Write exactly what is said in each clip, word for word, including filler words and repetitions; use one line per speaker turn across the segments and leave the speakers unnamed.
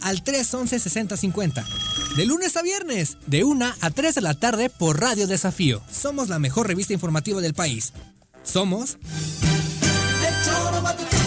al tres once sesenta cincuenta. De lunes a viernes, de una a tres de la tarde por Radio Desafío. Somos la mejor revista informativa del país. Somos... El Choro Matutino.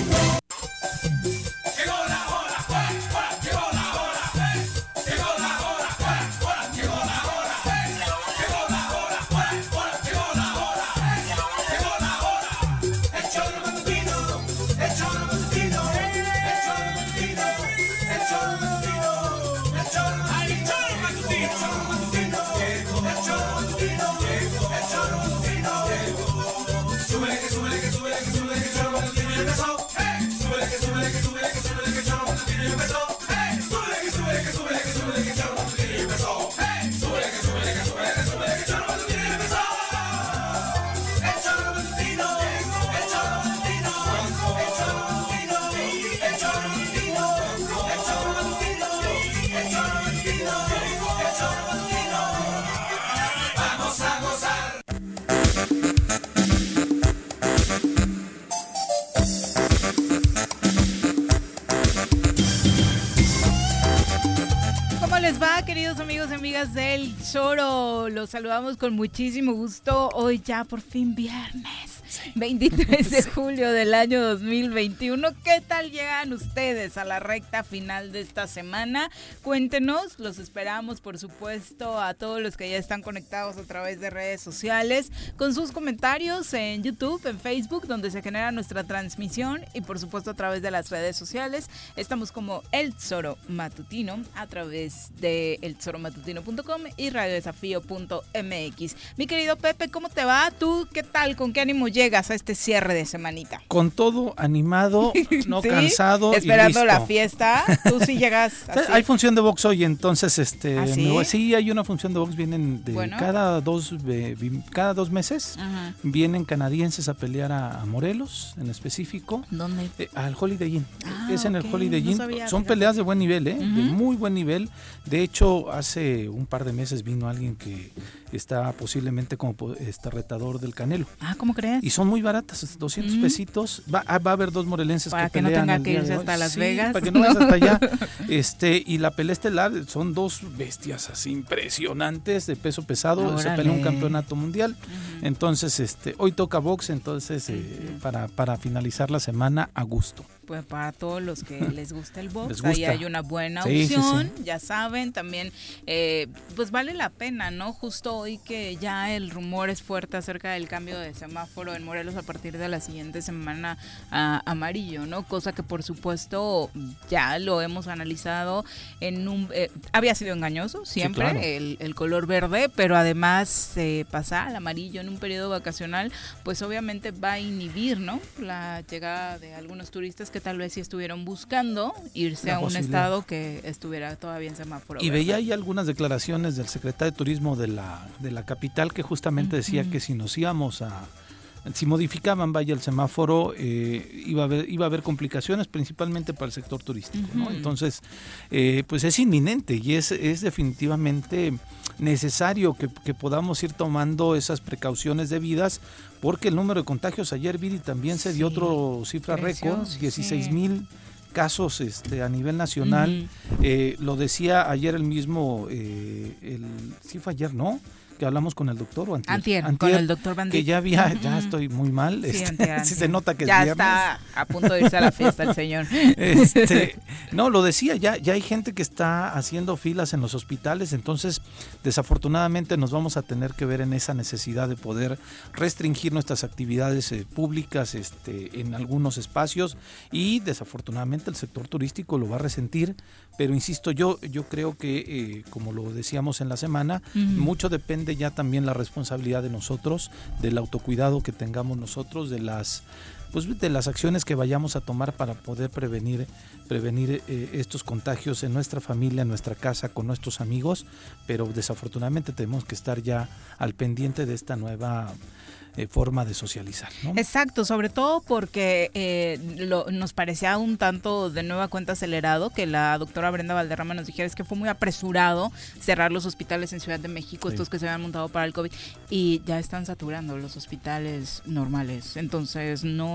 Queridos amigos y amigas del Choro, los saludamos con muchísimo gusto. Hoy ya por fin viernes, sí. veintitrés de julio del año dos mil veintiuno. ¿Qué tal llegan ustedes a la recta final de esta semana? Cuéntenos, los esperamos por supuesto a todos los que ya están conectados a través de redes sociales, con sus comentarios en YouTube, en Facebook, donde se genera nuestra transmisión, y por supuesto a través de las redes sociales. Estamos como El Choro Matutino a través de el choro matutino punto com y radio desafío punto m x. Mi querido Pepe, ¿cómo te va? ¿Tú qué tal? ¿Con qué ánimo llegas a este cierre de semanita?
Con todo, animado, no ¿Sí? cansado
Esperando
y listo.
La fiesta. Tú sí llegas así.
Hay función de box hoy, entonces este
¿Ah, sí?
me voy, sí, hay una función de box, vienen de bueno. cada dos eh, cada dos meses. Ajá. Vienen canadienses a pelear a, a Morelos en específico.
¿Dónde?
Eh, al Holiday Inn.
Ah,
es en
okay.
el Holiday Inn. No
sabía,
Son
fíjate.
peleas de buen nivel, ¿eh?
Uh-huh.
De muy buen nivel. De hecho, hace un par de meses vino alguien que está posiblemente como este retador del Canelo.
Ah, ¿cómo crees?
Y son muy baratas, doscientos uh-huh. pesitos. Va, va a haber dos morelenses
para
que,
que
pelean.
Para que no tenga que irse hasta Las
sí,
Vegas.
Para que no vayas hasta allá. Este, y la pelea estelar son dos bestias así impresionantes de peso pesado. Órale. Se pelea un campeonato mundial. Uh-huh. Entonces, este, hoy toca box, entonces, uh-huh. eh, para, para finalizar la semana a gusto.
Pues para todos los que les gusta el box,
gusta.
ahí hay una buena
sí,
opción,
sí, sí.
ya saben, también eh, pues vale la pena, ¿no? Justo hoy que ya el rumor es fuerte acerca del cambio de semáforo en Morelos a partir de la siguiente semana a amarillo, ¿no? Cosa que por supuesto ya lo hemos analizado en un... Eh, había sido engañoso siempre, sí, claro. el, el color verde, pero además eh, pasar al amarillo en un periodo vacacional, pues obviamente va a inhibir, ¿no? La llegada de algunos turistas que tal vez sí estuvieron buscando irse a un estado que estuviera todavía en semáforo.
Y veía ahí algunas declaraciones del secretario de Turismo de la, de la capital que justamente uh-huh. decía que si nos íbamos a... Si modificaban, vaya, el semáforo, eh, iba a haber, iba a haber complicaciones, principalmente para el sector turístico, uh-huh. ¿no? Entonces, eh, pues es inminente y es, es definitivamente necesario que, que podamos ir tomando esas precauciones debidas, porque el número de contagios ayer, Viri, también se dio sí, otro cifra récord, dieciséis mil casos este, a nivel nacional. Uh-huh. Eh, lo decía ayer el mismo, eh, el, sí fue ayer, ¿no? Que hablamos con el doctor o antier,
antier,
antier
con el doctor Bandit.
Que ya había, ya estoy muy mal,
sí,
este,
antier, antier.
sí se nota que
ya
es viernes.
Ya está a punto de irse a la fiesta el señor.
Este, no, lo decía, ya, ya hay gente que está haciendo filas en los hospitales, entonces desafortunadamente nos vamos a tener que ver en esa necesidad de poder restringir nuestras actividades eh, públicas este, en algunos espacios, y desafortunadamente el sector turístico lo va a resentir, pero insisto, yo, yo creo que eh, como lo decíamos en la semana, uh-huh. mucho depende ya también la responsabilidad de nosotros, del autocuidado que tengamos nosotros, de las pues de las acciones que vayamos a tomar para poder prevenir prevenir eh, estos contagios en nuestra familia, en nuestra casa, con nuestros amigos, pero desafortunadamente tenemos que estar ya al pendiente de esta nueva Eh, forma de socializar, ¿no?
Exacto, sobre todo porque eh, lo, nos parecía un tanto de nueva cuenta acelerado que la doctora Brenda Valderrama nos dijera, es que fue muy apresurado cerrar los hospitales en Ciudad de México, sí. estos que se habían montado para el COVID, y ya están saturando los hospitales normales, entonces no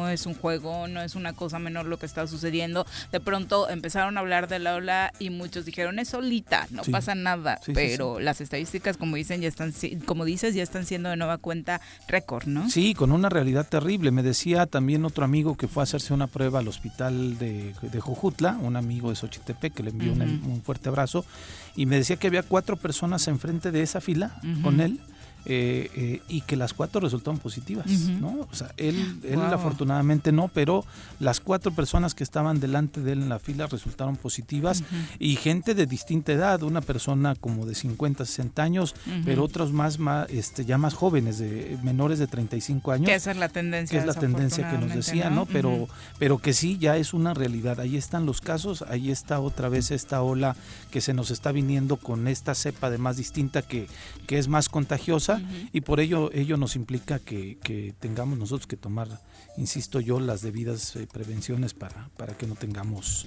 es un juego, no es una cosa menor lo que está sucediendo. De pronto empezaron a hablar de la ola y muchos dijeron, es solita, no sí. pasa nada, sí, pero sí, sí. las estadísticas, como dicen, ya están, como dices, ya están siendo de nueva cuenta récord, ¿no?
Sí, con una realidad terrible. Me decía también otro amigo que fue a hacerse una prueba al hospital de, de Jojutla, un amigo de Xochitepec que le envió uh-huh. un, un fuerte abrazo, y me decía que había cuatro personas enfrente de esa fila uh-huh. con él. Eh, eh, y que las cuatro resultaron positivas, uh-huh. ¿no? O sea, él, él wow. afortunadamente no, pero las cuatro personas que estaban delante de él en la fila resultaron positivas uh-huh. y gente de distinta edad, una persona como de cincuenta, sesenta años, uh-huh. pero otros más, más este, ya más jóvenes, de menores de treinta y cinco años.
Que esa es la tendencia.
Que es la tendencia que nos decía, ¿no? ¿no? Pero, uh-huh. pero que sí, ya es una realidad. Ahí están los casos, ahí está otra vez esta ola que se nos está viniendo con esta cepa además distinta que, que es más contagiosa. Uh-huh. Y por ello ello nos implica que, que tengamos nosotros que tomar, insisto yo, las debidas eh, prevenciones para, para que no tengamos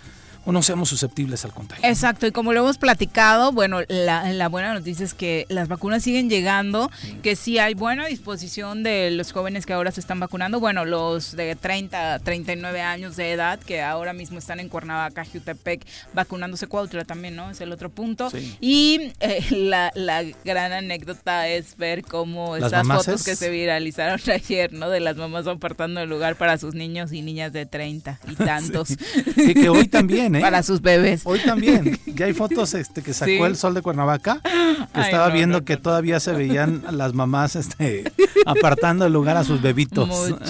o no seamos susceptibles al contagio.
Exacto, y como lo hemos platicado, bueno, la, la buena noticia es que las vacunas siguen llegando, sí. que sí hay buena disposición de los jóvenes que ahora se están vacunando, bueno, los de treinta, treinta y nueve años de edad que ahora mismo están en Cuernavaca, Jutepec, vacunándose. Cuautla también, ¿no? Es el otro punto. Sí. Y eh, la, la gran anécdota es ver cómo
las
esas
mamases.
fotos que se viralizaron ayer, ¿no? De las mamás apartando el lugar para sus niños y niñas de treinta y tantos.
Sí. Y que hoy también, ¿eh?
Para sus bebés.
Hoy también. Ya hay fotos este, que sacó sí. el Sol de Cuernavaca, que Ay, estaba no, viendo no, que no. todavía se veían las mamás este, apartando el lugar a sus bebitos.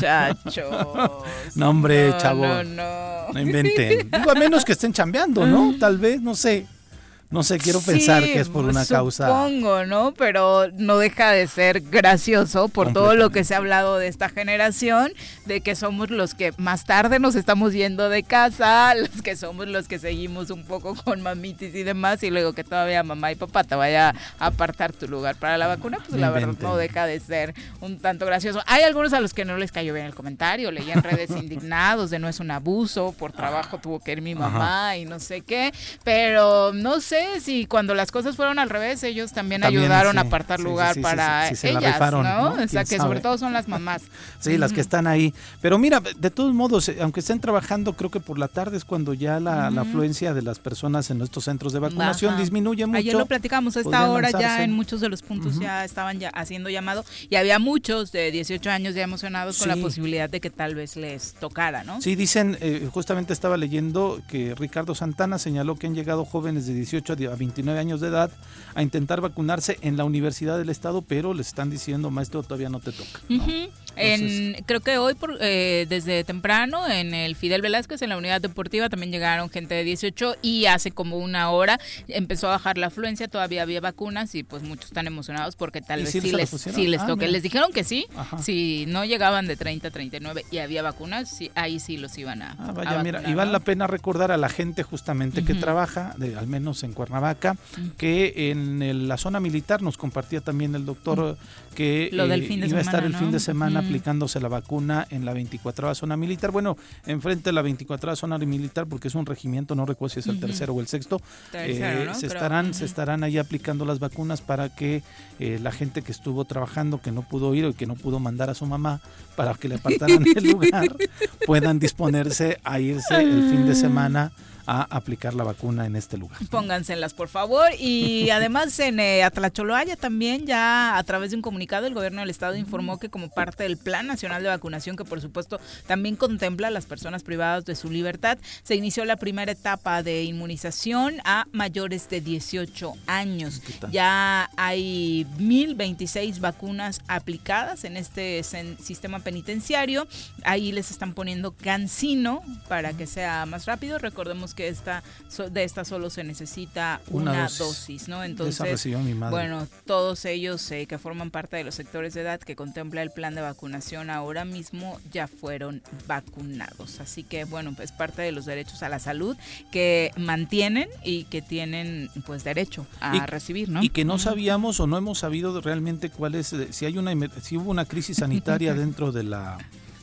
Muchachos.
No, hombre,
no,
chavo.
No, no.
No inventen. Digo, a menos que estén chambeando, ¿no? Tal vez, no sé. No sé, quiero pensar
sí,
que es por una
supongo,
causa.
Supongo, ¿no? Pero no deja de ser gracioso por todo lo que se ha hablado de esta generación, de que somos los que más tarde nos estamos yendo de casa, los que somos los que seguimos un poco con mamitis y demás, y luego que todavía mamá y papá te vaya a apartar tu lugar para la vacuna, pues la verdad no deja de ser un tanto gracioso. Hay algunos a los que no les cayó bien el comentario, leían redes indignados de no es un abuso, por trabajo tuvo que ir mi mamá Ajá. y no sé qué, pero no sé si cuando las cosas fueron al revés, ellos también, también ayudaron sí, a apartar sí, lugar sí, sí, para sí, sí, ellas, rifaron, ¿no? ¿no? O sea, que sabe? Sobre todo son las mamás.
Sí, uh-huh. las que están ahí. Pero mira, de todos modos, aunque estén trabajando, creo que por la tarde es cuando ya la, uh-huh. la afluencia de las personas en nuestros centros de vacunación Ajá. disminuye mucho.
Ayer lo platicamos, a esta hora ya en muchos de los puntos uh-huh. ya estaban ya haciendo llamado y había muchos de dieciocho años ya emocionados sí. con la posibilidad de que tal vez les tocara, ¿no?
Sí, dicen, eh, justamente estaba leyendo que Ricardo Santana señaló que han llegado jóvenes de dieciocho a veintinueve años de edad a intentar vacunarse en la Universidad del Estado, pero les están diciendo, maestro, todavía no te toca, ¿no?
Uh-huh. En, creo que hoy por, eh, desde temprano en el Fidel Velázquez, en la unidad deportiva, también llegaron gente de dieciocho y hace como una hora empezó a bajar la afluencia, todavía había vacunas y pues muchos están emocionados porque tal vez sí, sí les, sí les ah, toque. Mira. Les dijeron que sí, Ajá. si no llegaban de treinta a treinta y nueve y había vacunas, sí, ahí sí los iban a,
ah, vaya,
a vacunar.
Mira, y vale la pena recordar a la gente justamente uh-huh. que trabaja, de, al menos en Cuernavaca, uh-huh. que en el, la zona militar nos compartía también el doctor uh-huh. que
Lo del fin de
eh, iba
semana,
a estar el
¿no?
fin de semana
uh-huh.
aplicándose la vacuna en la veinticuatrava zona militar. Bueno, enfrente de la veinticuatrava zona militar, porque es un regimiento, no recuerdo si es el uh-huh. tercero o el sexto,
tercero,
eh,
¿no?
se,
Pero,
estarán,
uh-huh.
se estarán ahí aplicando las vacunas para que eh, la gente que estuvo trabajando, que no pudo ir o que no pudo mandar a su mamá para que le apartaran el lugar, puedan disponerse a irse el fin de semana a aplicar la vacuna en este lugar.
Pónganselas, por favor. Y además en eh, Atlacholoaya también ya a través de un comunicado el gobierno del estado informó que como parte del Plan Nacional de Vacunación, que por supuesto también contempla a las personas privadas de su libertad, se inició la primera etapa de inmunización a mayores de dieciocho años. Ya hay mil veintiséis vacunas aplicadas en este sistema penitenciario. Ahí les están poniendo CanSino para que sea más rápido. Recordemos que esta de esta solo se necesita una, una dosis, dosis, ¿no? Entonces,
mi madre.
bueno, todos ellos eh, que forman parte de los sectores de edad que contempla el plan de vacunación ahora mismo ya fueron vacunados. Así que, bueno, pues parte de los derechos a la salud que mantienen y que tienen, pues, derecho a y, recibir, ¿no?
Y que no uh-huh. sabíamos o no hemos sabido realmente cuál es, si hay una, si hubo una crisis sanitaria dentro de la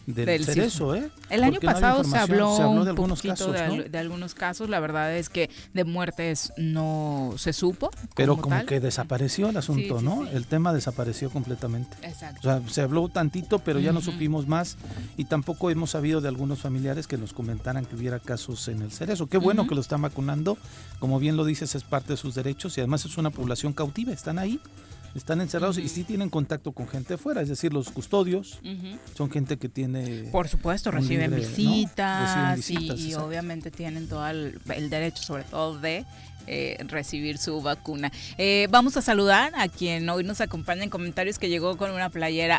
del,
del
cerezo, ¿eh?
El año
Porque no
pasado se habló,
se habló
un
de algunos
poquito
casos,
de,
¿no?
al- de algunos casos, la verdad es que de muertes no se supo.
Pero
como
como
tal.
que desapareció el asunto,
Sí, sí,
¿no?
sí.
El tema desapareció completamente.
Exacto.
O sea, se habló tantito, pero ya no
Ujú.
supimos más y tampoco hemos sabido de algunos familiares que nos comentaran que hubiera casos en el cerezo. Qué bueno
Ujú.
que lo están vacunando, como bien lo dices, es parte de sus derechos y además es una población cautiva, están ahí, están encerrados
Ujú.
y sí tienen contacto con gente fuera, es decir, los custodios
Ujú.
son gente que tiene...
Por supuesto,
un
reciben
libre, ¿no?
visitas,
Reciben visitas,
y, y
exacto.
obviamente tienen todo el, el derecho, sobre todo, de eh, recibir su vacuna. Eh, vamos a saludar a quien hoy nos acompaña en comentarios, que llegó con una playera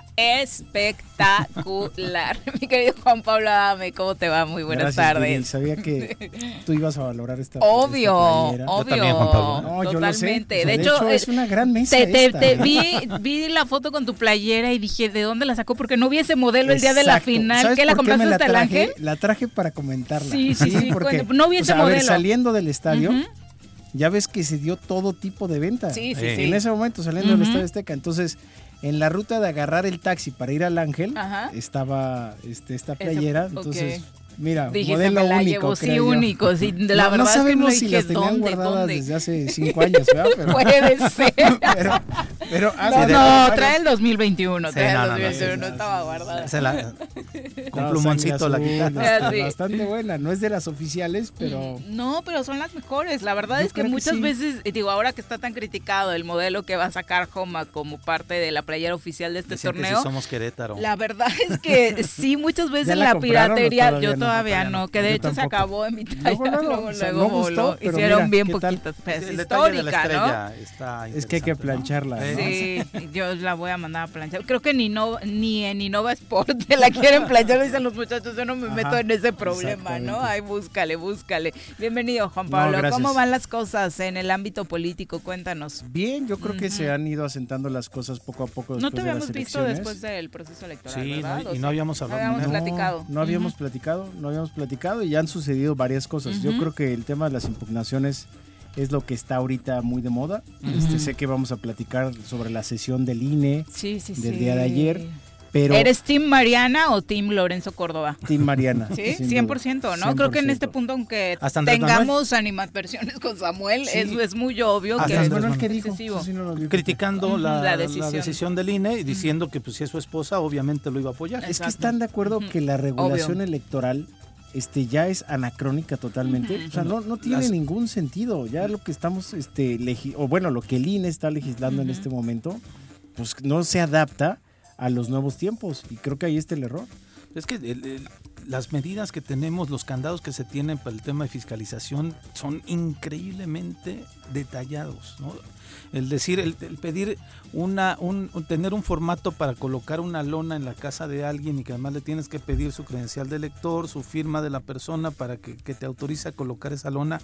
espectacular. Mi querido Juan Pablo Adame, ¿cómo te va? Muy buenas
Gracias,
tardes.
Viri. Sabía que tú ibas a valorar esta
Obvio,
esta playera.
obvio.
también, Juan Pablo, ¿eh?
No, yo lo sé.
Totalmente.
O sea,
de, hecho,
es
eh,
una gran mesa
te, te-
esta,
te
¿eh?
vi, vi la foto con tu playera y dije, ¿de dónde la sacó? Porque no vi ese modelo el día de la
Exacto.
final.
¿Sabes
¿Qué la
por qué
compraste
me
hasta el
traje?
Ángel?
La traje para comentarla.
Sí, sí, sí,
porque
cuando- no vi
o
ese
sea, a ver,
modelo.
saliendo del estadio,
Ujú.
ya ves que se dio todo tipo de venta.
Sí, sí,
Eh.
sí.
En ese momento, saliendo
Ujú.
del Estadio Azteca. Entonces, en la ruta de agarrar el taxi para ir al Ángel,
Ajá.
estaba este, esta
Ese-
playera.
ok.
Entonces, mira,
Dijiste,
modelo
me la
único,
llevo, sí,
creo yo.
único. Sí, la
no,
verdad
no
es que
sabemos
no
si
dije,
las tenían
¿dónde,
guardadas
dónde?
desde hace cinco años, ¿verdad? Pero,
Puede ser.
pero, pero
No,
hace
no,
varios-
trae el dos mil veintiuno.
Sí,
Trae
no,
el
no, no,
dos mil veintiuno,
sí,
no
sí,
estaba
sí,
guardada.
Se la- con
No,
plumoncito la
sangre
quitaste.
azul,
Ah, sí.
Bastante buena, no es de las oficiales, pero
No, pero son las mejores. La verdad
Yo
es que
creo que
muchas
sí.
veces, eh, digo, ahora que está tan criticado el modelo que va a sacar Homa como parte de la playera oficial de este
Decían que
torneo,
sí somos Querétaro.
la verdad es que sí, muchas veces
¿Ya la
la,
compraron o
piratería,
todavía
yo
no?
todavía
Todavía
no,
no.
que de
Yo
hecho se
tampoco.
acabó en mi talla,
Luego, luego,
luego,
o sea,
luego
no gustó,
voló.
pero
Hicieron
mira,
bien
¿qué tal?
poquitas, pues,
El detalle de la
histórica, ¿no?
estrella está
es que hay que
interesante, ¿no?
plancharla, ¿no?
Eh,
Sí, yo la voy a mandar a planchar. Creo que ni, no, ni en Innova Sport te la quieren planchar, dicen los muchachos. Yo no me
Ajá,
meto en ese problema, ¿no?
exactamente.
Ay, búscale, búscale. Bienvenido, Juan
No,
Pablo.
gracias.
¿Cómo van las cosas en el ámbito político? Cuéntanos.
Bien, yo creo que
Ujú.
se han ido asentando las cosas poco a poco después
No te
de las
habíamos visto
elecciones.
después del proceso electoral,
Sí,
¿verdad?
no,
¿O
y
sí?
no habíamos hablado.
Habíamos
no,
platicado.
No habíamos
Ujú.
platicado, no habíamos platicado y ya han sucedido varias cosas. Yo
Ujú.
creo que el tema de las impugnaciones es lo que está ahorita muy de moda.
Ujú.
Este, sé que vamos a platicar sobre la sesión del I N E,
Sí, sí,
del
sí.
día de ayer, pero
¿Eres Team Mariana o Team Lorenzo Córdoba?
Team Mariana.
Sí,
sin
cien
duda,
por ciento, ¿no? Creo que en este
cien por ciento.
punto, aunque
Hasta Andrés
tengamos animadversiones con Samuel,
Sí.
es, es muy obvio
Hasta
que
Andrés
es
Bueno, el que dijo,
excesivo.
eso sí no lo vi.
criticando
Ujú,
la,
la
la
decisión.
decisión. del I N E y diciendo que pues si es su esposa obviamente lo iba a apoyar.
Es que
Exacto.
están de acuerdo
Ujú.
que la regulación
Obvio.
electoral este ya es anacrónica totalmente.
Ujú.
O sea, no, no tiene
Las-
ningún sentido. Ya lo que estamos, este, legi- o bueno, lo que el I N E está legislando en
Ujú.
este momento, pues no se adapta a los nuevos tiempos. Y creo que ahí está el error.
Es que el- el- las medidas que tenemos, los candados que se tienen para el tema de fiscalización son increíblemente detallados, ¿no? El decir, el, el pedir una, un, un- tener un formato para colocar una lona en la casa de alguien y que además le tienes que pedir su credencial de lector, su firma de la persona para que, que te autorice a colocar esa lona,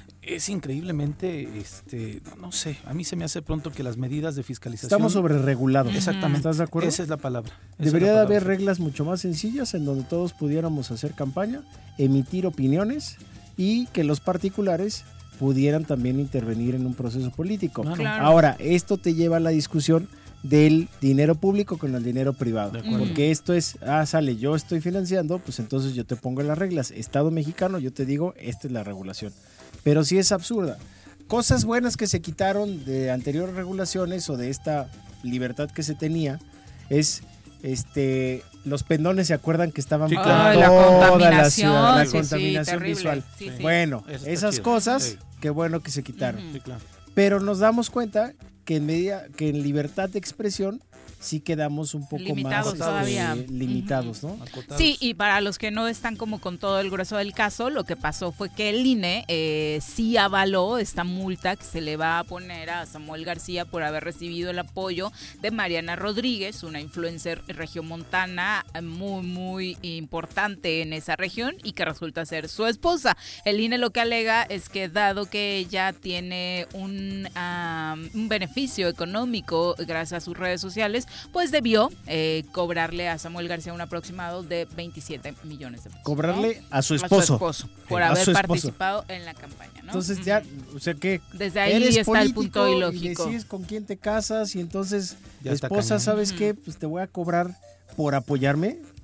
es increíblemente, este, no, no sé, a mí se me hace pronto que las medidas de fiscalización...
Estamos sobre regulados.
Exactamente.
¿Estás de acuerdo?
Esa es la palabra. esa
Debería
es
de
la
haber
palabra.
reglas mucho más sencillas en donde todos pudiéramos hacer campaña, emitir opiniones y que los particulares pudieran también intervenir en un proceso político.
Claro.
Claro.
Ahora, esto te lleva a la discusión del dinero público con el dinero privado.
De acuerdo.
Porque esto es, ah, sale, yo estoy financiando, pues entonces yo te pongo las reglas. Estado mexicano, yo te digo, esta es la regulación. Pero sí es absurda. Cosas buenas que se quitaron de anteriores regulaciones o de esta libertad que se tenía es este los pendones, ¿se acuerdan que estaban
Sí,
por
claro.
Ay, la
toda
contaminación,
la ciudad, la
sí, sí,
contaminación
terrible.
visual?
Sí, sí.
Bueno,
Eso está
esas
chido.
cosas,
Sí.
qué bueno que se quitaron.
Ujú.
Sí, claro.
Pero nos damos cuenta que en medida que en libertad de expresión sí quedamos un poco
Limitados
más
todavía.
este, limitados, ¿no?
Acotados.
Sí, y para los que no están como con todo el grueso del caso, lo que pasó fue que el I N E eh, sí avaló esta multa que se le va a poner a Samuel García por haber recibido el apoyo de Mariana Rodríguez, una influencer regiomontana eh, muy, muy importante en esa región y que resulta ser su esposa. El I N E lo que alega es que dado que ella tiene un, ah, un beneficio económico gracias a sus redes sociales, pues debió eh, cobrarle a Samuel García un aproximado de veintisiete millones de pesos.
Cobrarle
¿no?
a su
A
esposo.
su esposo por
A
haber
su esposo.
participado en la campaña, ¿no?
Entonces ya,
Ujú.
o sea que
Desde ahí
eres
está el
político
punto
y
ilógico.
decides con quién te casas y entonces
Ya está
esposa,
cañón.
¿sabes
Ujú.
qué? Pues te voy a cobrar por apoyarme.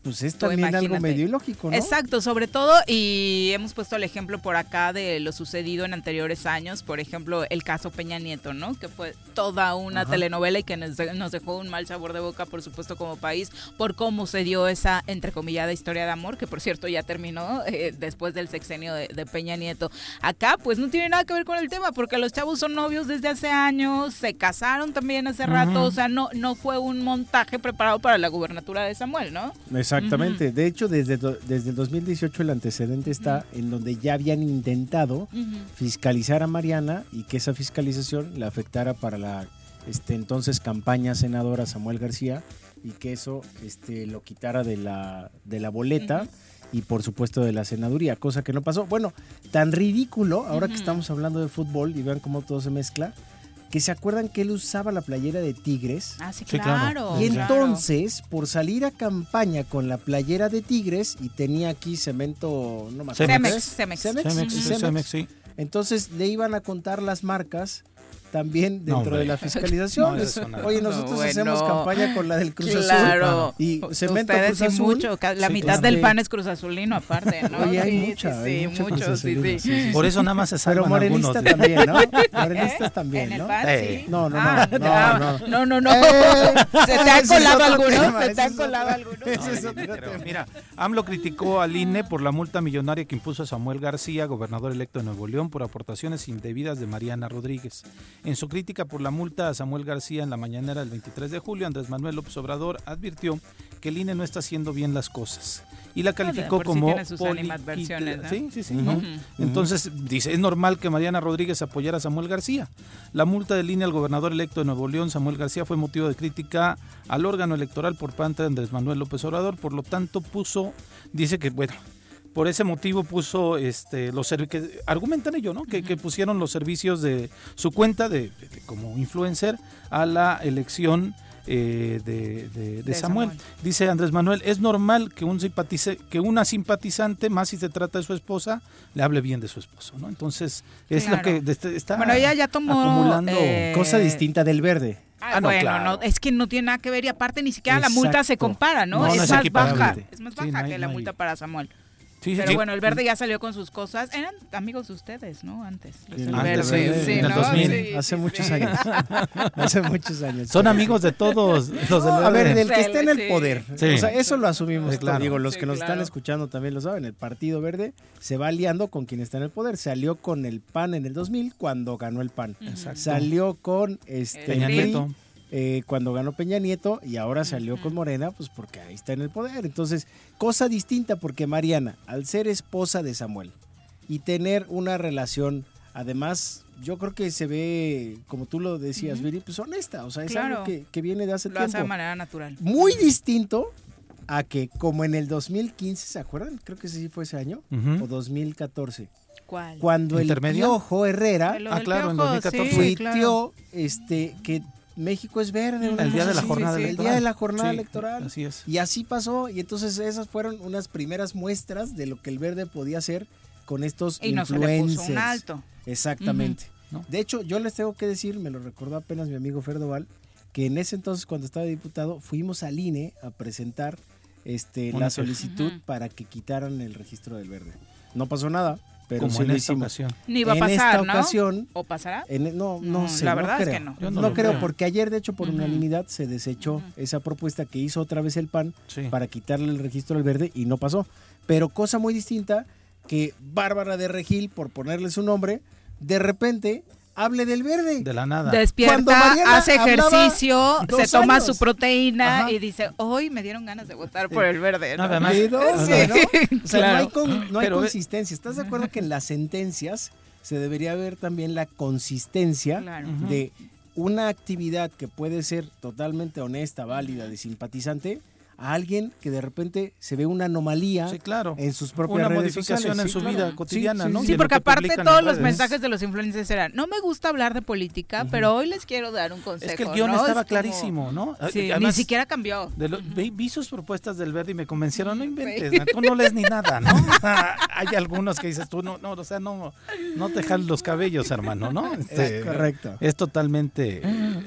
pues es
Tú
también
imagínate.
algo medio ilógico, ¿no?
Exacto, sobre todo, y hemos puesto el ejemplo por acá de lo sucedido en anteriores años, por ejemplo, el caso Peña Nieto, ¿no? Que fue toda una
Ajá.
telenovela y que nos, nos dejó un mal sabor de boca, por supuesto, como país, por cómo se dio esa, entrecomillada, historia de amor, que por cierto ya terminó eh, después del sexenio de, de Peña Nieto. Acá, pues no tiene nada que ver con el tema, porque los chavos son novios desde hace años, se casaron también hace rato,
Ujú.
o sea, no, no fue un montaje preparado para la gubernatura de Samuel, ¿no?
Exactamente. De hecho, desde, do- desde el dos mil dieciocho el antecedente está en donde ya habían intentado
Ujú.
fiscalizar a Mariana y que esa fiscalización la afectara para la este, entonces campaña senadora Samuel García y que eso este, lo quitara de la, de la boleta.
Ujú.
Y por supuesto de la senaduría, cosa que no pasó. Bueno, tan ridículo, ahora
Ujú.
que estamos hablando de fútbol y vean cómo todo se mezcla, que se acuerdan que él usaba la playera de Tigres.
Ah, sí,
Sí, claro.
claro.
Y
claro.
entonces, por salir a campaña con la playera de Tigres y tenía aquí cemento, no me acuerdo
Cemex.
qué es.
Cemex,
Cemex,
Cemex,
Ujú.
sí,
Cemex.
Cemex, sí.
Entonces le iban a contar las marcas también dentro
hombre.
de la fiscalización.
No, eso no.
Oye, nosotros
Bueno.
hacemos campaña con la del Cruz
Claro.
Azul. Y cemento
Ustedes
Cruz
sí
Azul.
mucho, ca- la
Sí,
mitad
claro.
del pan es Cruz Azulino aparte, ¿no?
Oye, hay
Sí,
mucha,
sí,
hay
sí,
mucha
mucho,
Cruz
sí,
Azulina,
sí.
sí, sí,
Por
sí.
eso nada más se salvan
Pero morenista
algunos.
también, ¿no? Morenistas
¿Eh?
también,
En el
¿no?
pan,
Eh.
sí.
No, no,
Ah,
no, no,
ah,
no.
no, no, no.
Eh,
Se te han
ese es
colado
otro
algunos,
tema,
se
ese
te han
es otro-
colado algunos.
Ese es
No,
otro
pero
tema.
mira, AMLO criticó al I N E por la multa millonaria que impuso a Samuel García, gobernador electo de Nuevo León, por aportaciones indebidas de Mariana Rodríguez. En su crítica por la multa a Samuel García en la mañanera del veintitrés de julio, Andrés Manuel López Obrador advirtió que el I N E no está haciendo bien las cosas y la calificó
por sí
como
tiene sus
política-
animadversiones, ¿no?
Sí, sí, sí.
Ujú.
¿no?
Ujú.
Entonces, dice, es normal que Mariana Rodríguez apoyara a Samuel García. La multa del I N E al gobernador electo de Nuevo León, Samuel García, fue motivo de crítica al órgano electoral por parte de Andrés Manuel López Obrador. Por lo tanto, puso, dice que, bueno, por ese motivo puso, este, los servi- que argumentan ello, ¿no? Que, que pusieron los servicios de su cuenta de, de- de- como influencer a la elección eh, de, de- de
De
Samuel.
Samuel.
Dice Andrés Manuel, es normal que un simpatice, que una simpatizante, más si se trata de su esposa, le hable bien de su esposo, ¿no? Entonces, es
Claro.
lo que de- este- está
Bueno, ella ya tomó
acumulando.
eh,
Cosa distinta del verde.
Ah,
Ah, no,
bueno,
claro.
no, es que no tiene nada que ver y aparte ni siquiera la multa se
Exacto.
compara, ¿no?
No, no
es,
es
más
equiparable.
baja, es más
Sí,
baja
no hay-
que la
no hay-
multa para Samuel.
Sí, sí,
Pero
sí.
bueno, el verde ya salió con sus cosas. Eran amigos de ustedes, ¿no? Antes. Los del
Antes,
verde.
sí, en el
¿no?
dos mil.
Sí,
Hace
sí,
muchos
sí.
años. Hace muchos años.
Son amigos de todos los del
A ver,
verde.
del que está en el
Sí.
poder.
Sí.
O sea, eso lo asumimos.
Sí, claro.
Digo, los
Sí,
que nos
claro.
están escuchando también lo saben. El Partido Verde se va aliando con quien está en el poder. Salió con el P A N en el dos mil cuando ganó el P A N.
Exacto.
Salió con este
Peña
el
P R I,
Nieto.
eh, cuando ganó Peña Nieto y ahora salió
Ujú.
con Morena, pues porque ahí está en el poder. Entonces, cosa distinta porque Mariana, al ser esposa de Samuel y tener una relación, además, yo creo que se ve, como tú lo decías,
Ujú.
Viri, pues honesta. O sea, es
Claro.
algo que, que viene de hace
Lo hace de
tiempo.
manera natural.
Muy distinto a que, como en el dos mil quince, ¿se acuerdan? Creo que sí fue ese año,
Ujú.
o dos mil catorce,
¿Cuál?
cuando el
¿Intermedio?
Piojo Herrera
Lo
Ah,
del
claro, en
piojo,
dos mil catorce.
sí,
tuiteó
claro.
este, que México es verde. una
El día
cosa
de la
así.
jornada
sí, sí.
El
electoral.
día de la jornada
Sí,
electoral.
Así es.
Y así pasó, y entonces esas fueron unas primeras muestras de lo que el verde podía hacer con estos
Y no se le
influencers.
puso un alto.
Exactamente.
Ujú. ¿No?
De hecho, yo les tengo que decir, me lo recordó apenas mi amigo Ferdoval, que en ese entonces, cuando estaba diputado, fuimos al I N E a presentar este,
Una
la
queja.
solicitud
Ujú.
para que quitaran el registro del verde. No pasó nada, pero
Como
sí
en
lo
esta
hicimos.
ocasión.
Ni va a
en
pasar,
esta
¿no?
ocasión,
¿O pasará?
en- no, no,
No,
sé,
la
no
verdad es
creo.
que no.
Yo
No,
no lo
creo,
creo.
porque ayer, de hecho, por
Ujú.
unanimidad se desechó
Ujú.
esa propuesta que hizo otra vez el P A N
Sí.
para quitarle el registro al verde y no pasó. Pero cosa muy distinta, que Bárbara de Regil, por ponerle su nombre, de repente hable del verde.
De la nada.
Cuando
Despierta,
Mariana
hace
hablaba
ejercicio,
dos
se toma
años.
su proteína
Ajá.
y dice, hoy me dieron ganas de votar por el verde. ¿no?
Nada más.
¿De dónde,
Sí,
no? O sea,
claro.
no hay, con- no hay
Pero, eh,
consistencia. ¿Estás de acuerdo que en las sentencias se debería ver también la consistencia
Claro.
Ujú.
de una actividad que puede ser totalmente honesta, válida, de simpatizante, a alguien que de repente se ve una anomalía
Sí, claro.
en sus propias
Una
redes
modificación
sociales?
en
Sí,
su
claro.
vida
Sí,
cotidiana,
sí,
¿no?
sí.
Y
Sí,
en lo
porque
que
aparte
publican
todos
en
los
redes.
mensajes de los influencers eran, no me gusta hablar de política, pero hoy les quiero dar un consejo.
Es que el guión
¿no?
estaba
Es como-
clarísimo, ¿no?
Sí, ni
Además,
siquiera cambió.
de lo- vi, vi sus propuestas del verde y me convencieron, no inventes, man, tú no lees ni nada, ¿no? Hay algunos que dices tú, no, no, o sea, no, no te jales los cabellos, hermano, ¿no? Este,
Es correcto.
Es totalmente eh,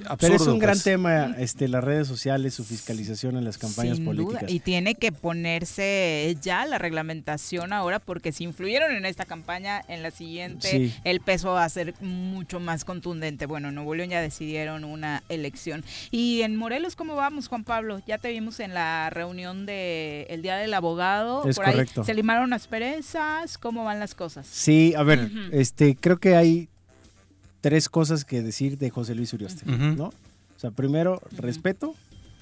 absurdo,
Pero es un
pues.
gran tema, este, las redes sociales, su fiscalización en las campañas
Sin
políticas.
duda. Y tiene que ponerse ya la reglamentación ahora, porque si influyeron en esta campaña, en la siguiente
Sí.
el peso va a ser mucho más contundente. Bueno, en Nuevo León ya decidieron una elección. Y en Morelos, ¿cómo vamos, Juan Pablo? Ya te vimos en la reunión de el Día del Abogado.
Es
por ahí
correcto.
se limaron las perezas. ¿Cómo van las cosas?
Sí, a ver,
Ujú.
este, creo que hay tres cosas que decir de José Luis Urioste,
Ujú.
¿no? O sea, primero,
Ujú.
respeto.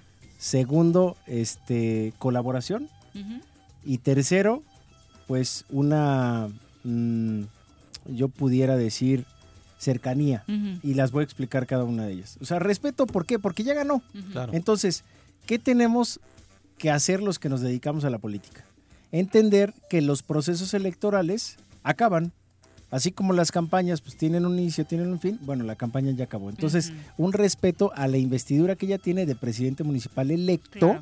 Segundo, este, colaboración.
Ujú.
Y tercero, pues una, mm, yo pudiera decir, cercanía.
Ujú.
Y las voy a explicar cada una de ellas. O sea, respeto, ¿por qué? Porque ya ganó.
Ujú.
Claro.
Entonces, ¿qué tenemos que hacer los que nos dedicamos a la política? Entender que los procesos electorales acaban. Así como las campañas pues tienen un inicio, tienen un fin, bueno, la campaña ya acabó. Entonces,
Ujú.
un respeto a la investidura que ella tiene de presidente municipal electo
Claro.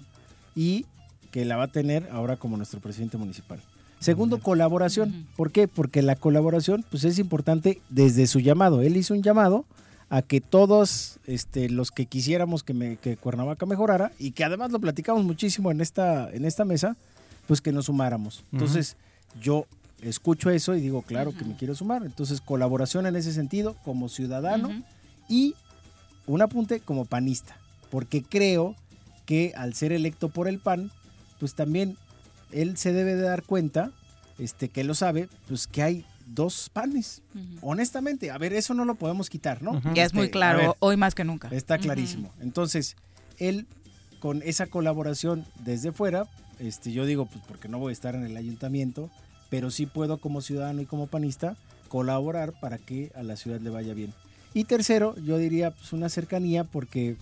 y que la va a tener ahora como nuestro presidente municipal. Segundo,
Ujú.
colaboración.
Ujú.
¿Por qué? Porque la colaboración pues es importante desde su llamado. Él hizo un llamado a que todos este, los que quisiéramos que, me, que Cuernavaca mejorara y que además lo platicamos muchísimo en esta, en esta mesa, pues que nos sumáramos. Entonces, yo escucho eso y digo, claro que
Ujú.
me quiero sumar. Entonces, colaboración en ese sentido como ciudadano
Ujú.
y un apunte como panista, porque creo que al ser electo por el P A N, pues también él se debe de dar cuenta, este, que él lo sabe, pues que hay dos panes.
Ujú.
Honestamente, a ver, eso no lo podemos quitar, ¿no?
Ujú.
Ya es
Este,
muy
a
claro,
ver,
hoy más que nunca.
está
Ujú.
clarísimo. Entonces, él con esa colaboración desde fuera, este, yo digo, pues porque no voy a estar en el ayuntamiento, pero sí puedo como ciudadano y como panista colaborar para que a la ciudad le vaya bien. Y tercero, yo diría pues una cercanía porque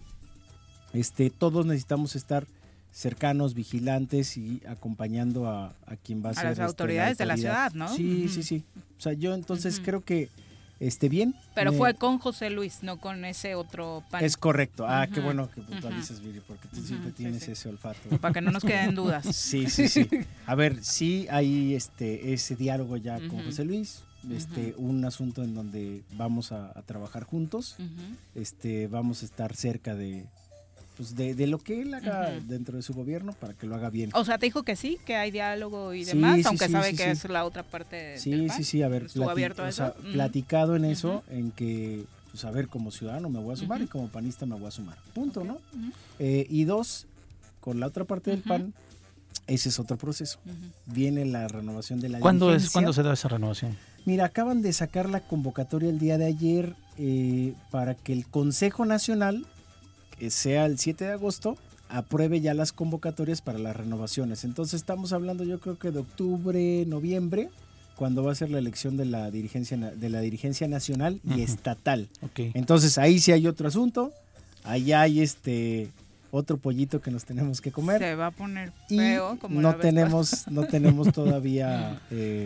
este, todos necesitamos estar cercanos, vigilantes y acompañando a, a quien va a,
A
ser
las
este,
autoridades de la
autoridad.
ciudad, ¿no?
Sí,
Ujú.
sí, sí. O sea, yo entonces
Ujú.
creo que esté bien.
Pero
me-
fue con José Luis, no con ese otro pan.
Es correcto. Ah, qué
Ujú.
bueno que puntualizas, Viri, porque tú
Ujú,
siempre
sí,
tienes
sí.
ese olfato.
Para que no nos queden dudas.
Sí, sí, sí. A ver, sí hay este ese diálogo ya con
Ujú.
José Luis, este un asunto en donde vamos a, a trabajar juntos,
Ujú.
este vamos a estar cerca de pues de, de lo que él haga
Ujú.
dentro de su gobierno para que lo haga bien.
O sea, te dijo que sí, que hay diálogo y
Sí,
demás,
sí,
aunque
sí,
sabe
sí,
que
sí.
es la otra parte del
Sí,
P A N.
sí, sí, a ver,
¿Estuvo
plati-
abierto a
o
eso?
sea,
Ujú.
platicado en eso,
Ujú.
en que, pues a ver, como ciudadano me voy a sumar
Ujú.
y como panista me voy a sumar. Punto, ¿no?
Ujú.
Eh, y dos, con la otra parte del
Ujú.
P A N, ese es otro proceso.
Ujú.
Viene la renovación de la
¿Cuándo, es,
dirigencia.
¿Cuándo se da esa renovación?
Mira, acaban de sacar la convocatoria el día de ayer eh, para que el Consejo Nacional, que sea el siete de agosto, apruebe ya las convocatorias para las renovaciones. Entonces estamos hablando yo creo que de octubre, noviembre, cuando va a ser la elección de la dirigencia, na- de la dirigencia nacional y
Ujú.
estatal.
Ok.
Entonces ahí sí hay otro asunto, allá hay este otro pollito que nos tenemos que comer.
Se va a poner
Y
feo como la
no
vez
tenemos, no tenemos todavía eh,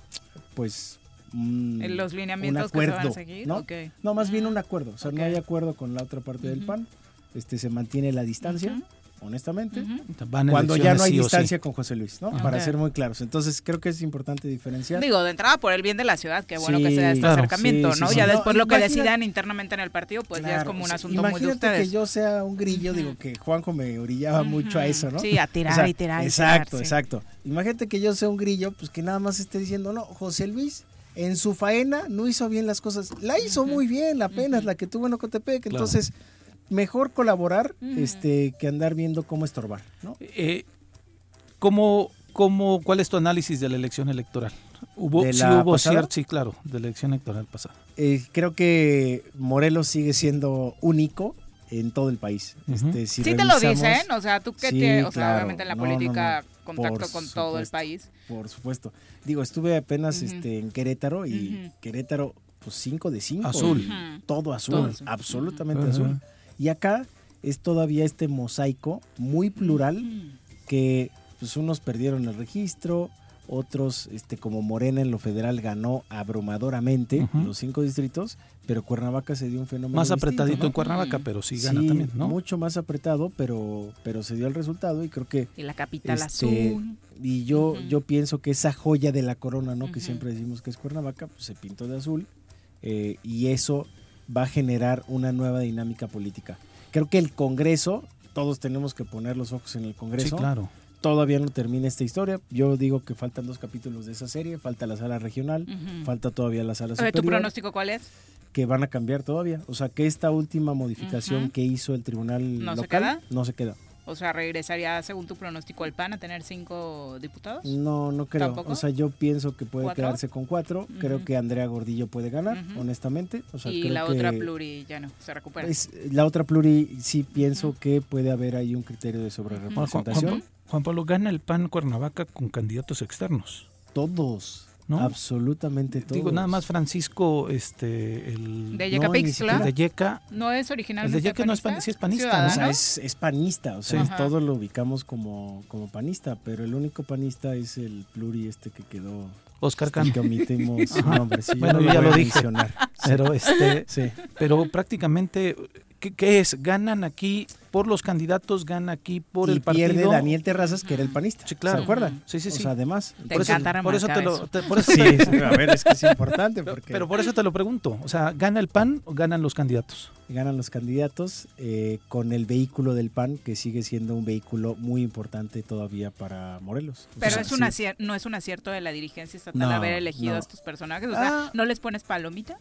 pues un,
pasada. Los
un
lineamientos que se van a
acuerdo,
seguir.
¿no?
Ok.
No, más bien
Ah,
un acuerdo. O sea,
ok.
no hay acuerdo con la otra parte del
Ujú.
P A N. Este se mantiene la distancia,
Ujú.
honestamente.
Ujú.
Van
Cuando ya no hay
elecciones sí o sí.
distancia con José Luis, ¿no?
Ok.
Para ser muy claros. Entonces creo que es importante diferenciar.
Digo, de entrada por el bien de la ciudad, qué bueno que
Sí,
se da este
claro.
acercamiento,
Sí,
¿no?
sí,
ya
sí.
después
No,
lo que
imagina-
decidan internamente en el partido, pues ya es
Claro,
como un
o sea,
asunto muy de
imagínate
ustedes.
que yo sea un grillo, digo que Juanjo me orillaba mucho a
Ujú.
eso, ¿no?
Sí, a tirar
O sea,
y tirar y
Exacto,
tirar, sí.
exacto. Imagínate que yo sea un grillo, pues que nada más esté diciendo, no, José Luis en su faena no hizo bien las cosas. La hizo
Ujú.
muy bien, la pena es
Ujú.
la que tuvo en Ocotepec.
Claro.
Entonces, mejor colaborar
Ujú.
este que andar viendo cómo estorbar, ¿no?
Eh, ¿cómo, cómo, ¿Cuál es tu análisis de la elección electoral? ¿Hubo,
¿De
sí
la
hubo
pasada?
cierto, sí, claro, de la elección electoral pasada.
Eh, creo que Morelos sigue siendo único en todo el país.
Ujú.
Este, si
Sí te lo
revisamos-
dicen, o sea, tú que
Sí,
tienes, o sea,
claro.
obviamente en la
No, no,
política,
no.
contacto
Por
con todo el
supuesto.
país.
Por supuesto. Digo, estuve apenas
Ujú.
este, en Querétaro y
Ujú.
Querétaro, pues cinco de cinco.
Azul.
Ujú.
Todo azul,
Todo azul.
absolutamente
Ujú.
azul. Y acá es todavía este mosaico muy plural
Ujú.
que pues unos perdieron el registro, otros este como Morena en lo federal ganó abrumadoramente
Ujú.
los cinco distritos, pero Cuernavaca se dio un fenómeno
Más
distinto,
apretadito
¿no?
en Cuernavaca,
Ujú.
pero sí gana
Sí,
también, ¿no?
mucho más apretado, pero pero se dio el resultado y creo que
Y la capital
este,
azul.
y yo
Ujú.
yo pienso que esa joya de la corona, ¿no? Que
Ujú.
siempre decimos que es Cuernavaca, pues se pintó de azul eh, y eso va a generar una nueva dinámica política. Creo que el Congreso, todos tenemos que poner los ojos en el Congreso.
Sí, claro.
Todavía no termina esta historia. Yo digo que faltan dos capítulos de esa serie. Falta la sala regional, uh-huh. falta todavía la sala superior.
¿Tu pronóstico cuál es?
Que van a cambiar todavía. O sea, que esta última modificación uh-huh. que hizo el tribunal
¿No
local
se queda?
no se queda.
O sea, ¿regresaría, según tu pronóstico, el P A N a tener cinco diputados?
No, no creo.
¿Tampoco?
O sea, yo pienso que puede
¿Cuatro?
quedarse con cuatro. Uh-huh. Creo que Andrea Gordillo puede ganar, uh-huh. honestamente. O sea,
y
creo
la
que
otra pluri ya no, se recupera.
Es, la otra pluri sí pienso uh-huh. que puede haber ahí un criterio de sobrerepresentación.
Juan, Juan, Juan Pablo, gana el P A N Cuernavaca con candidatos externos.
Todos. ¿No? Absolutamente todo.
Digo, nada más Francisco, este, el...
De Yecapixtla.
No, el de Yeca.
No es originalmente
El de Yeca no es panista, sí es panista.
¿no? O sea, es, es panista, o sea,
sí.
todos lo ubicamos como, como panista, pero el único panista es el pluri este que quedó...
Oscar Cano.
Que omitimos su nombre, sí,
bueno,
yo
ya lo dije.
mencionar.
Pero, este,
sí.
pero prácticamente... ¿Qué, ¿Qué es? ¿Ganan aquí por los candidatos? ¿Gana aquí por
y
el partido?
pierde Daniel Terrazas, que era el panista.
Sí, claro.
¿Se acuerdan?
Sí, sí, sí.
O sea, además.
Te
por, eso, por eso te lo... Te, por eso
sí,
te,
sí, a ver, es que es importante. Porque
pero, pero por eso te lo pregunto. O sea, ¿gana el P A N o ganan los candidatos?
Ganan los candidatos eh, con el vehículo del P A N, que sigue siendo un vehículo muy importante todavía para Morelos.
Pero
o sea,
es un
sí.
acier- no es un acierto de la dirigencia estatal
no,
haber elegido
no.
a estos personajes. O sea,
Ah,
¿no les pones palomita?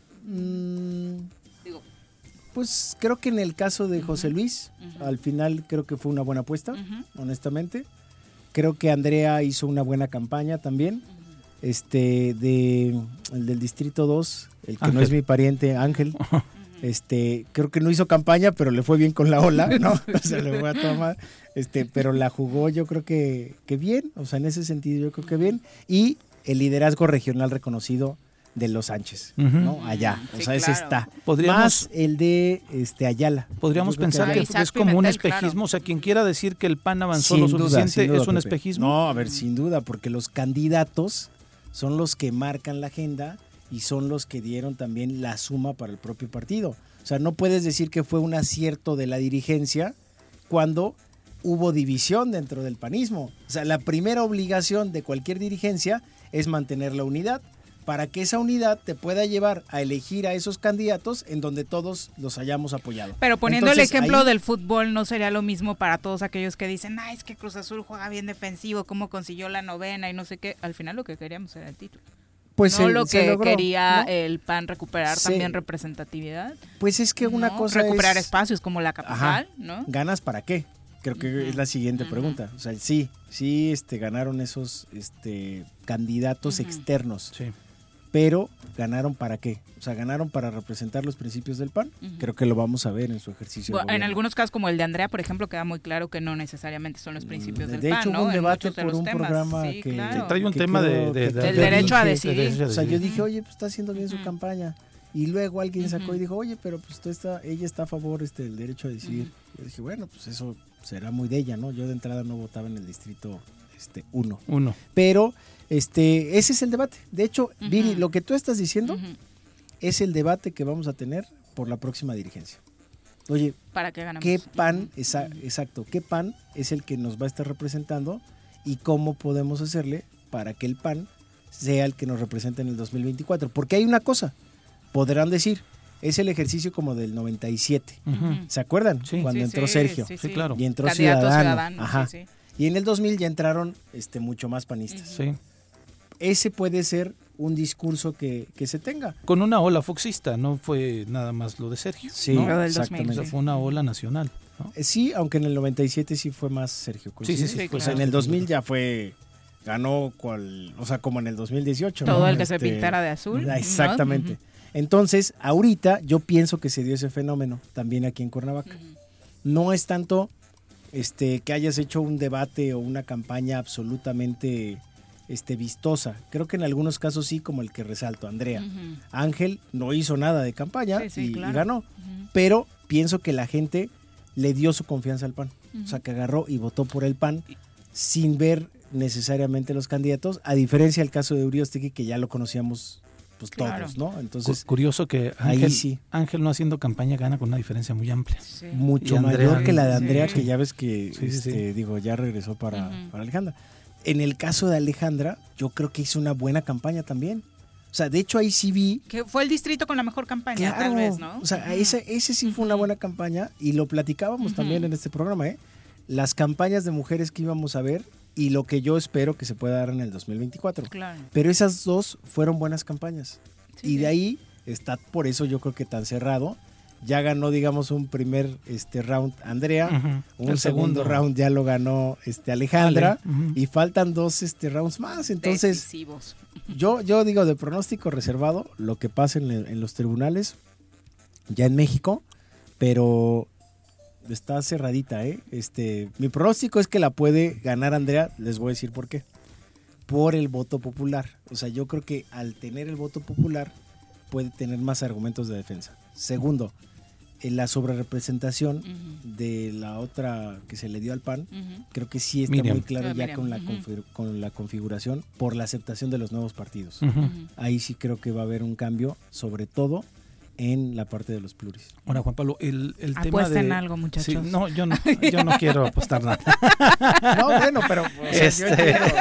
Mmm,
Digo...
Pues creo que en el caso de José
Uh-huh.
Luis,
uh-huh.
al final creo que fue una buena apuesta,
uh-huh.
honestamente. Creo que Andrea hizo una buena campaña también.
Uh-huh.
Este, de el del Distrito dos, el que
Ángel.
no es mi pariente, Ángel.
Uh-huh.
Este, creo que no hizo campaña, pero le fue bien con la ola, ¿no? O sea, le fue a tomar. Este, pero la jugó yo creo que, que bien, o sea, en ese sentido yo creo que bien. Y el liderazgo regional reconocido de los Sánchez,
Uh-huh.
¿no? Allá, o
Sí,
sea, ese
claro.
está.
Podríamos,
Más el de este Ayala.
podríamos
Yo creo
pensar
que-
que,
Ah, Isaac
es como un
Pimentel,
espejismo.
claro.
O sea, quien quiera decir que el P A N avanzó
Sin
lo
duda,
suficiente
sin duda,
es un
Pepe.
espejismo.
No, a ver, sin duda, porque los candidatos son los que marcan la agenda y son los que dieron también la suma para el propio partido. O sea, no puedes decir que fue un acierto de la dirigencia cuando hubo división dentro del panismo. O sea, la primera obligación de cualquier dirigencia es mantener la unidad para que esa unidad te pueda llevar a elegir a esos candidatos en donde todos los hayamos apoyado.
Pero poniendo
Entonces,
el ejemplo
ahí-
del fútbol, ¿no sería lo mismo para todos aquellos que dicen, ah, es que Cruz Azul juega bien defensivo, cómo consiguió la novena y no sé qué? Al final lo que queríamos era el título.
Pues
no
se-
lo
se
que
logró,
quería
¿no?
el P A N recuperar
Se-
también representatividad.
Pues es que una
¿no?
cosa
recuperar
es...
espacios como la capital,
Ajá.
¿no?
¿Ganas para qué? Creo que
Ujú.
es la siguiente
Ujú.
pregunta. O sea, sí, sí este, ganaron esos este, candidatos
Ujú.
externos,
Sí.
pero ¿ganaron para qué? O sea, ¿ganaron para representar los principios del P A N?
Ujú.
Creo que lo vamos a ver en su ejercicio. de
Bueno, en
gobierno.
algunos casos como el de Andrea, por ejemplo, queda muy claro que no necesariamente son los principios
De
del
de
P A N,
hecho,
¿no?
hubo un
En
debate
muchos de
por
los
un
temas.
programa
Sí,
que...
claro.
Trae un
que
tema de-
quedó-
de-
que
de-
Del
quedó
derecho a
dije,
decidir.
O sea, yo
Ujú.
dije, oye, pues está haciendo bien su
Ujú.
campaña. Y luego alguien sacó
Ujú.
y dijo, oye, pero pues tú está, ella está a favor este, del derecho a decidir.
Ujú.
Yo dije, bueno, pues eso será muy de ella, ¿no? Yo de entrada no votaba en el distrito este, uno.
Uno.
Pero este, ese es el debate. De hecho,
Ujú.
Viri, lo que tú estás diciendo
Ujú.
es el debate que vamos a tener por la próxima dirigencia. Oye,
Para que ganemos.
¿qué P A N,
Ujú.
esa- exacto, qué P A N es el que nos va a estar representando y cómo podemos hacerle para que el P A N sea el que nos represente en el dos mil veinticuatro? Porque hay una cosa, podrán decir, es el ejercicio como del noventa y siete.
Ujú.
¿Se acuerdan?
Sí.
Cuando
Sí,
entró
sí,
Sergio.
sí,
Sí, claro.
Y entró
Candidato
Ciudadano.
ciudadano,
Ajá.
sí, sí.
Y en el dos mil ya entraron este, mucho más panistas.
Sí.
Ese puede ser un discurso que, que se tenga.
Con una ola foxista, no fue nada más lo de Sergio.
Sí,
¿no?
Lo del
exactamente.
O sea, fue una ola nacional. ¿no?
Eh, Sí, aunque en el noventa y siete sí fue más Sergio.
Sí, sí,
¿coincides?
sí.
Sí,
Pues
claro.
en el dos mil ya fue, ganó cual, o sea, como en el dos mil dieciocho.
Todo
¿no?
el que se
Este,
pintara de azul.
ah,
¿no?
Exactamente.
Ujú.
Entonces, ahorita yo pienso que se dio ese fenómeno también aquí en Cuernavaca.
Ujú.
No es tanto este que hayas hecho un debate o una campaña absolutamente este, vistosa. Creo que en algunos casos sí, como el que resalto, Andrea.
Ujú.
Ángel no hizo nada de campaña
Sí, sí,
y, y
claro.
ganó.
Ujú.
Pero pienso que la gente le dio su confianza al P A N.
Ujú.
O sea, que agarró y votó por el P A N sin ver necesariamente los candidatos, a diferencia del caso de Uriostegui, que ya lo conocíamos pues
Claro.
todos, ¿no?
Cu-
Entonces,
Curioso que
ahí
Ángel,
sí.
Ángel no haciendo campaña gana con una diferencia muy amplia.
Sí.
mucho
Y Andrea-
mayor que la de Andrea,
Sí.
que ya ves que,
Sí, sí, sí.
este, digo, ya regresó para,
Ujú.
para Alejandra. En el caso de Alejandra, yo creo que hizo una buena campaña también. O sea, de hecho ahí sí vi...
Que fue el distrito con la mejor campaña,
Claro,
tal vez, ¿no?
o sea, uh-huh. ese, ese sí fue una buena campaña y lo platicábamos uh-huh. también en este programa, ¿eh? Las campañas de mujeres que íbamos a ver y lo que yo espero que se pueda dar en el dos mil veinticuatro.
Claro.
Pero esas dos fueron buenas campañas.
Sí,
y de
sí.
ahí está, por eso yo creo que tan cerrado. Ya ganó, digamos, un primer este round Andrea, uh-huh. un
el
segundo
segundo
round ya lo ganó este Alejandra,
Ale. uh-huh.
y faltan dos este rounds más. Entonces,
decisivos.
yo, yo digo de pronóstico reservado lo que pasa en, en los tribunales, ya en México, pero está cerradita, ¿eh? Este, mi pronóstico es que la puede ganar Andrea, les voy a decir por qué. Por el voto popular. O sea, yo creo que al tener el voto popular puede tener más argumentos de defensa. Segundo, en la sobrerepresentación uh-huh. de la otra que se le dio al P A N, uh-huh. creo que sí está Miriam. muy claro ya con la, uh-huh. config- con la configuración por la aceptación de los nuevos partidos. Uh-huh. Ahí sí creo que va a haber un cambio, sobre todo en la parte de los pluris.
Ahora, Juan Pablo, el, el tema de...
Apuesten algo, muchachos.
Sí, no, yo no, yo no quiero apostar nada.
No, bueno, pero... O sea,
este...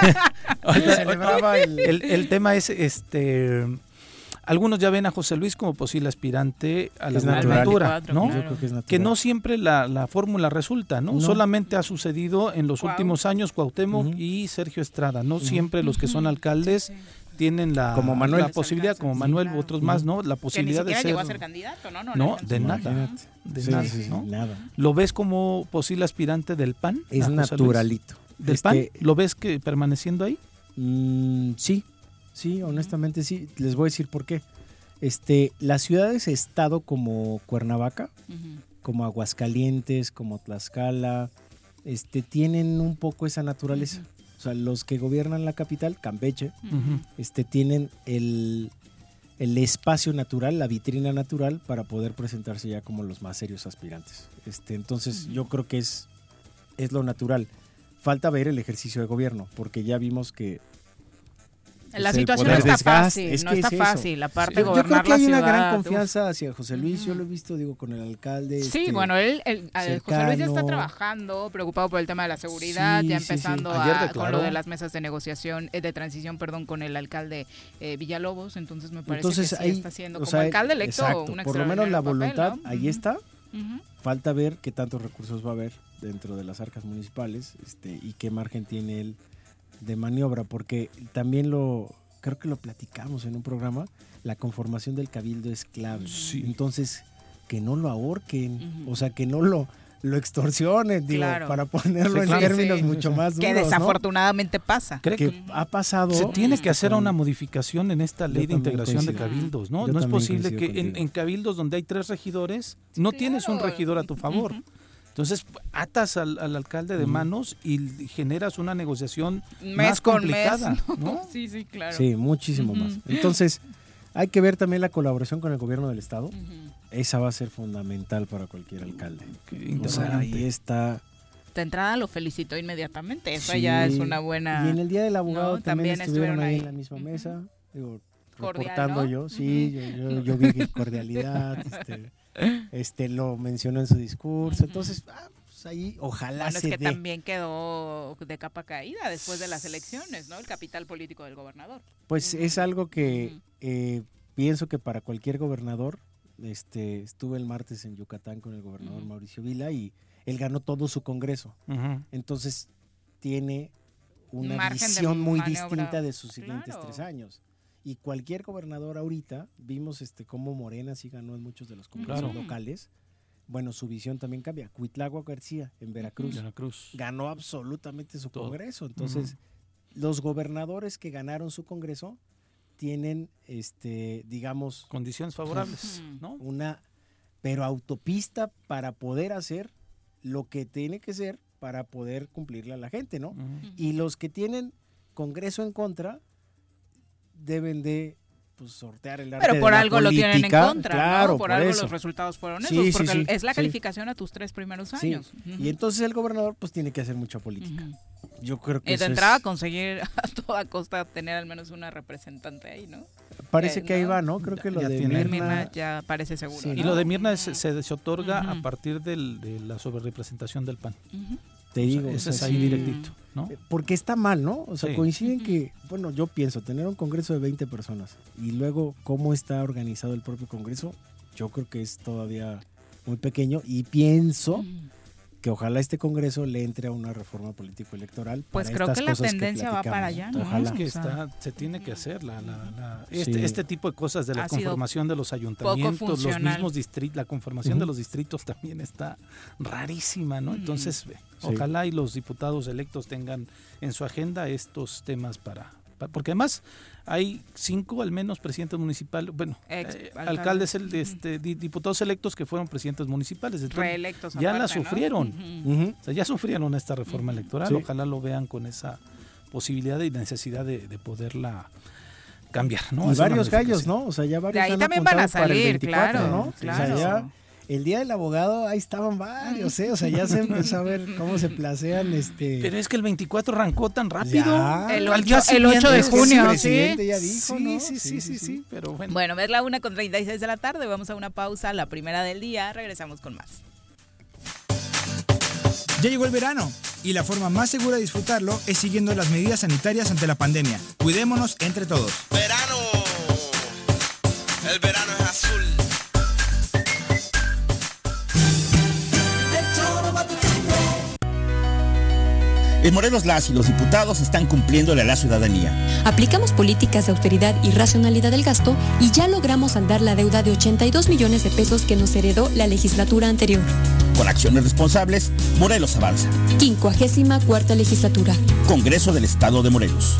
yo celebraba el...
el... El tema es, este... Algunos ya ven a José Luis como posible aspirante a la gubernatura, ¿no?
Yo creo que es natural.
Que no siempre la, la fórmula resulta, ¿no?
No.
Solamente ha sucedido en los
Wow.
últimos años Cuauhtémoc uh-huh. y Sergio Estrada. No uh-huh. siempre los que son alcaldes sí, sí. tienen la,
como Manuel.
la posibilidad, como Manuel u sí, otros uh-huh. más, ¿no? La posibilidad
que ni siquiera
de ser...
llegó a ser candidato, ¿no? No,
no de
no
nada. De
sí,
nada,
sí, sí,
¿no?
nada.
¿Lo ves como posible aspirante del P A N?
Es naturalito.
¿Del
este...
P A N? ¿Lo ves que permaneciendo ahí?
Mm, sí, sí, honestamente sí. Les voy a decir por qué. Este, las ciudades-estado como Cuernavaca, uh-huh. como Aguascalientes, como Tlaxcala, este, tienen un poco esa naturaleza. Uh-huh. O sea, los que gobiernan la capital, Campeche, uh-huh. este, tienen el, el espacio natural, la vitrina natural para poder presentarse ya como los más serios aspirantes. Este, entonces, uh-huh. yo creo que es, es lo natural. Falta ver el ejercicio de gobierno, porque ya vimos que
la situación no está fácil, es no está es fácil, aparte sí. gobernar
Yo creo que hay
una
ciudad,
gran
confianza uf. hacia José Luis, yo lo he visto, digo, con el alcalde.
Sí,
este,
bueno, él, él José Luis ya está trabajando, preocupado por el tema de la seguridad, sí, ya empezando sí, sí. A, con lo de las mesas de negociación, de transición, perdón, con el alcalde eh, Villalobos, entonces me parece entonces, que sí ahí, está haciendo como sea, alcalde electo
exacto,
un
por lo menos la voluntad,
papel, ¿no?
ahí está,
uh-huh.
falta ver qué tantos recursos va a haber dentro de las arcas municipales este, y qué margen tiene él de maniobra, porque también lo... creo que lo platicamos en un programa, la conformación del cabildo es clave. Sí. Entonces, que no lo ahorquen, uh-huh. o sea, que no lo, lo extorsionen, digo, claro. para ponerlo sí, en claro, términos sí. mucho más duros,
que desafortunadamente ¿no? pasa.
Creo que, que ha pasado.
Se tiene que hacer una modificación en esta ley de integración coincido. de cabildos, ¿no? Yo no es posible que en, en cabildos donde hay tres regidores, no claro. tienes un regidor a tu favor. Uh-huh. Entonces atas al, al alcalde de manos y generas una negociación mes más complicada,
mes, ¿no?
¿no?
Sí, sí, claro.
Sí, muchísimo uh-huh. más. Entonces, hay que ver también la colaboración con el gobierno del estado. Uh-huh. Esa va a ser fundamental para cualquier alcalde. O sea, ahí está.
De entrada lo felicito inmediatamente. Esa sí. ya es una buena.
Y en el Día del Abogado ¿no? también, también estuvieron ahí en la misma
uh-huh.
mesa. Digo,
cordial,
reportando
¿no?
yo, sí, uh-huh. yo, yo, yo vi que cordialidad, este. Este lo mencionó en su discurso, uh-huh. entonces ah, pues ahí ojalá
bueno,
se
es que
dé.
También quedó de capa caída después de las elecciones, ¿no? El capital político del gobernador.
Pues uh-huh. es algo que uh-huh. eh, pienso que para cualquier gobernador, este, estuve el martes en Yucatán con el gobernador uh-huh. Mauricio Vila y él ganó todo su congreso, uh-huh. entonces tiene una Margen visión muy maniobra. distinta de sus siguientes claro. tres años. Y cualquier gobernador ahorita, vimos este cómo Morena sí ganó en muchos de los congresos claro. locales, bueno, su visión también cambia. Cuitláhuac García en Veracruz,
Veracruz.
ganó absolutamente su
Todo.
congreso. Entonces, uh-huh. los gobernadores que ganaron su congreso tienen, este, digamos...
condiciones favorables, uh-huh. ¿no?
Una, pero autopista para poder hacer lo que tiene que ser para poder cumplirle a la gente, ¿no? Uh-huh. Y los que tienen congreso en contra... deben de pues, sortear el arte
Pero por
de la
algo
política.
Lo tienen en contra,
claro,
¿no? Por, por algo eso. Los resultados fueron
sí,
esos,
sí,
porque
sí,
es la calificación
sí.
a tus tres primeros años.
Sí. Uh-huh. Y entonces el gobernador pues tiene que hacer mucha política. Uh-huh. Yo creo que
y
eso
de entrada
es...
conseguir a toda costa tener al menos una representante ahí, ¿no?
Parece
eh,
que
¿no?
ahí va, ¿no? Creo que lo
ya
de
tiene.
Mirna...
Mirna ya parece seguro.
Sí,
¿no?
Y lo de Mirna es, se, se otorga
uh-huh.
a partir del, de la sobrerepresentación del P A N.
Uh-huh.
Te digo.
Ese
o sea,
es ahí
sí,
directito, ¿no?
Porque está mal, ¿no? O sea,
Sí.
coinciden que, bueno, yo pienso, tener un congreso de veinte personas y luego cómo está organizado el propio congreso, yo creo que es todavía muy pequeño y pienso que ojalá este congreso le entre a una reforma político-electoral.
Pues
para
creo
estas
que la
cosas
tendencia va
platicamos.
para allá, ¿no?
Ojalá
O
que
sea,
está, se tiene que hacer la, la, la- este,
Sí.
este tipo de cosas de la
Ha sido
conformación de los ayuntamientos, los
funcional.
mismos distritos, la conformación
Ujú.
de los distritos también está rarísima, ¿no?
Mm.
Entonces, eh,
Sí.
ojalá y los diputados electos tengan en su agenda estos temas para, pa- porque además hay cinco al menos presidentes municipales, bueno,
Ex-
eh,
alcaldes.
alcaldes, el, de
Ujú.
este, di- diputados electos que fueron presidentes municipales. Entonces,
reelectos
ya la
aparte, ¿no?
sufrieron.
Ujú.
Ujú.
o sea, ya sufrieron esta reforma
Ujú.
electoral,
Sí.
ojalá lo vean con esa posibilidad y necesidad de, de poderla cambiar, ¿no?
Y
Hacer una
varios gallos,
modificación.
¿no? O sea, ya varios
De ahí
han
también van a
apuntado para el
salir,
veinticuatro,
claro,
¿no?
claro.
O sea, ya el día del abogado, ahí estaban varios, ¿eh? O sea, ya se empezó a ver cómo se placean este...
Pero es que el veinticuatro arrancó tan rápido.
Ya.
El
Al
ocho,
día
el ocho de
siguiente,
junio,
el
sí.
presidente ya dijo,
sí,
¿no?
sí, sí, sí, sí, pero bueno.
Bueno, es la una con treinta y seis de la tarde, vamos a una pausa, la primera del día, regresamos con más.
Ya llegó el verano y la forma más segura de disfrutarlo es siguiendo las medidas sanitarias ante la pandemia. Cuidémonos entre todos.
Verano, el verano es azul.
En Morelos, las y los diputados están cumpliéndole a la ciudadanía.
Aplicamos políticas de austeridad y racionalidad del gasto y ya logramos saldar la deuda de ochenta y dos millones de pesos que nos heredó la legislatura anterior.
Con acciones responsables, Morelos avanza.
quincuagésima cuarta legislatura.
Congreso del Estado de Morelos.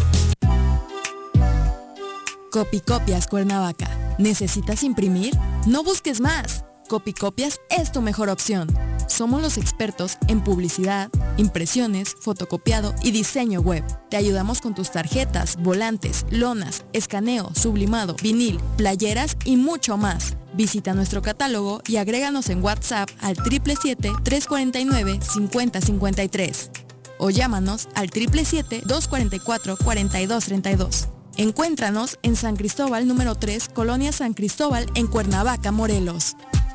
Copicopias Cuernavaca. ¿Necesitas imprimir? No busques más. Copicopias es tu mejor opción. Somos los expertos en publicidad, impresiones, fotocopiado y diseño web. Te ayudamos con tus tarjetas, volantes, lonas, escaneo, sublimado, vinil, playeras y mucho más. Visita nuestro catálogo y agréganos en WhatsApp al siete siete siete, tres cuatro nueve, cinco cero cinco tres o llámanos al siete siete siete, dos cuatro cuatro, cuatro dos tres dos. Encuéntranos en San Cristóbal número tres, Colonia San Cristóbal, en Cuernavaca, Morelos.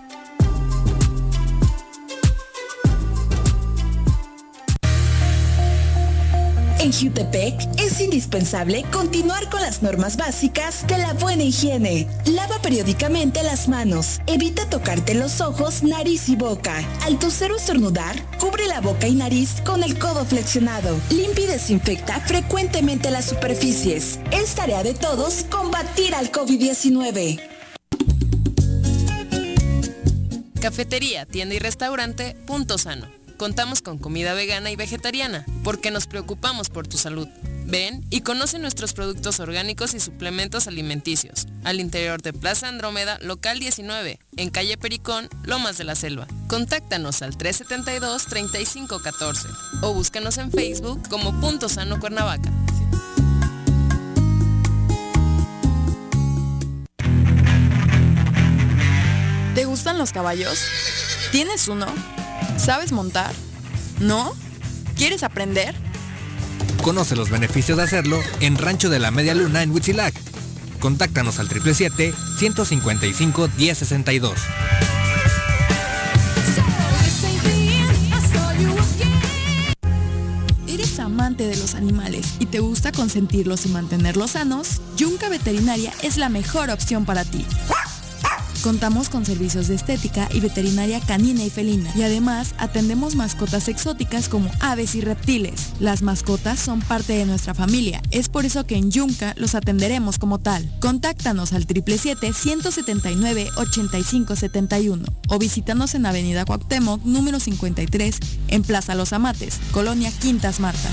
En Jutepec es indispensable continuar con las normas básicas de la buena higiene. Lava periódicamente las manos. Evita tocarte los ojos, nariz y boca. Al toser o estornudar, cubre la boca y nariz con el codo flexionado. Limpia y desinfecta frecuentemente las superficies. Es tarea de todos combatir al COVID diecinueve.
Cafetería, tienda y restaurante Punto Sano. Contamos con comida vegana y vegetariana, porque nos preocupamos por tu salud. Ven y conoce nuestros productos orgánicos y suplementos alimenticios, al interior de Plaza Andrómeda, local diecinueve, en calle Pericón, Lomas de la Selva. Contáctanos al tres setenta y dos, treinta y cinco catorce o búscanos en Facebook como Punto Sano Cuernavaca.
¿Te gustan los caballos? ¿Tienes uno? ¿Sabes montar? ¿No? ¿Quieres aprender?
Conoce los beneficios de hacerlo en Rancho de la Media Luna en Huitzilac. Contáctanos al siete siete siete, uno cinco cinco, uno cero seis dos.
¿Eres amante de los animales y te gusta consentirlos y mantenerlos sanos? Yunca Veterinaria es la mejor opción para ti. Contamos con servicios de estética y veterinaria canina y felina. Y además atendemos mascotas exóticas como aves y reptiles. Las mascotas son parte de nuestra familia. Es por eso que en Yunca los atenderemos como tal. Contáctanos al siete siete siete, uno siete nueve, ocho cinco siete uno o visítanos en Avenida Cuauhtémoc, número cincuenta y tres, en Plaza Los Amates, Colonia Quintas Marta.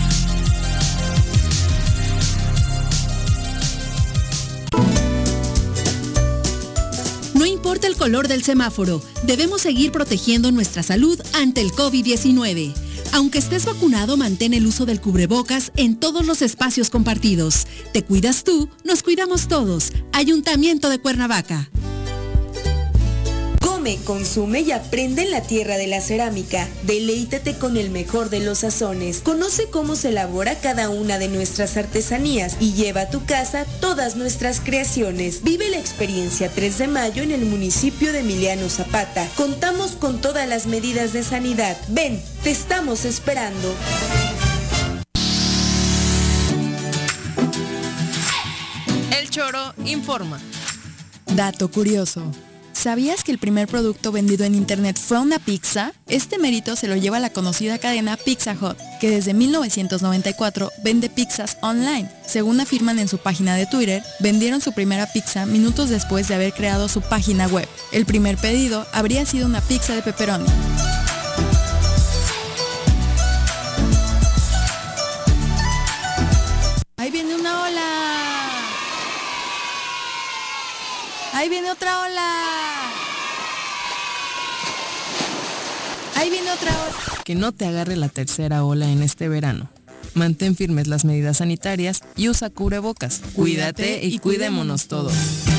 No importa el color del semáforo, debemos seguir protegiendo nuestra salud ante el COVID diecinueve. Aunque estés vacunado, mantén el uso del cubrebocas en todos los espacios compartidos. Te cuidas tú, nos cuidamos todos. Ayuntamiento de Cuernavaca.
Come, consume y aprende en la tierra de la cerámica. Deleítate con el mejor de los sazones. Conoce cómo se elabora cada una de nuestras artesanías y lleva a tu casa todas nuestras creaciones. Vive la experiencia tres de mayo en el municipio de Emiliano Zapata. Contamos con todas las medidas de sanidad. Ven, te estamos esperando.
El Choro informa.
Dato curioso. ¿Sabías que el primer producto vendido en internet fue una pizza? Este mérito se lo lleva la conocida cadena Pizza Hut, que desde mil novecientos noventa y cuatro vende pizzas online. Según afirman en su página de Twitter, vendieron su primera pizza minutos después de haber creado su página web. El primer pedido habría sido una pizza de pepperoni. ¡Ahí viene una ola! ¡Ahí viene otra ola! ¡Ahí viene otra ola!
Que no te agarre la tercera ola en este verano. Mantén firmes las medidas sanitarias y usa cubrebocas. Cuídate y cuidémonos todos.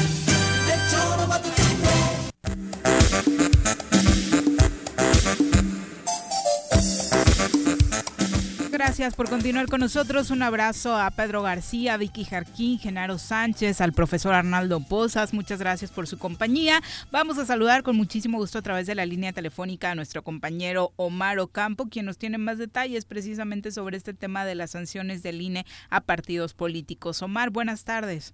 Gracias por continuar con nosotros. Un abrazo a Pedro García, a Vicky Jarquín, Genaro Sánchez, al profesor Arnaldo Pozas. Muchas gracias por su compañía. Vamos a saludar con muchísimo gusto a través de la línea telefónica a nuestro compañero Omar Ocampo, quien nos tiene más detalles precisamente sobre este tema de las sanciones del I N E a partidos políticos. Omar, buenas tardes.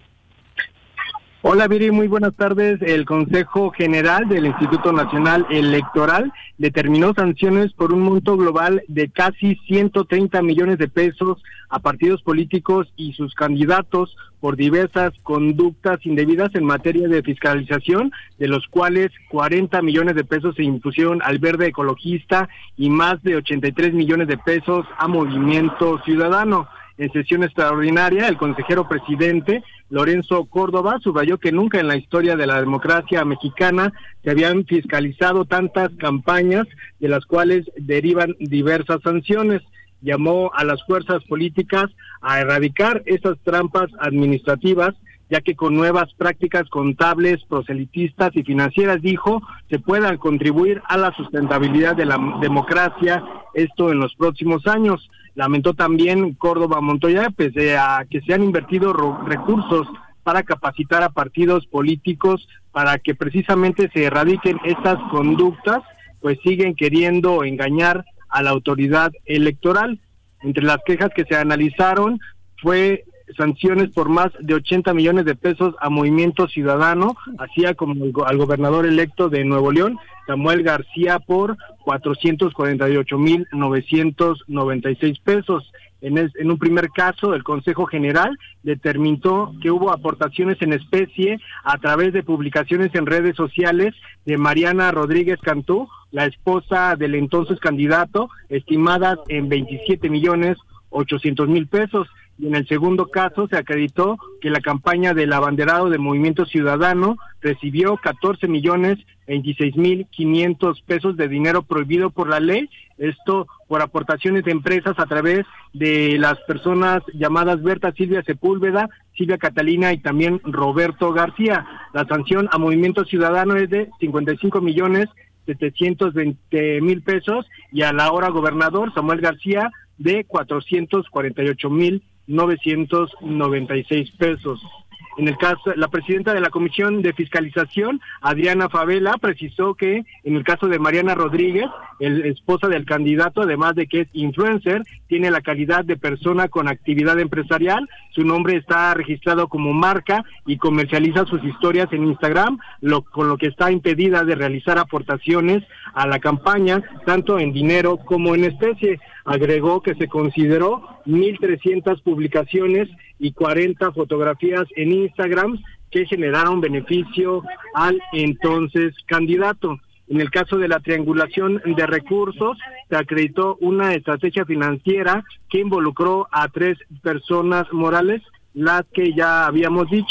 Hola Viri, muy buenas tardes. El Consejo General del Instituto Nacional Electoral determinó sanciones por un monto global de casi ciento treinta millones de pesos a partidos políticos y sus candidatos por diversas conductas indebidas en materia de fiscalización, de los cuales cuarenta millones de pesos se impusieron al Verde Ecologista y más de ochenta y tres millones de pesos a Movimiento Ciudadano. En sesión extraordinaria, el consejero presidente Lorenzo Córdoba subrayó que nunca en la historia de la democracia mexicana se habían fiscalizado tantas campañas, de las cuales derivan diversas sanciones. Llamó a las fuerzas políticas a erradicar esas trampas administrativas, ya que con nuevas prácticas contables, proselitistas y financieras, dijo, se puedan contribuir a la sustentabilidad de la democracia, esto en los próximos años. Lamentó también Córdoba Montoya, pese a que se han invertido recursos para capacitar a partidos políticos para que precisamente se erradiquen estas conductas, pues siguen queriendo engañar a la autoridad electoral. Entre las quejas que se analizaron fue sanciones por más de ochenta millones de pesos a Movimiento Ciudadano, así como al gobernador electo de Nuevo León, Samuel García, por cuatrocientos cuarenta y ocho mil novecientos noventa y seis pesos. En, el, en un primer caso, el Consejo General determinó que hubo aportaciones en especie a través de publicaciones en redes sociales de Mariana Rodríguez Cantú, la esposa del entonces candidato, estimadas en veintisiete millones ochocientos mil pesos. Y en el segundo caso se acreditó que la campaña del abanderado de Movimiento Ciudadano recibió catorce millones veintiséis mil quinientos pesos de dinero prohibido por la ley, esto por aportaciones de empresas a través de las personas llamadas Berta Silvia Sepúlveda, Silvia Catalina y también Roberto García. La sanción a Movimiento Ciudadano es de cincuenta y cinco millones setecientos veinte mil pesos y a la ahora gobernador Samuel García de cuatrocientos cuarenta y ocho mil novecientos noventa y seis pesos. En el caso, la presidenta de la Comisión de Fiscalización, Adriana Favela, precisó que en el caso de Mariana Rodríguez, el esposa del candidato, además de que es influencer, tiene la calidad de persona con actividad empresarial, su nombre está registrado como marca y comercializa sus historias en Instagram, lo, con lo que está impedida de realizar aportaciones a la campaña, tanto en dinero como en especie. Agregó que se consideró mil trescientas publicaciones y cuarenta fotografías en Instagram que generaron beneficio al entonces candidato. En el caso de la triangulación de recursos, se acreditó una estrategia financiera que involucró a tres personas morales, las que ya habíamos dicho.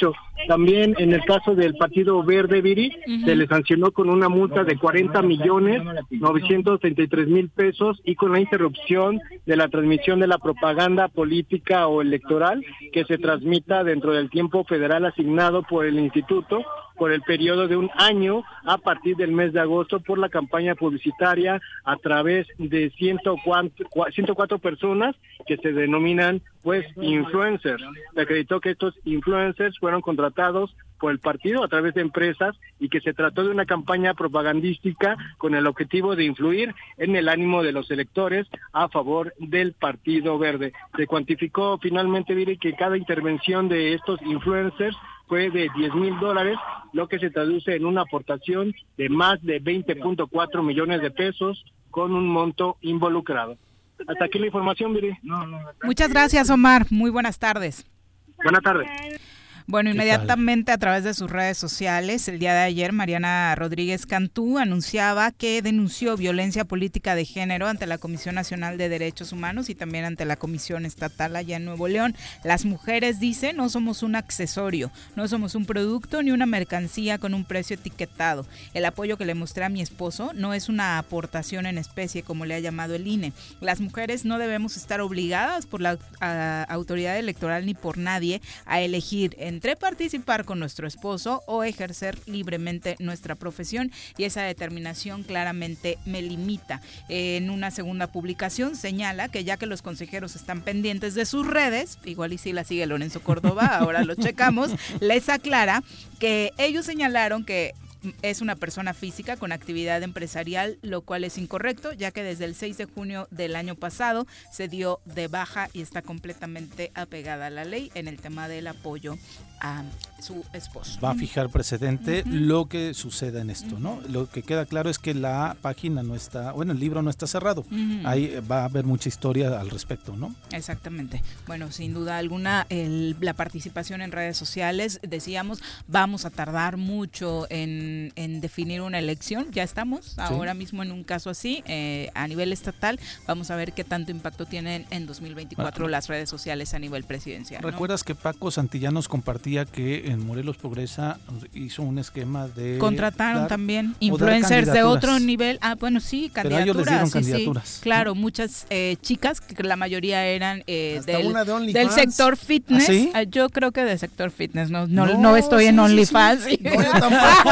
También en el caso del Partido Verde, Viri, uh-huh. se le sancionó con una multa de cuarenta millones novecientos treinta y tres mil pesos y con la interrupción de la transmisión de la propaganda política o electoral que se transmita dentro del tiempo federal asignado por el instituto por el periodo de un año a partir del mes de agosto por la campaña publicitaria a través de ciento cuatro personas que se denominan pues influencers. Se acreditó que estos influencers fueron contratados por el partido a través de empresas y que se trató de una campaña propagandística con el objetivo de influir en el ánimo de los electores a favor del Partido Verde. Se cuantificó finalmente, Viri, que cada intervención de estos influencers fue de diez mil dólares, lo que se traduce en una aportación de más de veinte punto cuatro millones de pesos con un monto involucrado. Hasta aquí la información, Viri.
Muchas gracias, Omar. Muy buenas tardes.
Buenas tardes.
Bueno, inmediatamente a través de sus redes sociales, el día de ayer, Mariana Rodríguez Cantú anunciaba que denunció violencia política de género ante la Comisión Nacional de Derechos Humanos y también ante la Comisión Estatal allá en Nuevo León. Las mujeres, dice, no somos un accesorio, no somos un producto ni una mercancía con un precio etiquetado. El apoyo que le mostré a mi esposo no es una aportación en especie, como le ha llamado el I N E. Las mujeres no debemos estar obligadas por la a, autoridad electoral ni por nadie a elegir en entre participar con nuestro esposo o ejercer libremente nuestra profesión, y esa determinación claramente me limita. En una segunda publicación señala que ya que los consejeros están pendientes de sus redes, igual y si la sigue Lorenzo Córdoba, ahora lo checamos, les aclara que ellos señalaron que es una persona física con actividad empresarial, lo cual es incorrecto, ya que desde el seis de junio del año pasado se dio de baja y está completamente apegada a la ley en el tema del apoyo a su esposo.
Va a fijar precedente uh-huh. lo que suceda en esto, ¿no? Uh-huh. Lo que queda claro es que la página no está, bueno, el libro no está cerrado. Uh-huh. Ahí va a haber mucha historia al respecto, ¿no?
Exactamente. Bueno, sin duda alguna, el, la participación en redes sociales, decíamos, vamos a tardar mucho en, en definir una elección. Ya estamos ¿Sí? ahora mismo en un caso así, eh, a nivel estatal. Vamos a ver qué tanto impacto tienen en dos mil veinticuatro ah, las redes sociales a nivel presidencial, ¿no?
¿Recuerdas que Paco Santillanos compartía que en Morelos Progresa hizo un esquema de...
Contrataron
dar,
también influencers de otro nivel. Ah, bueno, sí, candidaturas.
Pero ellos les dieron
sí,
candidaturas.
Sí. Claro, ¿no? Muchas eh, chicas, que la mayoría eran eh, del,
de
del sector fitness.
¿Ah, sí?
ah, yo creo que del sector fitness, no, no, no, no estoy sí, en OnlyFans. Sí, sí.
No, yo tampoco.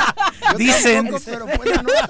Yo
Dicen.
Tampoco, pero fue la nota.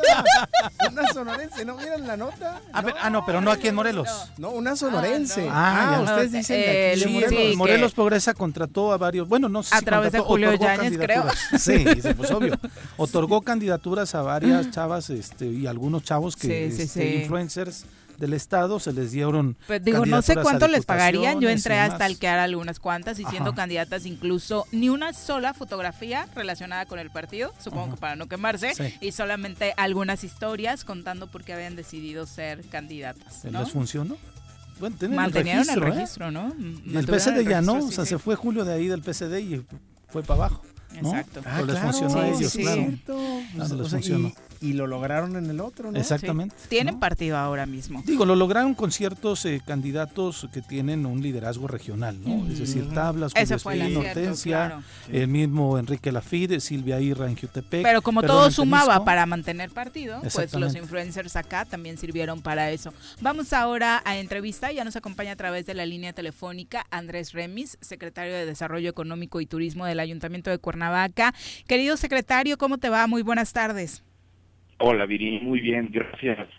Una sonorense, ¿no vieron la nota?
Ah,
no.
pero, ah, no, pero no aquí en Morelos.
No, una sonorense.
Ah,
ah
no.
ustedes dicen
eh,
de aquí.
Sí,
Morelos,
sí, Morelos Progresa contrató a varios, bueno, no sé
a
si
través de Julio Yáñez, creo.
Sí, pues obvio. Otorgó candidaturas a varias chavas este, y algunos chavos que
sí, sí,
este,
sí.
influencers del estado se les dieron.
Pues digo, no sé cuánto les pagarían. Yo entré a stalkear algunas cuantas y siendo Ajá. candidatas, incluso ni una sola fotografía relacionada con el partido, supongo Ajá. que para no quemarse, sí. y solamente algunas historias contando por qué habían decidido ser candidatas, ¿no?
¿Les funcionó? Bueno,
mantenieron el registro,
el
registro
¿eh?
¿no?
Y el P C D ya no,
sí,
o sea,
sí.
se fue Julio de ahí del P C D y fue para abajo, ¿no?
Exacto.
Ah, les
claro,
funcionó a ellos,
sí,
claro.
sí.
Claro, les
o sea,
funcionó.
Y, y lo lograron en el otro, ¿no?
Exactamente.
Sí. Tienen
¿no?
partido ahora mismo.
Digo, lo lograron con ciertos eh, candidatos que tienen un liderazgo regional, ¿no? Uh-huh. Es decir, Tablas, Julio Espín, Hortensia, claro. el mismo Enrique Lafide, Silvia Irra en Jutepec.
Pero como todo sumaba para mantener partido, pues los influencers acá también sirvieron para eso. Vamos ahora a entrevista, ya nos acompaña a través de la línea telefónica Andrés Remis, secretario de Desarrollo Económico y Turismo del Ayuntamiento de Cuernavaca. Querido secretario, ¿cómo te va? Muy buenas tardes.
Hola, Viri, muy bien, gracias.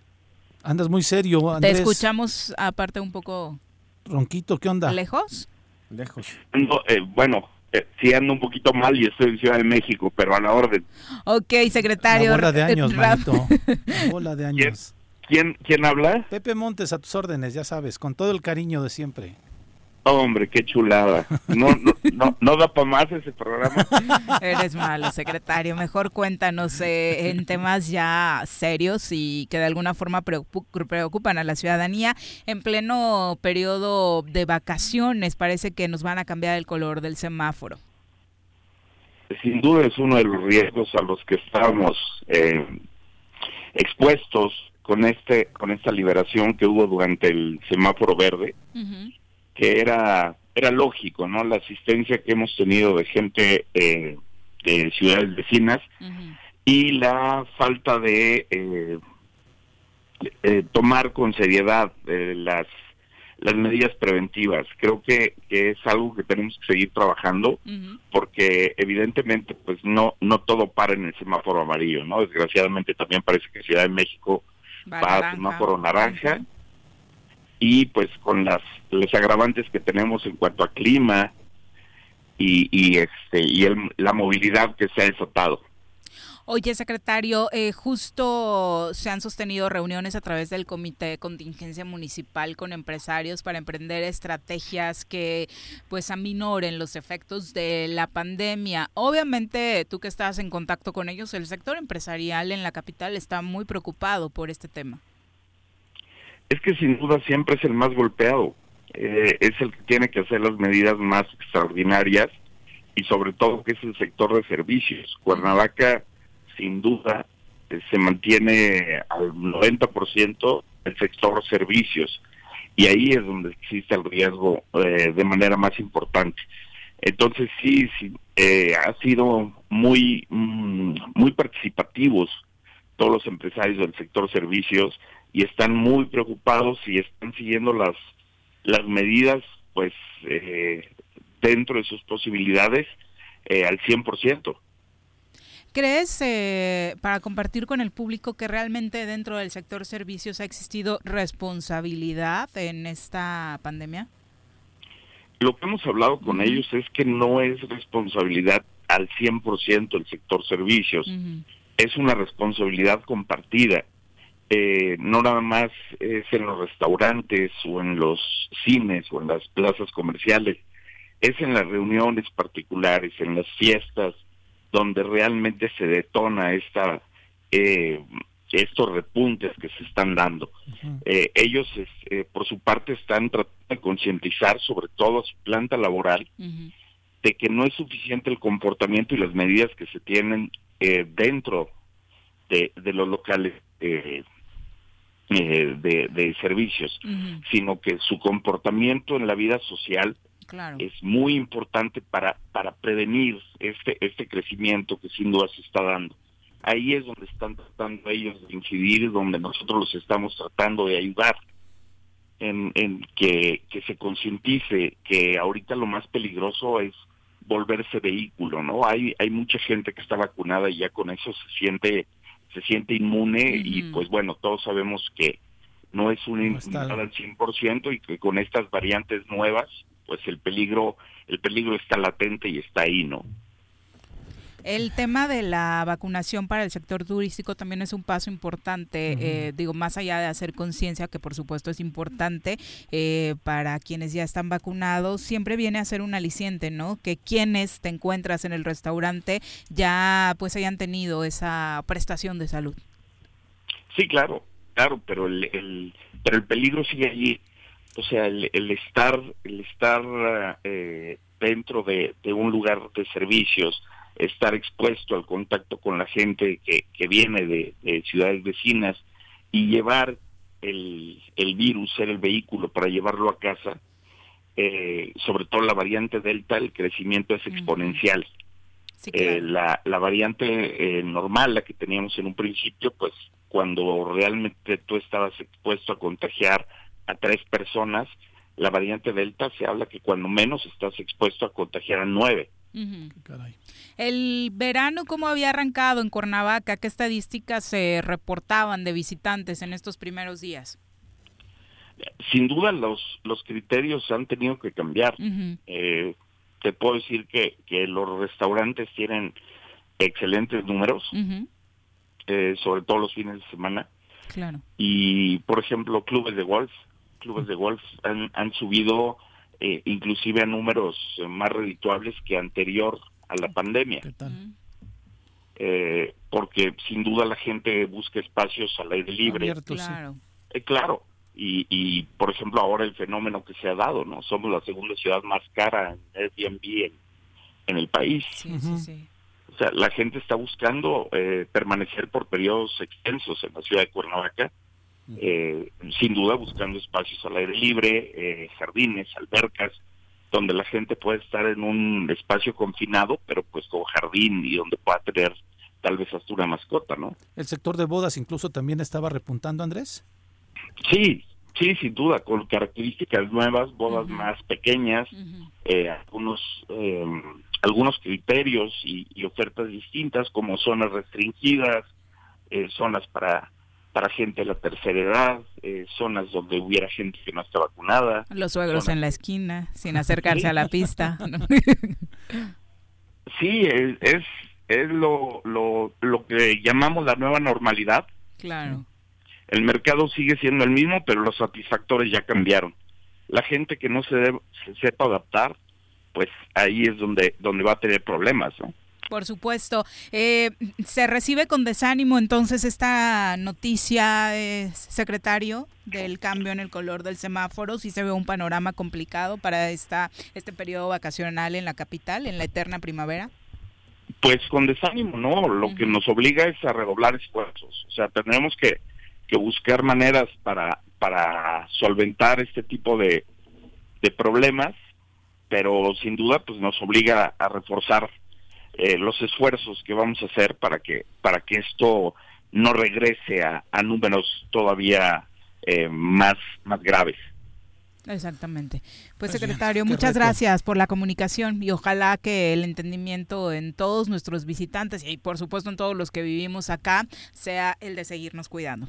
Andas muy serio, Andrés.
Te escuchamos aparte un poco...
Ronquito, ¿qué onda?
¿Lejos?
Lejos.
No, eh, bueno, eh, sí ando un poquito mal y estoy en Ciudad de México, pero a la orden.
Ok, secretario.
La bola de años, manito. La bola de años.
¿Quién, quién habla?
Pepe Montes, a tus órdenes, ya sabes, con todo el cariño de siempre.
Hombre, qué chulada. No, no, no, no da para más ese programa.
Eres malo, secretario. Mejor cuéntanos eh, en temas ya serios y que de alguna forma preocupan a la ciudadanía. En pleno periodo de vacaciones parece que nos van a cambiar el color del semáforo.
Sin duda es uno de los riesgos a los que estamos eh, expuestos con este, con esta liberación que hubo durante el semáforo verde. Uh-huh. Que era era lógico, ¿no? La asistencia que hemos tenido de gente eh, de ciudades vecinas uh-huh. y la falta de eh, eh, tomar con seriedad eh, las las medidas preventivas. Creo que, que es algo que tenemos que seguir trabajando uh-huh. porque evidentemente pues no no todo para en el semáforo amarillo, ¿no? Desgraciadamente también parece que Ciudad de México va, va a semáforo naranja uh-huh. y pues con las los agravantes que tenemos en cuanto a clima y, y este y el, la movilidad que se ha desatado.
Oye, secretario, eh, justo se han sostenido reuniones a través del Comité de Contingencia Municipal con empresarios para emprender estrategias que pues aminoren los efectos de la pandemia. Obviamente, tú que estás en contacto con ellos, el sector empresarial en la capital está muy preocupado por este tema.
Es que sin duda siempre es el más golpeado, eh, es el que tiene que hacer las medidas más extraordinarias y sobre todo que es el sector de servicios. Cuernavaca sin duda eh, se mantiene al noventa por ciento el sector servicios y ahí es donde existe el riesgo eh, de manera más importante. Entonces sí, sí eh, ha sido muy mm, muy participativos todos los empresarios del sector servicios y están muy preocupados y están siguiendo las las medidas pues eh, dentro de sus posibilidades eh, al cien por ciento.
¿Crees, eh, para compartir con el público, que realmente dentro del sector servicios ha existido responsabilidad en esta pandemia?
Lo que hemos hablado con uh-huh. ellos es que no es responsabilidad al cien por ciento del sector servicios, uh-huh. es una responsabilidad compartida. Eh, no nada más es en los restaurantes o en los cines o en las plazas comerciales, es en las reuniones particulares, en las fiestas, donde realmente se detona esta eh, estos repuntes que se están dando. Uh-huh. Eh, ellos, eh, por su parte, están tratando de concientizar, sobre todo a su planta laboral, uh-huh. de que no es suficiente el comportamiento y las medidas que se tienen eh, dentro de, de los locales eh, eh, de, de servicios, uh-huh. sino que su comportamiento en la vida social Claro. es muy importante para para prevenir este este crecimiento que sin duda se está dando. Ahí es donde están tratando ellos de incidir, donde nosotros los estamos tratando de ayudar en, en que, que se concientice que ahorita lo más peligroso es volverse vehículo, ¿no? Hay hay mucha gente que está vacunada y ya con eso se siente se siente inmune uh-huh. y pues bueno, todos sabemos que no es una inmunidad al cien por ciento y que con estas variantes nuevas pues el peligro el peligro está latente y está ahí, ¿no?
El tema de la vacunación para el sector turístico también es un paso importante, uh-huh. eh, digo, más allá de hacer conciencia, que por supuesto es importante eh, para quienes ya están vacunados, siempre viene a ser un aliciente, ¿no? Que quienes te encuentras en el restaurante ya pues hayan tenido esa prestación de salud.
Sí, claro, claro, pero el, el pero el peligro sigue allí. O sea, el, el estar el estar eh, dentro de, de un lugar de servicios, estar expuesto al contacto con la gente que, que viene de, de ciudades vecinas y llevar el, el virus, ser el vehículo para llevarlo a casa, eh, sobre todo la variante Delta, el crecimiento es exponencial. Sí, claro. eh, la, la variante eh, normal, la que teníamos en un principio, pues cuando realmente tú estabas expuesto a contagiar a tres personas, la variante Delta se habla que cuando menos estás expuesto a contagiar a nueve.
Uh-huh. Caray. El verano, ¿cómo había arrancado en Cuernavaca? ¿Qué estadísticas se reportaban de visitantes en estos primeros días?
Sin duda los los criterios han tenido que cambiar. Uh-huh. Eh, te puedo decir que, que los restaurantes tienen excelentes números, uh-huh. eh, sobre todo los fines de semana.
Claro.
Y, por ejemplo, clubes de golf, clubes de golf han, han subido eh, inclusive a números eh, más redituables que anterior a la pandemia.
¿Qué tal?
Eh, porque sin duda la gente busca espacios al aire libre.
Abierto,
claro.
Sí.
Eh, claro. Y, y, por ejemplo, ahora el fenómeno que se ha dado, ¿no? Somos la segunda ciudad más cara en Airbnb en, en el país.
Sí, uh-huh. sí, sí.
O sea, la gente está buscando eh, permanecer por periodos extensos en la ciudad de Cuernavaca, eh, sin duda buscando espacios al aire libre, eh, jardines, albercas, donde la gente puede estar en un espacio confinado, pero pues con jardín y donde pueda tener tal vez hasta una mascota, ¿no?
¿El sector de bodas incluso también estaba repuntando, Andrés?
Sí, sí, sin duda, con características nuevas, bodas uh-huh. más pequeñas, uh-huh. eh, algunos eh, algunos criterios y, y ofertas distintas, como zonas restringidas, eh, zonas para para gente de la tercera edad, eh, zonas donde hubiera gente que no está vacunada.
Los suegros zonas... en la esquina, sin acercarse a la pista.
Sí, es es, es lo, lo, lo que llamamos la nueva normalidad.
Claro.
El mercado sigue siendo el mismo, pero los satisfactores ya cambiaron. La gente que no se, debe, se sepa adaptar, pues ahí es donde, donde va a tener problemas, ¿no?
Por supuesto. Eh, ¿Se recibe con desánimo entonces esta noticia, eh, secretario, del cambio en el color del semáforo? ¿Sí se ve un panorama complicado para esta este periodo vacacional en la capital, en la eterna primavera?
Pues con desánimo, no. Lo uh-huh. que nos obliga es a redoblar esfuerzos. O sea, tendremos que, que buscar maneras para, para solventar este tipo de, de problemas, pero sin duda pues nos obliga a reforzar Eh, los esfuerzos que vamos a hacer para que para que esto no regrese a, a números todavía eh, más más graves.
Exactamente. Pues, secretario, muchas gracias por la comunicación y ojalá que el entendimiento en todos nuestros visitantes y por supuesto en todos los que vivimos acá sea el de seguirnos cuidando.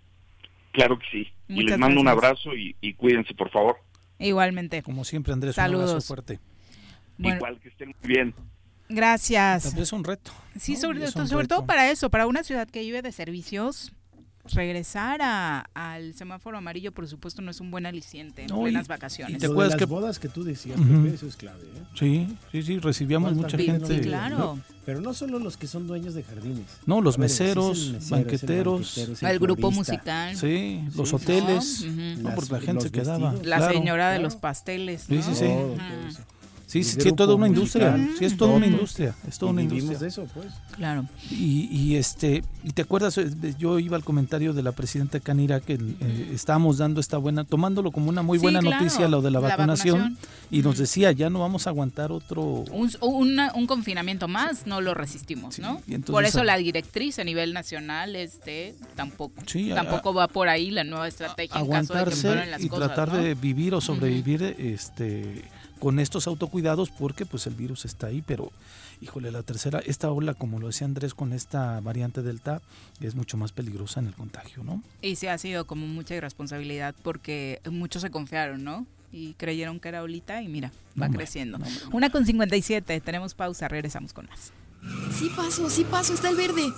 Claro que sí.
Muchas
y les mando
gracias.
un abrazo y, y cuídense, por favor.
Igualmente.
Como siempre, Andrés,
saludos.
Un abrazo fuerte.
Bueno.
Igual, que estén muy bien.
Gracias.
Es un reto.
Sí,
¿no?
sobre,
sobre
reto.
todo
para eso, para una ciudad que vive de servicios, regresar a, al semáforo amarillo, por supuesto, no es un buen aliciente en no, plenas y, vacaciones.
Y te acuerdas de las que... bodas que tú decías, uh-huh. Pepe, eso es clave, ¿eh?
Sí, sí, sí, recibíamos mucha gente.
Sí, claro.
¿no? Pero no solo los que son dueños de jardines.
No, los
ver,
meseros,
el mesero,
banqueteros,
el,
el, el grupo musical.
Sí, los sí, hoteles, no, uh-huh. no, porque la gente se quedaba.
La
claro,
señora
claro.
de los pasteles,
¿no? Sí, sí, sí.
Oh, uh-huh.
Sí, sí, sí, es toda una industria, sí, es toda una industria, es toda una industria.
de eso, pues.
Claro.
Y, y este, y te acuerdas, yo iba al comentario de la presidenta Canira que eh, estábamos dando esta buena, tomándolo como una muy buena sí, claro. noticia lo de la, la vacunación, vacunación, y nos decía, ya no vamos a aguantar otro...
Un, una, un confinamiento más, no lo resistimos, sí, ¿no? Entonces, por eso la directriz a nivel nacional es de tampoco, sí, tampoco a, va por ahí la nueva estrategia en caso de que empeoren las
y
cosas,
tratar
¿no?
de vivir o sobrevivir, uh-huh. este... con estos autocuidados porque pues el virus está ahí, pero híjole, la tercera, esta ola, como lo decía Andrés, con esta variante Delta, es mucho más peligrosa en el contagio, ¿no?
Y se ha sido como mucha irresponsabilidad porque muchos se confiaron, ¿no? Y creyeron que era olita y mira, va no, creciendo. No, no, no. Una con cincuenta y siete, tenemos pausa, regresamos con más.
Sí paso, sí paso, está el verde.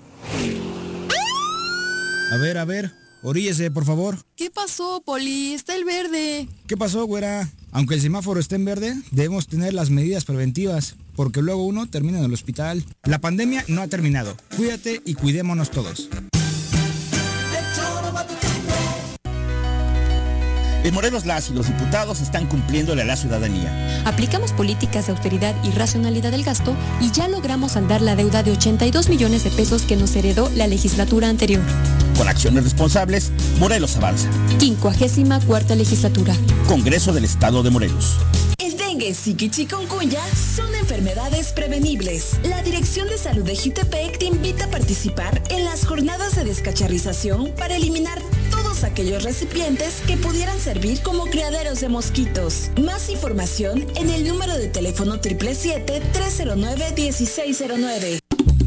A ver, a ver, oríllese, por favor.
¿Qué pasó, Poli? Está el verde.
¿Qué pasó, güera? Aunque el semáforo esté en verde, debemos tener las medidas preventivas, porque luego uno termina en el hospital. La pandemia no ha terminado. Cuídate y cuidémonos todos.
En Morelos, las y los diputados están cumpliéndole a la ciudadanía.
Aplicamos políticas de austeridad y racionalidad del gasto y ya logramos saldar la deuda de ochenta y dos millones de pesos que nos heredó la legislatura anterior.
Con acciones responsables, Morelos avanza.
quincuagésima cuarta legislatura.
Congreso del Estado de Morelos.
El dengue, zika y chikungunya son enfermedades prevenibles. La Dirección de Salud de Jutepec te invita a participar en las jornadas de descacharrización para eliminar todos aquellos recipientes que pudieran servir como criaderos de mosquitos. Más información en el número de teléfono siete siete siete, tres cero nueve, uno seis cero nueve.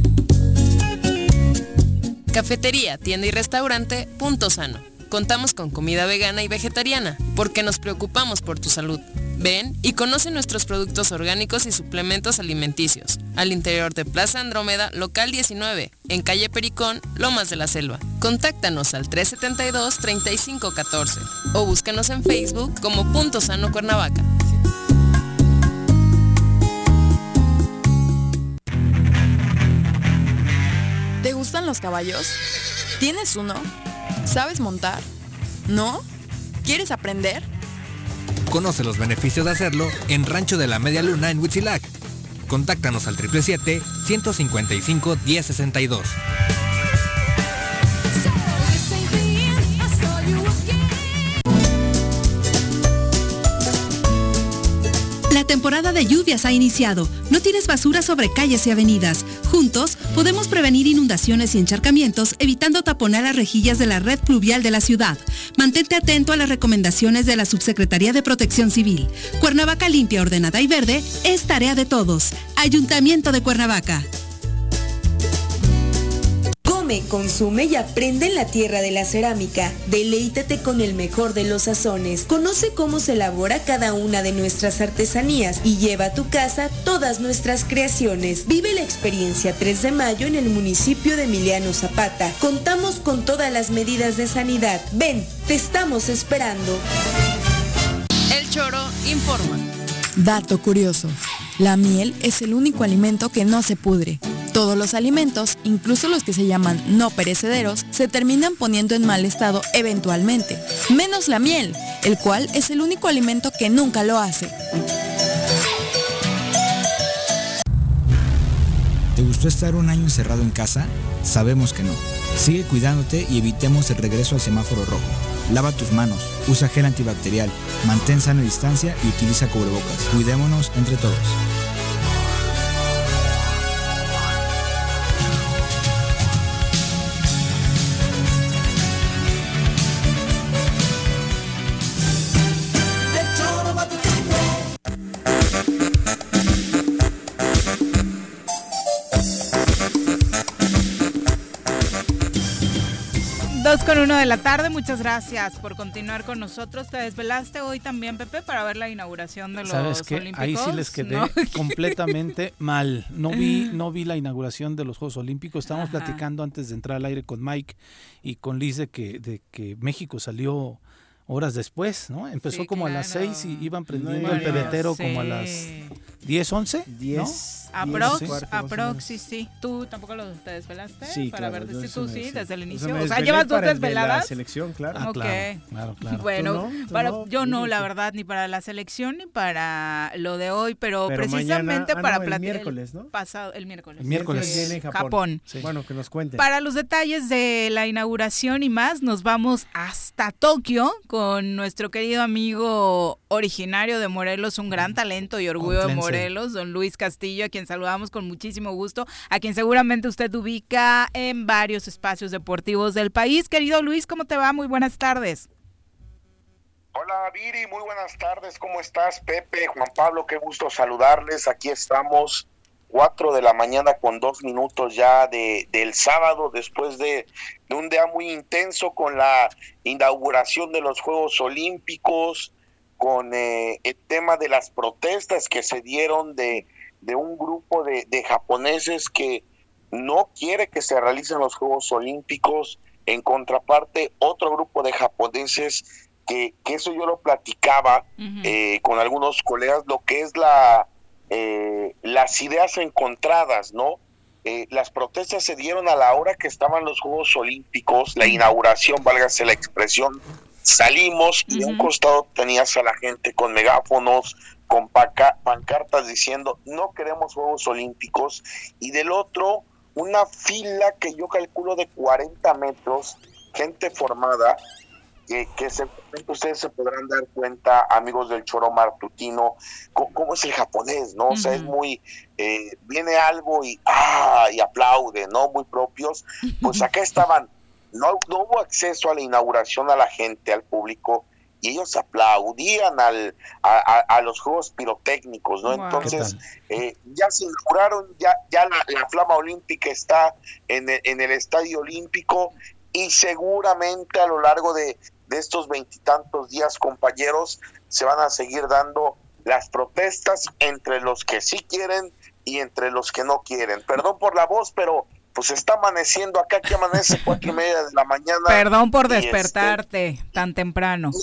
Cafetería, tienda y restaurante Punto Sano. Contamos con comida vegana y vegetariana, porque nos preocupamos por tu salud. Ven y conoce nuestros productos orgánicos y suplementos alimenticios. Al interior de Plaza Andrómeda, local diecinueve, en calle Pericón, Lomas de la Selva. Contáctanos al tres siete dos, tres cinco uno cuatro o búscanos en Facebook como Punto Sano Cuernavaca.
¿Te gustan los caballos? ¿Tienes uno? ¿Sabes montar? ¿No? ¿Quieres aprender?
Conoce los beneficios de hacerlo en Rancho de la Media Luna en Huitzilac. Contáctanos al siete siete siete, uno cinco cinco, uno cero seis dos.
La temporada de lluvias ha iniciado. No tires basura sobre calles y avenidas. Juntos podemos prevenir inundaciones y encharcamientos, evitando taponar las rejillas de la red pluvial de la ciudad. Mantente atento a las recomendaciones de la Subsecretaría de Protección Civil. Cuernavaca limpia, ordenada y verde es tarea de todos. Ayuntamiento de Cuernavaca.
Come, consume y aprende en la tierra de la cerámica. Deleítate con el mejor de los sazones. Conoce cómo se elabora cada una de nuestras artesanías y lleva a tu casa todas nuestras creaciones. Vive la experiencia tres de mayo en el municipio de Emiliano Zapata. Contamos con todas las medidas de sanidad. Ven, te estamos esperando.
El Choro informa.
Dato curioso. La miel es el único alimento que no se pudre. Todos los alimentos, incluso los que se llaman no perecederos, se terminan poniendo en mal estado eventualmente, menos la miel, el cual es el único alimento que nunca lo hace.
¿Te gustó estar un año encerrado en casa? Sabemos que no. Sigue cuidándote y evitemos el regreso al semáforo rojo. Lava tus manos, usa gel antibacterial, mantén sana distancia y utiliza cubrebocas. Cuidémonos entre todos.
Dos con uno de la tarde, muchas gracias por continuar con nosotros. ¿Te desvelaste hoy también, Pepe, para ver la inauguración de los
¿Sabes qué?
Olímpicos?
Ahí sí les quedé
¿No?
completamente mal. No vi, no vi la inauguración de los Juegos Olímpicos. Estábamos
Ajá.
platicando antes de entrar al aire con Mike y con Liz de que, de que México salió horas después, ¿no? Empezó
Sí,
como
claro.
a las seis y iban prendiendo
No,
el pebetero
sí.
como a las diez, once,
diez.
Aprox,
Sí.
aprox, sí, sí. ¿Tú tampoco lo, te desvelaste?
Sí,
para
claro,
ver
yo
si
eso
tú
me-
sí,
sí.
desde el
O sea,
inicio.
me
O sea,
desvelé
¿llevas dos
para el de la
desveladas?
selección, claro.
Ah,
Ok.
claro, claro, claro.
Bueno,
¿Tú no? ¿Tú
para,
no?
yo no,
Dime
la
tú.
verdad, ni para la selección ni para lo de hoy, pero,
Pero
precisamente
mañana- ah,
para
no, el
platicar
miércoles, ¿no?
pasado, el miércoles.
El miércoles.
Viene en Japón.
Japón.
Sí.
Bueno, que nos cuenten.
Para los detalles de la inauguración y más, nos vamos hasta Tokio con nuestro querido amigo originario de Morelos, un gran talento y orgullo de
Contlense.
Morelos, don Luis Castillo, a quien saludamos con muchísimo gusto, a quien seguramente usted ubica en varios espacios deportivos del país. Querido Luis, ¿cómo te va? Muy buenas tardes.
Hola Viri, muy buenas tardes, ¿cómo estás? Pepe, Juan Pablo, qué gusto saludarles, aquí estamos, cuatro de la mañana con dos minutos ya de del sábado, después de, de un día muy intenso con la inauguración de los Juegos Olímpicos, con eh, el tema de las protestas que se dieron de, de un grupo de, de japoneses que no quiere que se realicen los Juegos Olímpicos, en contraparte otro grupo de japoneses que, que eso yo lo platicaba
Uh-huh.
eh, con algunos colegas, lo que es la eh, las ideas encontradas, ¿no? Eh, las protestas se dieron a la hora que estaban los Juegos Olímpicos, la inauguración, válgase la expresión, salimos y de un
Ujú.
costado tenías a la gente con megáfonos, con paca- pancartas diciendo no queremos Juegos Olímpicos, y del otro una fila que yo calculo de cuarenta metros, gente formada, que, que seguramente ustedes se podrán dar cuenta, amigos del Choro Matutino, cómo, cómo es el japonés, ¿no? O sea, es
Ujú.
muy, eh, viene algo y, ah, y aplaude, ¿no? Muy propios. Pues acá estaban, no, no hubo acceso a la inauguración a la gente, al público, y ellos aplaudían al, a, a, a los juegos pirotécnicos, ¿no?
Wow.
Entonces, eh, ya se inauguraron, ya, ya la, la flama olímpica está en el, en el Estadio Olímpico, y seguramente a lo largo de, de estos veintitantos días, compañeros, se van a seguir dando las protestas entre los que sí quieren y entre los que no quieren. Perdón por la voz, pero pues está amaneciendo acá, que amanece cuatro y media de la mañana.
Perdón por
y, este,
despertarte tan temprano.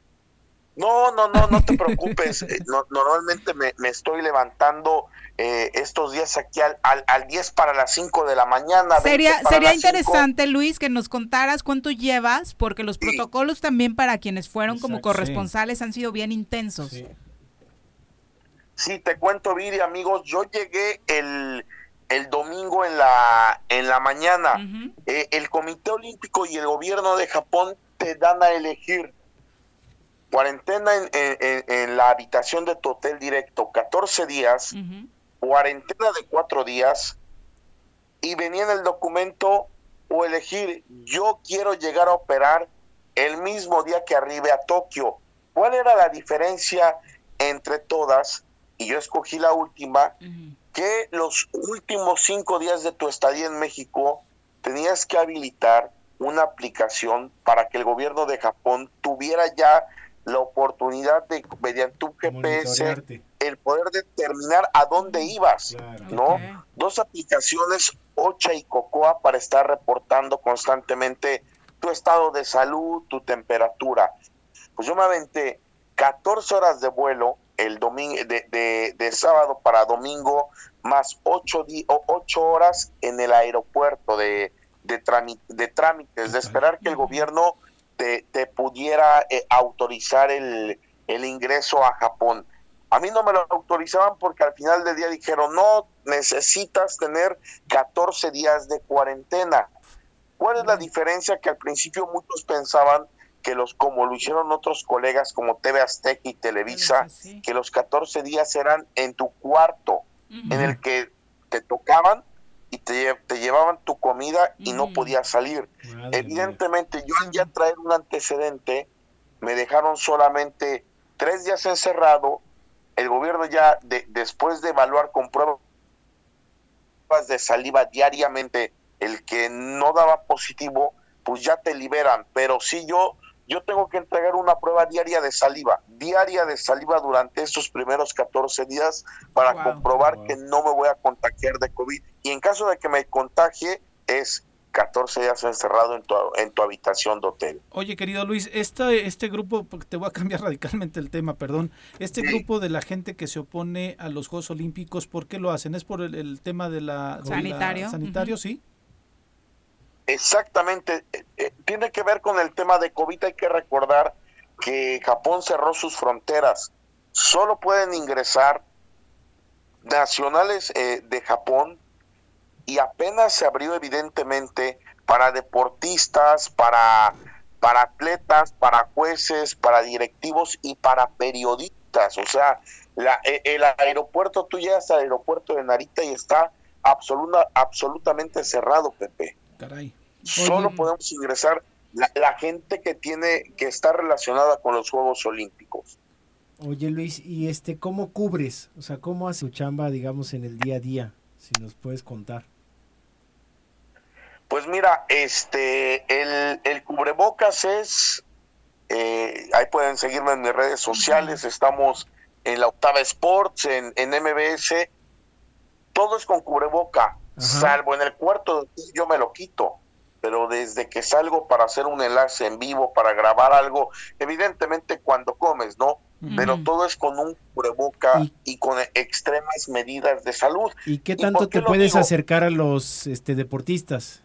No, no, no, no te preocupes. Eh, no, normalmente me, me estoy levantando eh, estos días aquí al, al, al diez para las cinco de la mañana.
Sería,
veinte para
sería
las cinco.
interesante, Luis, que nos contaras cuánto llevas, porque los protocolos también para quienes fueron como
Exacto,
corresponsales han sido bien intensos.
Sí.
Sí, te cuento, Viri, amigos, yo llegué el, el domingo en la, en la mañana.
Ujú.
Eh, el Comité Olímpico y el gobierno de Japón te dan a elegir cuarentena en, en, en la habitación de tu hotel directo, catorce días, uh-huh. cuarentena de cuatro días, y venía en el documento o elegir, yo quiero llegar a operar el mismo día que arribe a Tokio. ¿Cuál era la diferencia entre todas? Y yo escogí la última, uh-huh. que los últimos cinco días de tu estadía en México tenías que habilitar una aplicación para que el gobierno de Japón tuviera ya la oportunidad de, mediante un G P S, el poder determinar a dónde ibas, claro. ¿no? Okay. Dos aplicaciones, Ocha y Cocoa, para estar reportando constantemente tu estado de salud, tu temperatura. Pues yo me aventé catorce horas de vuelo el domingo, de, de, de sábado para domingo, más ocho, di, ocho horas en el aeropuerto de, de, trámite, de trámites, de esperar que el gobierno te, te pudiera eh, autorizar el, el ingreso a Japón. A mí no me lo autorizaban porque al final del día dijeron, no, necesitas tener catorce días de cuarentena. ¿Cuál es la diferencia? Que al principio muchos pensaban que los, como lo hicieron otros colegas como T V Azteca y Televisa, sí, sí. que los catorce días eran en tu cuarto, uh-huh. en el que te tocaban y te, te llevaban tu comida y uh-huh. no podías salir. Madre Evidentemente, mía. Yo al ya traer un antecedente, me dejaron solamente tres días encerrado. El gobierno ya, de, después de evaluar con pruebas de saliva diariamente, el que no daba positivo, pues ya te liberan. Pero sí, yo yo tengo que entregar una prueba diaria de saliva, diaria de saliva durante estos primeros catorce días para wow. comprobar wow. que no me voy a contagiar de COVID. Y en caso de que me contagie, es catorce días encerrado en tu, en tu habitación de hotel.
Oye, querido Luis, esta, este grupo, porque te voy a cambiar radicalmente el tema, perdón, este sí. grupo de la gente que se opone a los Juegos Olímpicos, ¿por qué lo hacen? ¿Es por el, el tema de la...
Sanitario.
De la, sanitario, uh-huh. sí.
Exactamente, eh, tiene que ver con el tema de COVID. Hay que recordar que Japón cerró sus fronteras, solo pueden ingresar nacionales eh, de Japón, y apenas se abrió evidentemente para deportistas, para, para atletas, para jueces, para directivos y para periodistas. O sea, la, el aeropuerto, tú llegas al aeropuerto de Narita y está absoluta, absolutamente cerrado, Pepe.
Caray.
Solo
Oye.
podemos ingresar la, la gente que tiene, que está relacionada con los Juegos Olímpicos.
Oye, Luis, ¿y este cómo cubres? O sea, ¿cómo hace tu chamba, digamos, en el día a día? Si nos puedes contar.
Pues mira, este, el, el cubrebocas es, eh, ahí pueden seguirme en mis redes sociales, estamos en la Octava Sports, en, en M B S, todo es con cubreboca, ajá. salvo en el cuarto, yo me lo quito, pero desde que salgo para hacer un enlace en vivo, para grabar algo, evidentemente cuando comes, ¿no? Uh-huh. Pero todo es con un cubreboca y, y con extremas medidas de salud.
¿Y qué tanto ¿Y qué te puedes digo? acercar a los este, deportistas?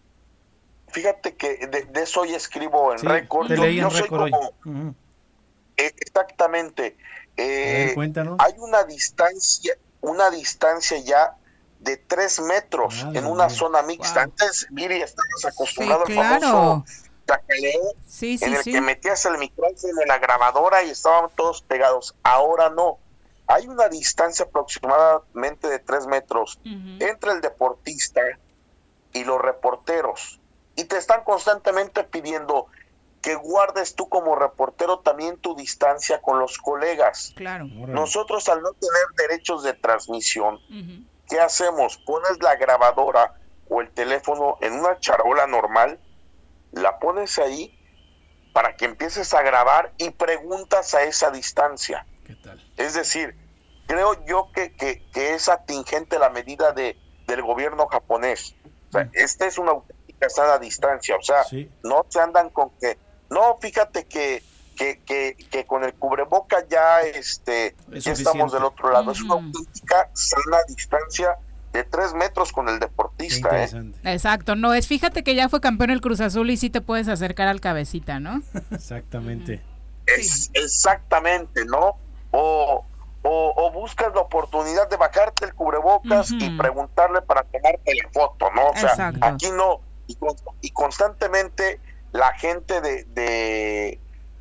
Fíjate que de, de eso hoy escribo en
sí,
récord.
Yo, yo
en
soy
récord como... Uh-huh. Eh, exactamente. Eh,
ver, cuéntanos.
Hay una distancia, una distancia ya de tres metros Madre en una mía. zona mixta. Wow. Antes, Miri, estamos acostumbrados
sí, claro.
al famoso tacaleo,
sí, sí,
en el
sí.
que metías el micrófono en la grabadora y estaban todos pegados. Ahora no. Hay una distancia aproximadamente de tres metros uh-huh. entre el deportista y los reporteros. Y te están constantemente pidiendo que guardes tú como reportero también tu distancia con los colegas.
Claro.
Nosotros, al no tener derechos de transmisión,
uh-huh.
¿qué hacemos? Pones la grabadora o el teléfono en una charola normal, la pones ahí para que empieces a grabar y preguntas a esa distancia.
¿Qué tal?
Es decir, creo yo que, que, que es atingente la medida de, del gobierno japonés. O sea, mm. esta es una auténtica sana distancia. O sea, sí. no se andan con que... No, fíjate que, que, que, que con el cubreboca ya, este, ya estamos del otro lado. Uh-huh. Es una auténtica sana distancia de tres metros con el deportista. ¿eh?
Exacto, no es, fíjate que ya fue campeón el Cruz Azul y sí te puedes acercar al cabecita, ¿no?
Exactamente.
Uh-huh. Es, exactamente, ¿no? O, o, o buscas la oportunidad de bajarte el cubrebocas uh-huh. y preguntarle para tomarte la foto, ¿no? O sea, Exacto. aquí no, y, y constantemente la gente de, de,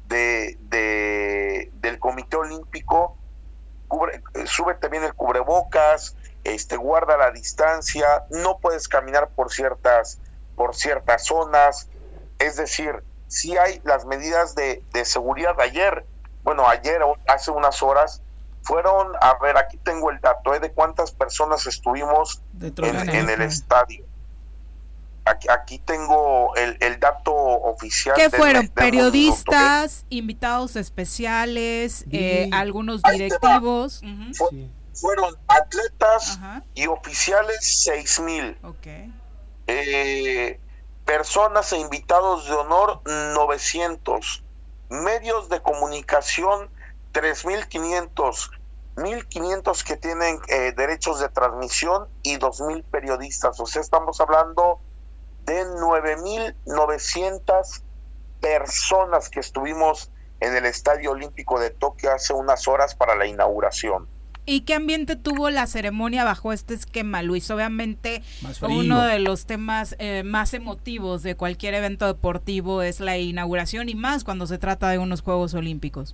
de, de del Comité Olímpico, cubre, súbete bien el cubrebocas, este, guarda la distancia, no puedes caminar por ciertas, por ciertas zonas, es decir, sí hay las medidas de, de seguridad. Ayer, bueno, ayer, hace unas horas, fueron, a ver, aquí tengo el dato, ¿eh? de cuántas personas estuvimos en, en el estadio. Aquí, aquí tengo el, el dato oficial.
¿Qué fueron? ¿Periodistas, invitados especiales, eh, algunos directivos?
Uh-huh. Fu sí. Fueron atletas uh-huh. y oficiales seis mil.
Okay.
Eh, personas e invitados de honor novecientos. Medios de comunicación tres mil quinientos. mil quinientos que tienen eh, derechos de transmisión y dos mil periodistas. O sea, estamos hablando de nueve mil novecientas personas que estuvimos en el Estadio Olímpico de Tokio hace unas horas para la inauguración.
¿Y qué ambiente tuvo la ceremonia bajo este esquema, Luis? Obviamente uno de los temas eh, más emotivos de cualquier evento deportivo es la inauguración, y más cuando se trata de unos Juegos Olímpicos.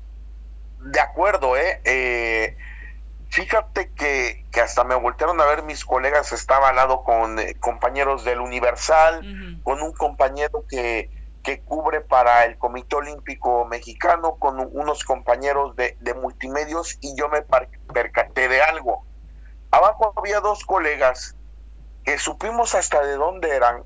De acuerdo, ¿eh? eh Fíjate que, que hasta me voltearon a ver mis colegas, estaba al lado con eh, compañeros del Universal, uh-huh. con un compañero que, que cubre para el Comité Olímpico Mexicano, con un, unos compañeros de, de multimedios, y yo me percaté de algo. Abajo había dos colegas que supimos hasta de dónde eran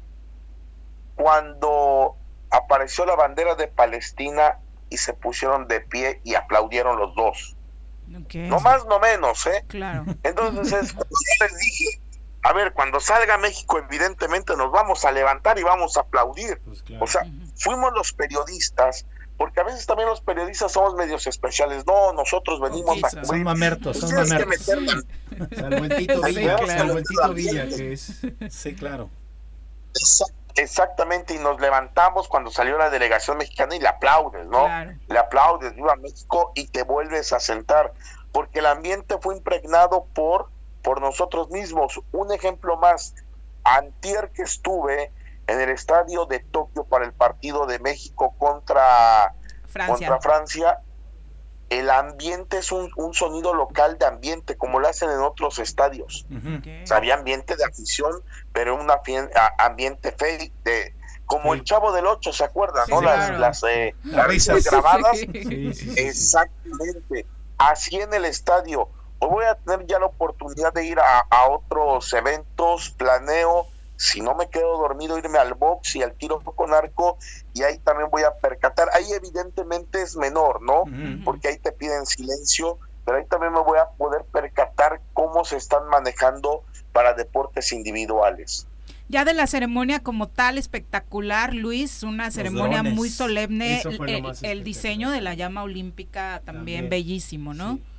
cuando apareció la bandera de Palestina y se pusieron de pie y aplaudieron los dos. Okay. No más, no menos, ¿eh?
Claro.
Entonces, cuando yo les dije, a ver, cuando salga México, evidentemente nos vamos a levantar y vamos a aplaudir. Pues claro. O sea, uh-huh. fuimos los periodistas, porque a veces también los periodistas somos medios especiales. No, nosotros venimos okay, a cubrir.
Son mamertos, son mamertos.
Salvo el Tito Villa, salvo el Tito Villa, que es...
Sí, claro.
Exacto. Exactamente, y nos levantamos cuando salió la delegación mexicana y le aplaudes, ¿no? Claro. Le aplaudes, viva México, y te vuelves a sentar, porque el ambiente fue impregnado por, por nosotros mismos. Un ejemplo más, antier que estuve en el estadio de Tokio para el partido de México contra Francia, contra Francia, el ambiente es un, un sonido local de ambiente, como lo hacen en otros estadios. Uh-huh. Okay. O sea, había ambiente de afición, pero un ambiente fake, de, como sí. el Chavo del Ocho, ¿se acuerdan? Sí, ¿no? Claro. Las, las, eh, las risas grabadas. Sí. Sí, sí, sí. Exactamente. Así en el estadio. Hoy voy a tener ya la oportunidad de ir a, a otros eventos, planeo, si no me quedo dormido, irme al box y al tiro con arco, y ahí también voy a percatar. Ahí evidentemente es menor, ¿no? Uh-huh. Porque ahí te piden silencio, pero ahí también me voy a poder percatar cómo se están manejando para deportes individuales.
Ya de la ceremonia como tal, espectacular, Luis, una Los ceremonia drones. muy solemne, el, el diseño de la llama olímpica también, también. bellísimo, ¿no? Sí.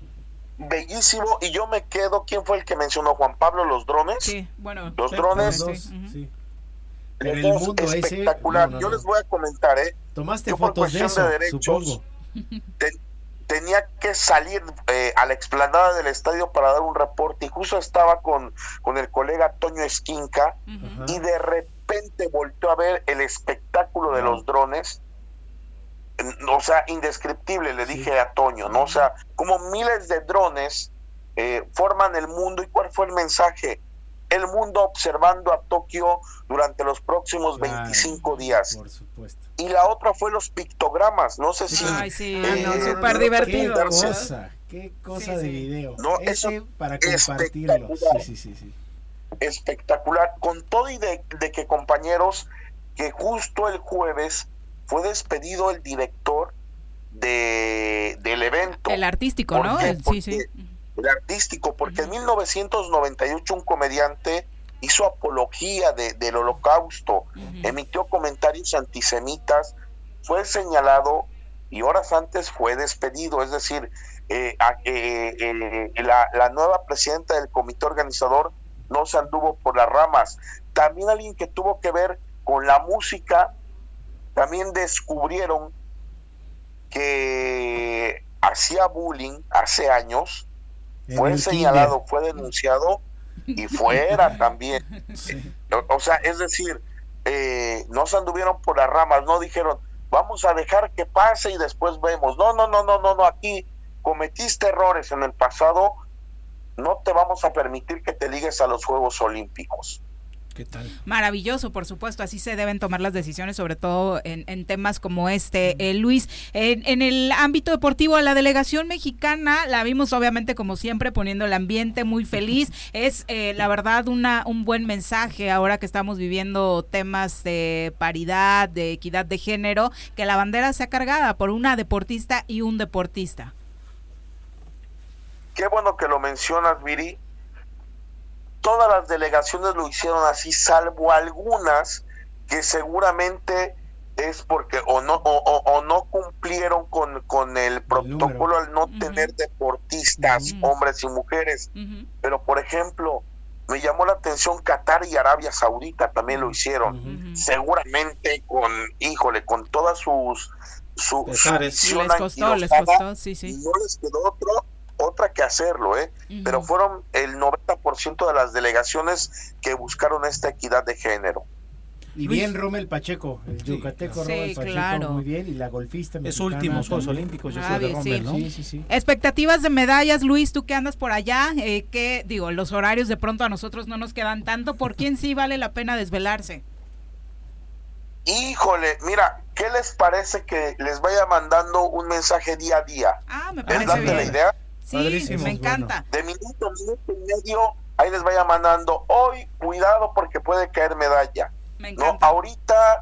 Bellísimo, y yo me quedo, ¿quién fue el que mencionó? Juan Pablo, los drones.
Sí, bueno.
Los drones.
Los dos, uh-huh. sí.
Pero el mundo espectacular. Ese, no, no, no. Yo les voy a comentar, ¿eh?
Tomaste yo fotos de eso, de derechos, supongo.
Te, tenía que salir eh, a la explanada del estadio para dar un reporte, y justo estaba con, con el colega Toño Esquinca, uh-huh. y de repente volteó a ver el espectáculo de uh-huh. los drones. O sea, indescriptible, le dije sí. a Toño, ¿no? O sea, como miles de drones eh, forman el mundo. ¿Y cuál fue el mensaje? El mundo observando a Tokio durante los próximos claro, veinticinco días.
Por supuesto.
Y la otra fue los pictogramas, no sé si...
Ay, sí, eh, no, súper divertido.
Qué cosa, qué cosa sí, de video.
No,
Ese
eso
para compartirlo. Sí, sí, sí, sí.
Espectacular. Con todo y de, de que, compañeros, que justo el jueves fue despedido el director de del evento.
El artístico, ¿por ¿no? El, sí, sí.
El artístico, porque uh-huh. en mil novecientos noventa y ocho un comediante hizo apología de, del holocausto, uh-huh. emitió comentarios antisemitas, fue señalado y horas antes fue despedido. Es decir, eh, eh, eh, la, la nueva presidenta del comité organizador no se anduvo por las ramas. También alguien que tuvo que ver con la música. También descubrieron que hacía bullying hace años, en fue señalado, Tinder. Fue denunciado y fuera también. Sí. O, o sea, es decir, eh, no se anduvieron por las ramas, no dijeron, vamos a dejar que pase y después vemos. No, no, no, no, no, no, aquí cometiste errores en el pasado, no te vamos a permitir que te ligues a los Juegos Olímpicos.
¿Qué tal?
Maravilloso, por supuesto, así se deben tomar las decisiones, sobre todo en, en temas como este. Eh, Luis, en, en el ámbito deportivo, la delegación mexicana, la vimos obviamente como siempre poniendo el ambiente muy feliz, es eh, la verdad una un buen mensaje ahora que estamos viviendo temas de paridad, de equidad de género, que la bandera sea cargada por una deportista y un deportista.
Qué bueno que lo mencionas, Viri. Todas las delegaciones lo hicieron así, salvo algunas que seguramente es porque o no o, o, o no cumplieron con, con el protocolo al no uh-huh. tener deportistas, uh-huh. hombres y mujeres. Uh-huh. Pero, por ejemplo, me llamó la atención Qatar y Arabia Saudita también lo hicieron. Uh-huh. Seguramente con, híjole, con todas sus... Su, su
les costó, les costó, sí, sí.
No les quedó otro... otra que hacerlo, ¿eh? Uh-huh. Pero fueron el noventa por ciento de las delegaciones que buscaron esta equidad de género.
Y bien Rommel Pacheco, el yucateco sí, Rommel Pacheco, claro. Muy bien, y la golfista mexicana.
Es último, Juegos Olímpicos, yo soy de Rommel,
sí.
¿no?
Sí, sí, sí. Expectativas de medallas, Luis, tú que andas por allá, eh, que digo, los horarios de pronto a nosotros no nos quedan tanto, ¿por quién sí vale la pena desvelarse?
Híjole, mira, ¿qué les parece que les vaya mandando un mensaje día a día?
Ah, me parece bien.
la idea?
Sí, Padrísimo, me encanta.
Bueno. De minuto a minuto y medio, ahí les vaya mandando, hoy, cuidado porque puede caer medalla.
Me encanta.
No, ahorita,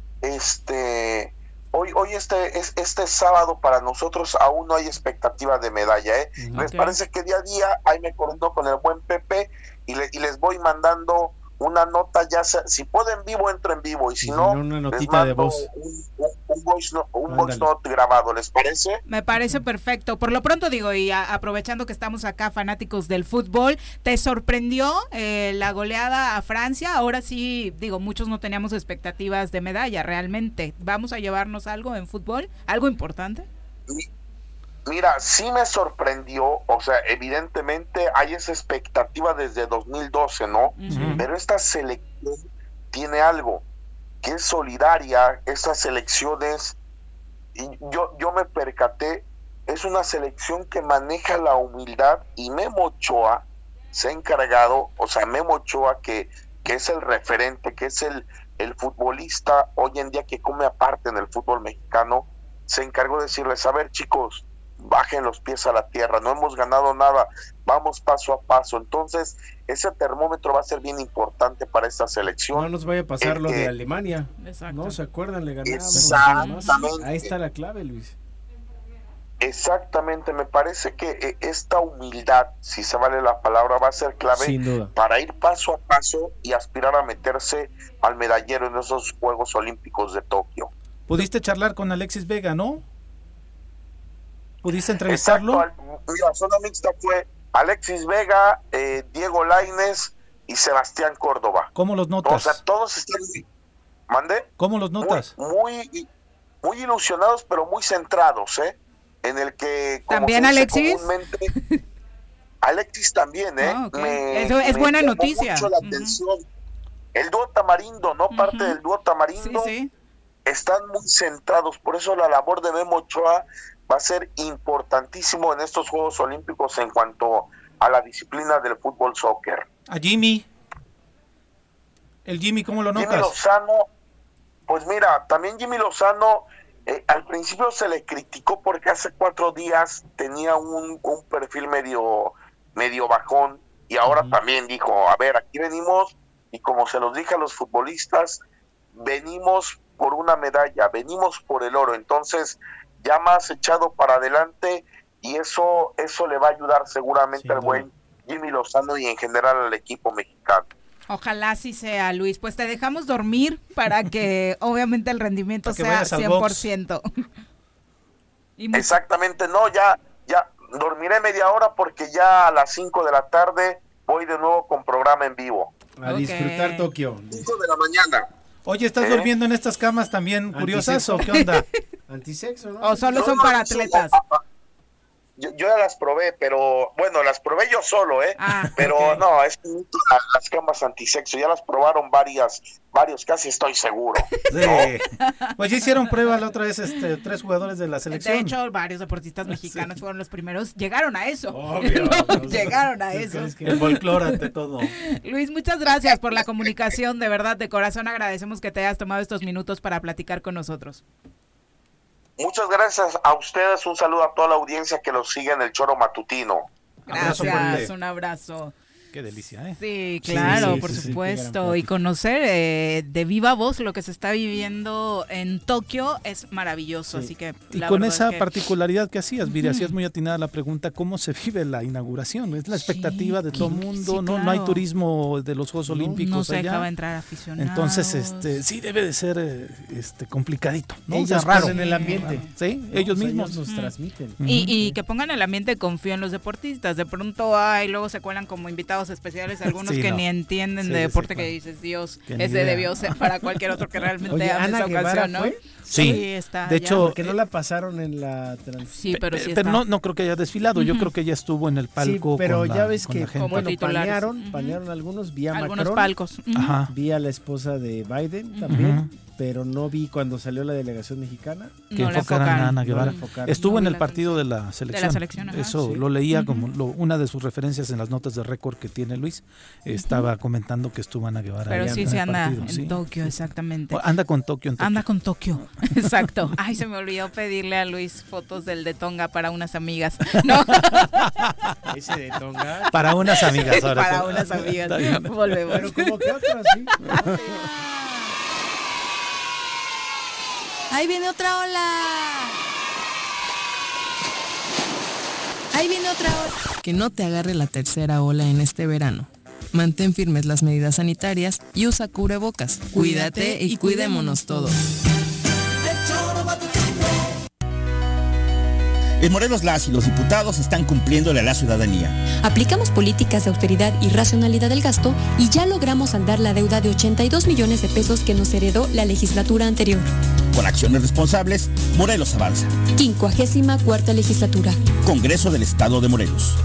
este, hoy, hoy este, es, este sábado para nosotros aún no hay expectativa de medalla, ¿eh? Okay. Les parece que día a día, ahí me corriendo con el buen Pepe y, le, y les voy mandando una nota, ya sea, si puedo en vivo, entro en vivo, y si, y si no,
una notita de voz.
Un, un, un voice note, un voice note grabado, ¿les parece?
Me parece perfecto. Por lo pronto digo, y a, aprovechando que estamos acá fanáticos del fútbol, ¿te sorprendió eh, la goleada a Francia? Ahora sí, digo, muchos no teníamos expectativas de medalla, realmente. ¿Vamos a llevarnos algo en fútbol? ¿Algo importante?
Sí. Mira, sí me sorprendió, o sea, evidentemente hay esa expectativa desde dos mil doce, ¿no? Uh-huh. Pero esta selección tiene algo, que es solidaria, estas selecciones, y yo, yo me percaté, es una selección que maneja la humildad, y Memo Ochoa se ha encargado, o sea, Memo Ochoa que, que es el referente, que es el, el futbolista hoy en día que come aparte en el fútbol mexicano, se encargó de decirles, a ver chicos, bajen los pies a la tierra, no hemos ganado nada, vamos paso a paso. Entonces ese termómetro va a ser bien importante para esta selección.
No nos vaya a pasar lo
que,
de Alemania.
Exacto.
No se acuerdan, le ganamos.
Exactamente.
Ahí está la clave, Luis.
Exactamente, me parece que esta humildad, si se vale la palabra, va a ser clave
Sin duda.
para ir paso a paso y aspirar a meterse al medallero en esos Juegos Olímpicos de Tokio.
¿Pudiste charlar con Alexis Vega, no? ¿Pudiste entrevistarlo?
Exacto, la zona mixta fue Alexis Vega, eh, Diego Lainez y Sebastián Córdoba.
¿Cómo los notas?
O sea, todos están... ¿Mande?
¿Cómo los notas?
Muy, muy, muy ilusionados, pero muy centrados, ¿eh? En el que... Como
¿También Alexis?
Alexis también, ¿eh?
Oh, okay.
me,
Eso es
me
buena
llamó
noticia.
mucho la
uh-huh.
atención. El dúo Tamarindo, ¿no? Uh-huh. Parte del dúo Tamarindo.
Sí, sí.
Están muy centrados, por eso la labor de Memo Ochoa va a ser importantísimo en estos Juegos Olímpicos en cuanto a la disciplina del fútbol soccer.
A Jimmy, el Jimmy, ¿cómo lo notas?
Jimmy Lozano, pues mira, también Jimmy Lozano, eh, al principio se le criticó porque hace cuatro días tenía un, un perfil medio, medio bajón, y ahora uh-huh. también dijo, a ver, aquí venimos, y como se los dije a los futbolistas, venimos por una medalla, venimos por el oro, entonces ya más echado para adelante, y eso eso le va a ayudar seguramente al buen Jimmy Lozano y en general al equipo mexicano.
Ojalá así sea, Luis. Pues te dejamos dormir para que obviamente el rendimiento sea cien por ciento. Y
exactamente, no, ya ya dormiré media hora porque ya a las cinco de la tarde voy de nuevo con programa en vivo.
A okay. disfrutar Tokio.
cinco de la mañana.
Oye, ¿estás ¿Eh? durmiendo en estas camas también curiosas o qué onda?
Antisexo, ¿no?
¿O solo son para atletas?
Yo, yo ya las probé, pero bueno, las probé yo solo, ¿eh?
Ah,
pero
okay.
no, es que las camas antisexo, ya las probaron varias, varios, casi estoy seguro.
Sí. Pues ya hicieron prueba la otra vez este, tres jugadores de la selección.
De hecho, varios deportistas mexicanos sí. fueron los primeros, llegaron a eso.
Obvio,
no, no, llegaron a eso.
El folclore ante todo.
Luis, muchas gracias por la comunicación, de verdad, de corazón agradecemos que te hayas tomado estos minutos para platicar con nosotros.
Muchas gracias a ustedes, un saludo a toda la audiencia que los sigue en el Choro Matutino.
Gracias, un abrazo.
Qué delicia, ¿eh?
Sí, claro,
sí, sí,
por
sí,
supuesto. Sí, y conocer eh, de viva voz lo que se está viviendo en Tokio es maravilloso, sí. así que...
Y
la
con esa
es que...
particularidad que hacías, Viri,
uh-huh.
hacías muy atinada la pregunta, ¿cómo se vive la inauguración? Es la expectativa sí, de todo el mundo,
sí,
no,
claro.
no hay turismo de los Juegos
no,
Olímpicos
No se
allá.
dejaba entrar aficionados.
Entonces, este, sí debe de ser eh, este complicadito, ¿no?
Ellos
o sea, raro.
ponen el ambiente.
Sí,
no,
ellos
o sea,
mismos.
Ellos nos transmiten.
Uh-huh. Y, y que pongan el ambiente, confío en los deportistas. De pronto, ay, luego se cuelan como invitados especiales algunos sí, que no. ni entienden sí, de deporte, sí, claro. que dices, Dios, que ese debió ser para cualquier otro que realmente
Oye,
ame esa ocasión, ¿no?
Fue?
Sí,
sí está
de
ya.
hecho,
porque no la pasaron en la trans...
sí, pero sí
pero
está.
no, no creo que haya desfilado. Uh-huh. Yo creo que ella estuvo en el palco.
Sí, pero
con
ya
la,
ves que
como
bueno,
titulares.
panearon,
uh-huh.
panearon algunos, vi a
algunos
Macron,
palcos, uh-huh.
Ajá.
vi a la esposa de Biden uh-huh. también.
Uh-huh.
Pero no vi cuando salió la delegación mexicana.
Que
no
enfocaran a Ana Guevara.
No
Estuvo
no
en el
la
partido de la selección.
De la selección ajá,
Eso
sí.
lo leía uh-huh. como lo, una de sus referencias en las notas de récord que tiene Luis. Estaba uh-huh. comentando que estuvo Ana Guevara.
Pero sí, se anda
partido,
en
¿sí?
Tokio, exactamente.
Anda con Tokio en Tokio.
Anda con Tokio, exacto. Ay, se me olvidó pedirle a Luis fotos del de Tonga para unas amigas. No.
Ese de Tonga.
Para unas amigas. Ahora
para unas amigas. Volvemos.
Pero como que otras, sí.
¡Ahí viene otra ola! ¡Ahí viene otra ola!
Que no te agarre la tercera ola en este verano. Mantén firmes las medidas sanitarias y usa cubrebocas. Cuídate y cuidémonos todos.
En Morelos, las y los diputados están cumpliéndole a la ciudadanía.
Aplicamos políticas de austeridad y racionalidad del gasto y ya logramos saldar la deuda de ochenta y dos millones de pesos que nos heredó la legislatura anterior.
Con acciones responsables, Morelos avanza.
quincuagésima cuarta legislatura.
Congreso del Estado de Morelos.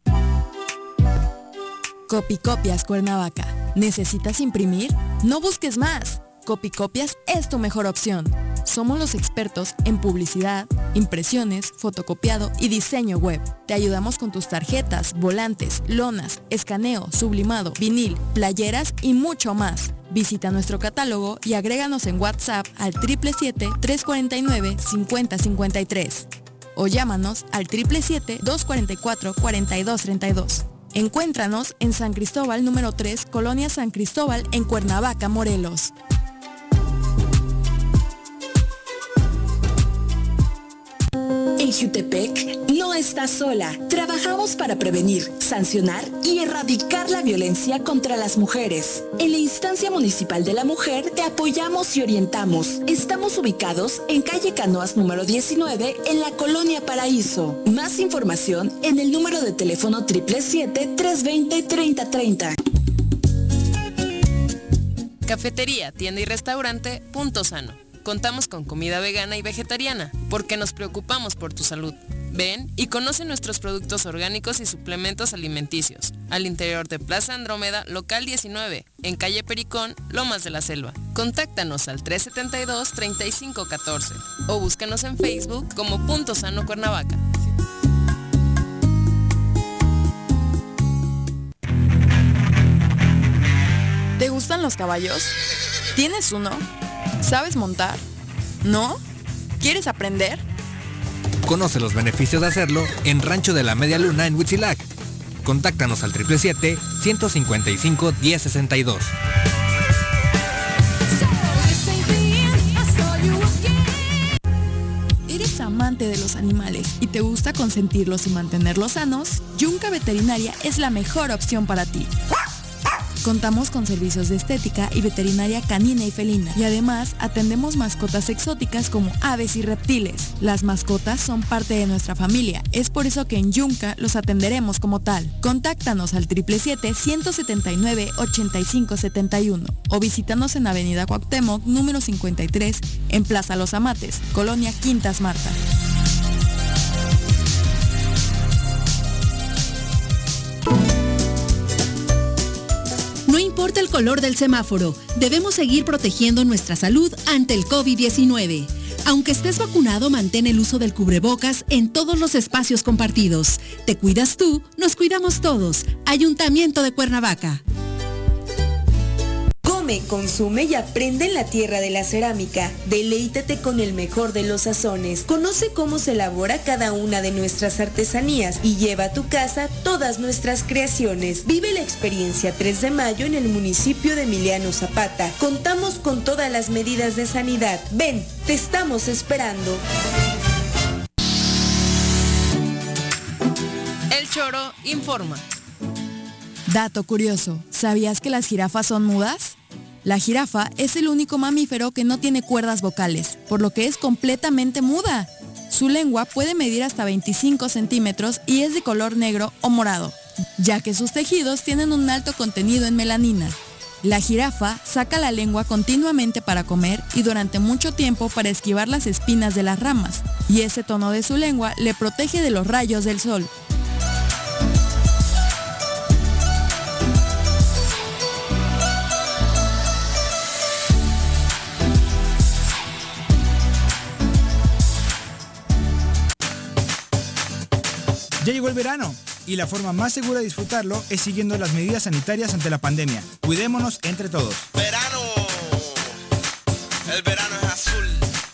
Copicopias Cuernavaca. ¿Necesitas imprimir? No busques más. Copicopias es tu mejor opción. Somos los expertos en publicidad, impresiones, fotocopiado y diseño web. Te ayudamos con tus tarjetas, volantes, lonas, escaneo, sublimado, vinil, playeras y mucho más. Visita nuestro catálogo y agréganos en WhatsApp al siete siete siete, tres cuatro nueve, cinco cero cinco tres o llámanos al siete siete siete, dos cuatro cuatro, cuatro dos tres dos. Encuéntranos en San Cristóbal número tres, Colonia San Cristóbal, en Cuernavaca, Morelos.
En Jutepec no estás sola. Trabajamos para prevenir, sancionar y erradicar la violencia contra las mujeres. En la Instancia Municipal de la Mujer te apoyamos y orientamos. Estamos ubicados en calle Canoas número diecinueve en la Colonia Paraíso. Más información en el número de teléfono siete siete siete, tres dos cero, tres cero tres cero.
Cafetería, tienda y restaurante Punto Sano. Contamos con comida vegana y vegetariana, porque nos preocupamos por tu salud. Ven y conoce nuestros productos orgánicos y suplementos alimenticios, al interior de Plaza Andrómeda, local diecinueve, en calle Pericón, Lomas de la Selva. Contáctanos al tres siete dos, tres cinco uno cuatro o búscanos en Facebook como Punto Sano Cuernavaca.
¿Te gustan los caballos? ¿Tienes uno? ¿Sabes montar? ¿No? ¿Quieres aprender?
Conoce los beneficios de hacerlo en Rancho de la Media Luna en Huitzilac. Contáctanos al siete siete siete, uno cinco cinco, uno cero seis dos.
¿Eres amante de los animales y te gusta consentirlos y mantenerlos sanos? Yunca Veterinaria es la mejor opción para ti. Contamos con servicios de estética y veterinaria canina y felina. Y además atendemos mascotas exóticas como aves y reptiles. Las mascotas son parte de nuestra familia. Es por eso que en Yunca los atenderemos como tal. Contáctanos al siete siete siete, uno siete nueve, ocho cinco siete uno o visítanos en Avenida Cuauhtémoc, número cincuenta y tres, en Plaza Los Amates, Colonia Quintas Marta.
importa el color del semáforo, debemos seguir protegiendo nuestra salud ante el COVID diecinueve. Aunque estés vacunado, mantén el uso del cubrebocas en todos los espacios compartidos. Te cuidas tú, nos cuidamos todos. Ayuntamiento de Cuernavaca.
Come, consume y aprende en la tierra de la cerámica. Deleítate con el mejor de los sazones. Conoce cómo se elabora cada una de nuestras artesanías y lleva a tu casa todas nuestras creaciones. Vive la experiencia tres de mayo en el municipio de Emiliano Zapata. Contamos con todas las medidas de sanidad. Ven, te estamos esperando.
El Choro informa.
Dato curioso, ¿sabías que las jirafas son mudas? La jirafa es el único mamífero que no tiene cuerdas vocales, por lo que es completamente muda. Su lengua puede medir hasta veinticinco centímetros y es de color negro o morado, ya que sus tejidos tienen un alto contenido en melanina. La jirafa saca la lengua continuamente para comer y durante mucho tiempo para esquivar las espinas de las ramas, y ese tono de su lengua le protege de los rayos del sol.
Ya llegó el verano y la forma más segura de disfrutarlo es siguiendo las medidas sanitarias ante la pandemia. Cuidémonos entre todos.
Verano, el verano es azul.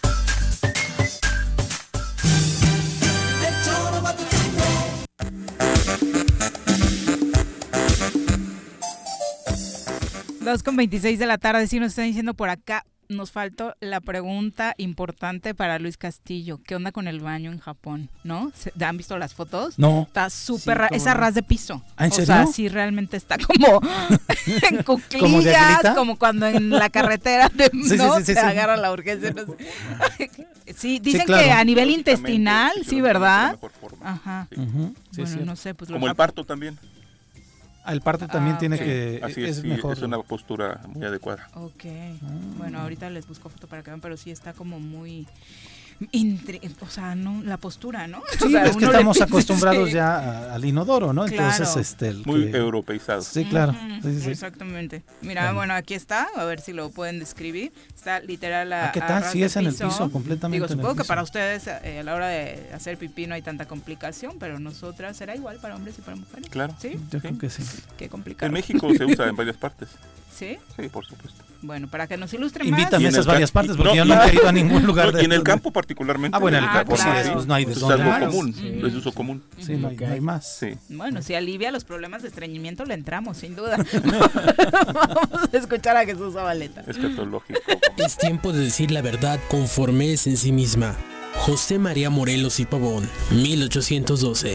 dos con veintiséis de la tarde, sí nos están diciendo por acá. Nos faltó la pregunta importante para Luis Castillo. ¿Qué onda con el baño en Japón? ¿No? ¿Han visto las fotos?
No.
Está súper...
Sí,
ra- esa
no.
ras de piso.
¿Ah, en
o
serio?
sea, sí realmente está como en cuclillas,
¿Como
como cuando en la carretera te,
Sí,
¿no?
sí, sí, sí,
te
sí.
agarra la urgencia. No sé. Sí, dicen
claro.
que a nivel intestinal,
sí,
sí,
lo meten de
¿verdad?
mejor forma.
Ajá.
Ujú, sí, es
Bueno,
cierto.
no sé. Pues
Como
lo-
el parto también.
El parto también
Ah,
tiene
ok.
que...
Así
es,
es, sí,
mejor.
es una postura muy adecuada.
Ok. Bueno, ahorita les busco foto para que vean, pero sí está como muy... intri- o sea, no, la postura, ¿no?
Sí,
O sea,
es que
uno le
estamos
piensa-
acostumbrados
sí.
ya a- al inodoro, ¿no? Entonces,
Claro.
este... el
Muy
que-
europeizado.
Sí, claro.
Ujú,
Sí, sí, sí.
Exactamente. Mira,
Bueno.
bueno, aquí está, a ver si lo pueden describir. Está literal a,
Ah, ¿qué
a
tal?
ras
Sí,
de
es en el piso, completamente
Digo,
en el
supongo que
piso.
para ustedes eh, a la hora de hacer pipí no hay tanta complicación, pero nosotras será igual para hombres y para mujeres.
Claro.
¿Sí?
Yo creo que sí.
Qué complicado.
En México se usa en varias partes.
¿Sí?
Sí, por supuesto.
Bueno, para que nos ilustren
Invítame
Y
a
en
esas
el ca-
varias partes,
y-
porque
no,
yo
y-
nunca he ido a ningún lugar.
No,
de-
y en el
donde-
campo particularmente.
Ah, bueno, en el
Ah,
campo sí,
claro.
es, no hay de
Pues es
dónde.
algo
más.
común,
Ujú.
es de uso común.
Sí, no hay, no hay más.
Sí.
Bueno, si alivia los problemas de estreñimiento, le entramos, sin duda. Vamos a escuchar a Jesús Zabaleta.
Escatológico.
Es tiempo de decir la verdad conforme es en sí misma. José María Morelos y Pavón, mil ochocientos doce.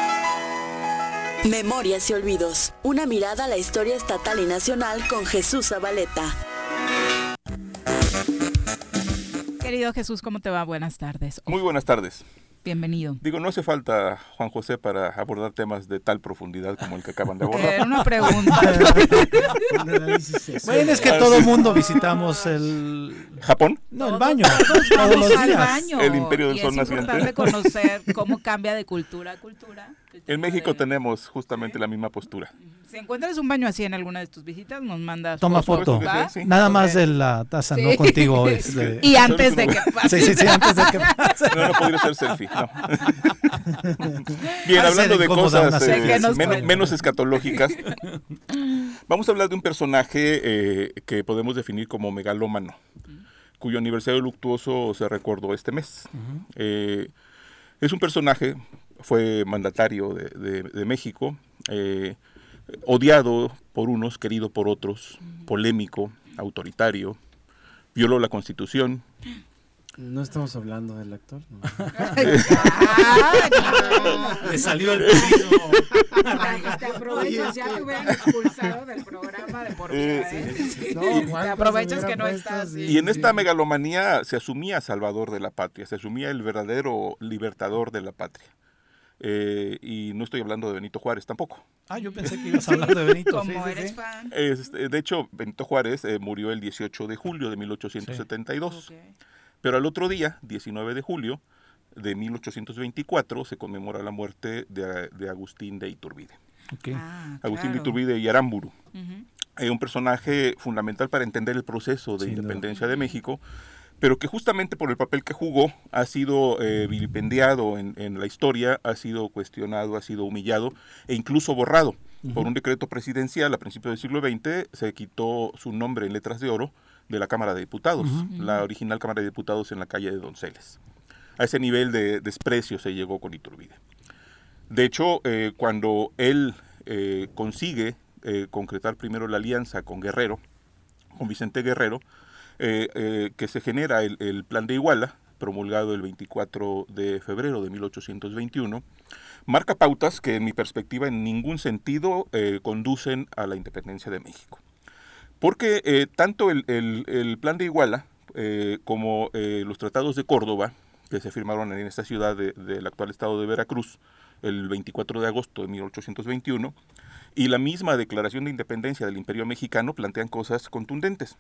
Memorias y olvidos. Una mirada a la historia estatal y nacional con Jesús Zabaleta.
Querido Jesús, ¿cómo te va? Buenas tardes.
Muy buenas tardes.
Bienvenido.
Digo, no hace falta, Juan José, para abordar temas de tal profundidad como el que acaban de abordar.
Era una pregunta.
Bueno, es que todo el mundo visitamos el...
¿Japón?
No, el baño.
Todos
Todos
vamos
los
al
días.
baño.
El imperio del
y
sol
es
naciente.
importante conocer cómo cambia de cultura a cultura.
En México tenemos justamente la misma postura.
Si encuentras un baño así en alguna de tus visitas, nos mandas
Toma foto.
¿va?
Nada más de la taza,
Sí.
no contigo. Este...
Y antes de que pase.
Sí, sí, sí, antes de que pase.
No, no podría ser selfie, no. Bien,
Va a
hablando
ser
de
incómoda una
cosas
selfie.
eh,
¿Qué nos
men-
cuenta?
menos escatológicas, vamos a hablar de un personaje eh, que podemos definir como megalómano, cuyo aniversario luctuoso se recordó este mes. Eh, es un personaje, fue mandatario de, de- de México, eh, odiado por unos, querido por otros, polémico, autoritario, violó la Constitución.
No estamos hablando del actor. ¿no?
Le salió el pedido.
Te aprovechas, ya te hubieran expulsado del programa de por vida, ¿eh?
No,
Te
Juan,
aprovechas
pues,
que no
hubiera
estás.
puesto
sí.
Y en esta megalomanía se asumía salvador de la patria, se asumía el verdadero libertador de la patria. Eh, y no estoy hablando de Benito Juárez tampoco.
Ah, yo pensé que ibas a hablar de Benito.
Como
sí, sí,
eres
sí.
fan.
Este, de hecho, Benito Juárez eh, murió el dieciocho de julio de mil ochocientos setenta y dos.
Ok.
Pero al otro día, diecinueve de julio de mil ochocientos veinticuatro, se conmemora la muerte de, de Agustín de Iturbide.
Okay.
Ah,
Agustín de
claro.
Iturbide y Aramburu.
Ujú.
eh, un personaje fundamental para entender el proceso de
Sí,
independencia no. de México, pero que justamente por el papel que jugó ha sido eh, vilipendiado en, en la historia, ha sido cuestionado, ha sido humillado e incluso borrado. Uh-huh. Por un decreto presidencial a principios del siglo veinte se quitó su nombre en letras de oro de la Cámara de Diputados, uh-huh. la original Cámara de Diputados en la calle de Donceles. A ese nivel de desprecio se llegó con Iturbide. De hecho, eh, cuando él eh, consigue eh, concretar primero la alianza con Guerrero, con Vicente Guerrero, Eh, eh, que se genera el, el Plan de Iguala, promulgado el veinticuatro de febrero de mil ochocientos veintiuno, marca pautas que en mi perspectiva en ningún sentido eh, conducen a la independencia de México. Porque eh, tanto el, el, el Plan de Iguala eh, como eh, los tratados de Córdoba, que se firmaron en esta ciudad de, del actual estado de Veracruz el veinticuatro de agosto de mil ochocientos veintiuno, y la misma Declaración de Independencia del Imperio Mexicano plantean cosas contundentes.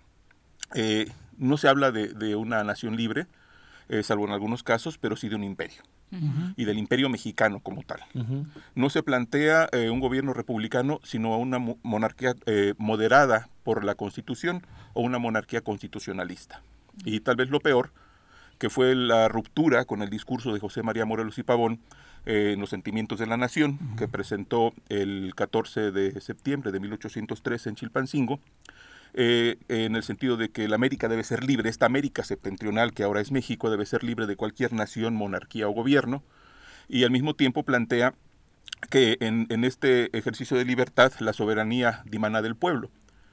Eh, no se habla de, de una nación libre, eh, salvo en algunos casos, pero sí de un imperio, uh-huh. y del imperio mexicano como tal. Uh-huh. No se plantea eh, un gobierno republicano, sino una mo- monarquía eh, moderada por la Constitución o una monarquía constitucionalista. Uh-huh. Y tal vez lo peor, que fue la ruptura con el discurso de José María Morelos y Pavón eh, en los Sentimientos de la Nación, uh-huh. que presentó el catorce de septiembre de mil ochocientos trece en Chilpancingo, Eh, en el sentido de que la América debe ser libre, esta América septentrional que ahora es México debe ser libre de cualquier nación, monarquía o gobierno, y al mismo tiempo plantea que en, en este ejercicio de libertad la soberanía dimana del pueblo.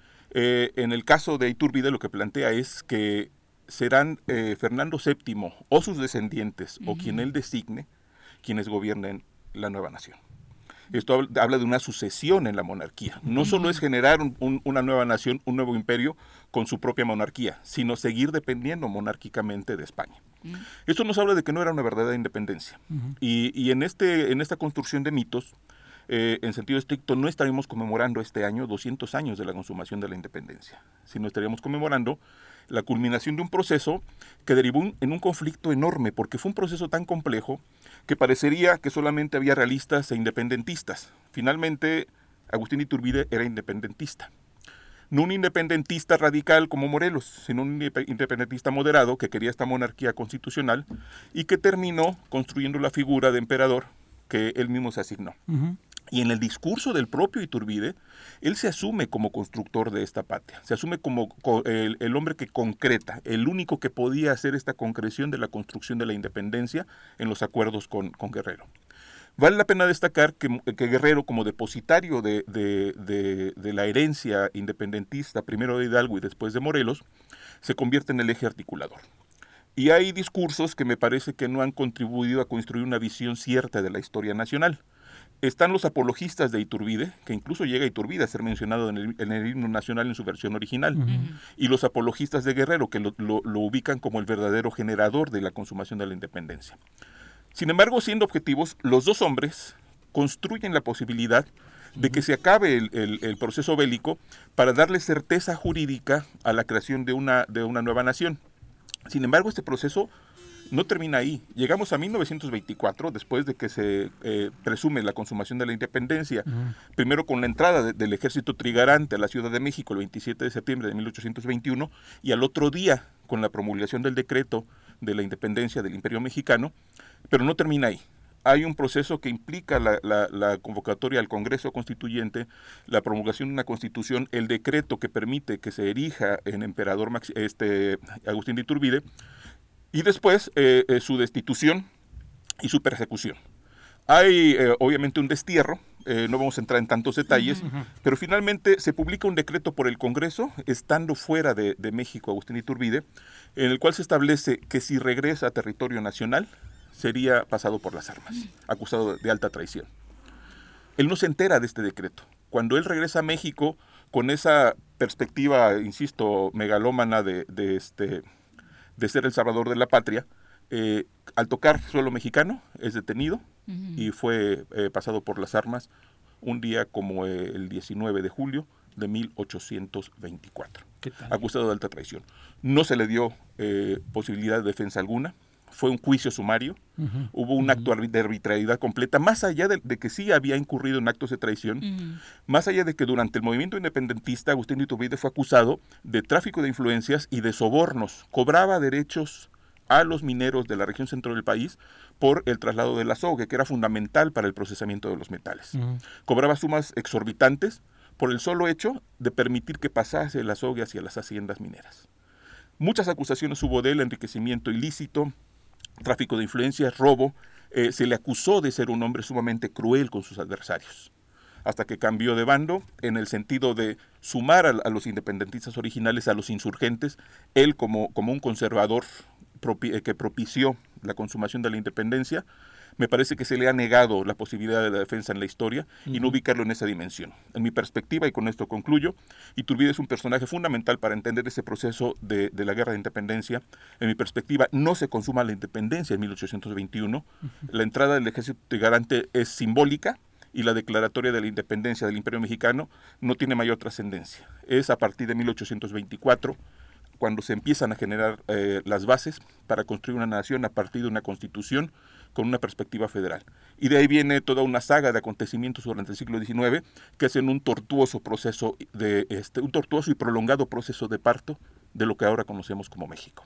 Eh, en el caso de Iturbide lo que plantea es que serán eh, Fernando séptimo o sus descendientes uh-huh. o quien él designe quienes gobiernen la nueva nación. Esto habla de una sucesión en la monarquía. No solo es generar un, un, una nueva nación, un nuevo imperio con su propia monarquía, sino seguir dependiendo monárquicamente de España. Uh-huh. Esto nos habla de que no era una verdadera independencia. Uh-huh. Y, y en, este, en esta construcción de mitos, eh, en sentido estricto, no estaríamos conmemorando este año doscientos años de la consumación de la independencia, sino estaríamos conmemorando la culminación de un proceso que derivó en un conflicto enorme, porque fue un proceso tan complejo que parecería que solamente había realistas e independentistas. Finalmente, Agustín Iturbide era independentista. No un independentista radical como Morelos, sino un independentista moderado que quería esta monarquía constitucional y que terminó construyendo la figura de emperador que él mismo se asignó. Uh-huh. Y en el discurso del propio Iturbide, él se asume como constructor de esta patria, se asume como el, el hombre que concreta, el único que podía hacer esta concreción de la construcción de la independencia en los acuerdos con, con Guerrero. Vale la pena destacar que, que Guerrero, como depositario de, de, de, de la herencia independentista, primero de Hidalgo y después de Morelos, se convierte en el eje articulador. Y hay discursos que me parece que no han contribuido a construir una visión cierta de la historia nacional. Están los apologistas de Iturbide, que incluso llega Iturbide a ser mencionado en el, en el himno nacional en su versión original, uh-huh. y los apologistas de Guerrero, que lo, lo, lo ubican como el verdadero generador de la consumación de la independencia. Sin embargo, siendo objetivos, los dos hombres construyen la posibilidad de que se acabe el, el, el proceso bélico para darle certeza jurídica a la creación de una, de una nueva nación. Sin embargo, este proceso no termina ahí. Llegamos a mil novecientos veinticuatro, después de que se eh, presume la consumación de la independencia, uh-huh. primero con la entrada de, del ejército trigarante a la Ciudad de México el veintisiete de septiembre de mil ochocientos veintiuno, y al otro día con la promulgación del decreto de la independencia del Imperio Mexicano, pero no termina ahí. Hay un proceso que implica la, la, la convocatoria al Congreso Constituyente, la promulgación de una constitución, el decreto que permite que se erija en emperador Max, este, Agustín de Iturbide, y después eh, eh, su destitución y su persecución. Hay eh, obviamente un destierro, eh, no vamos a entrar en tantos detalles, uh-huh. pero finalmente se publica un decreto por el Congreso, estando fuera de, de México Agustín Iturbide, en el cual se establece que si regresa a territorio nacional, sería pasado por las armas, acusado de alta traición. Él no se entera de este decreto. Cuando él regresa a México, con esa perspectiva, insisto, megalómana de, de, este, de ser el salvador de la patria, eh, al tocar suelo mexicano, es detenido uh-huh. y fue eh, pasado por las armas un día como eh, el diecinueve de julio de mil ochocientos veinticuatro, acusado de alta traición. No se le dio eh, posibilidad de defensa alguna. fue un juicio sumario, uh-huh. hubo un acto uh-huh. de arbitrariedad completa, más allá de, de que sí había incurrido en actos de traición, uh-huh. más allá de que durante el movimiento independentista Agustín de Iturbide fue acusado de tráfico de influencias y de sobornos, cobraba derechos a los mineros de la región centro del país por el traslado del azogue, que era fundamental para el procesamiento de los metales. Uh-huh. Cobraba sumas exorbitantes por el solo hecho de permitir que pasase el azogue hacia las haciendas mineras. Muchas acusaciones hubo de él, enriquecimiento ilícito, tráfico de influencias, robo. Eh, se le acusó de ser un hombre sumamente cruel con sus adversarios, hasta que cambió de bando en el sentido de sumar a, a los independentistas originales, a los insurgentes, él como, como un conservador propi, eh, que propició la consumación de la independencia. Me parece que se le ha negado la posibilidad de la defensa en la historia uh-huh. y no ubicarlo en esa dimensión. En mi perspectiva, y con esto concluyo, Iturbide es un personaje fundamental para entender ese proceso de, de la guerra de independencia. En mi perspectiva, no se consuma la independencia en mil ochocientos veintiuno. Uh-huh. La entrada del ejército trigarante es simbólica y la declaratoria de la independencia del Imperio Mexicano no tiene mayor trascendencia. Es a partir de mil ochocientos veinticuatro cuando se empiezan a generar eh, las bases para construir una nación a partir de una constitución con una perspectiva federal. Y de ahí viene toda una saga de acontecimientos durante el siglo diecinueve que hacen un tortuoso proceso, de este, un tortuoso y prolongado proceso de parto de lo que ahora conocemos como México.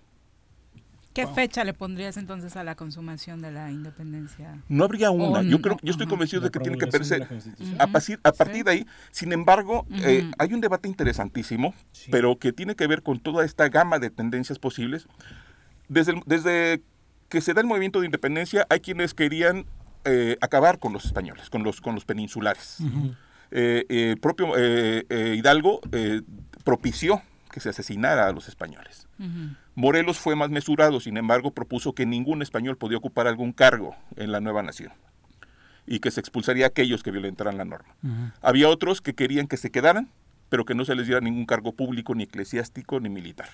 ¿Qué wow. fecha le pondrías entonces a la consumación de la independencia?
No habría una. Oh, yo creo, yo estoy uh-huh. convencido de que tiene que verse a, partir, a partir sí. de ahí. Sin embargo, uh-huh. eh, hay un debate interesantísimo, sí. pero que tiene que ver con toda esta gama de tendencias posibles. Desde, desde que se da el movimiento de independencia, hay quienes querían eh, acabar con los españoles, con los, con los peninsulares. Uh-huh. eh, eh, propio eh, eh, Hidalgo eh, propició que se asesinara a los españoles. Uh-huh. Morelos fue más mesurado, sin embargo, propuso que ningún español podía ocupar algún cargo en la nueva nación y que se expulsaría a aquellos que violentaran la norma. Uh-huh. Había otros que querían que se quedaran, pero que no se les diera ningún cargo público, ni eclesiástico, ni militar.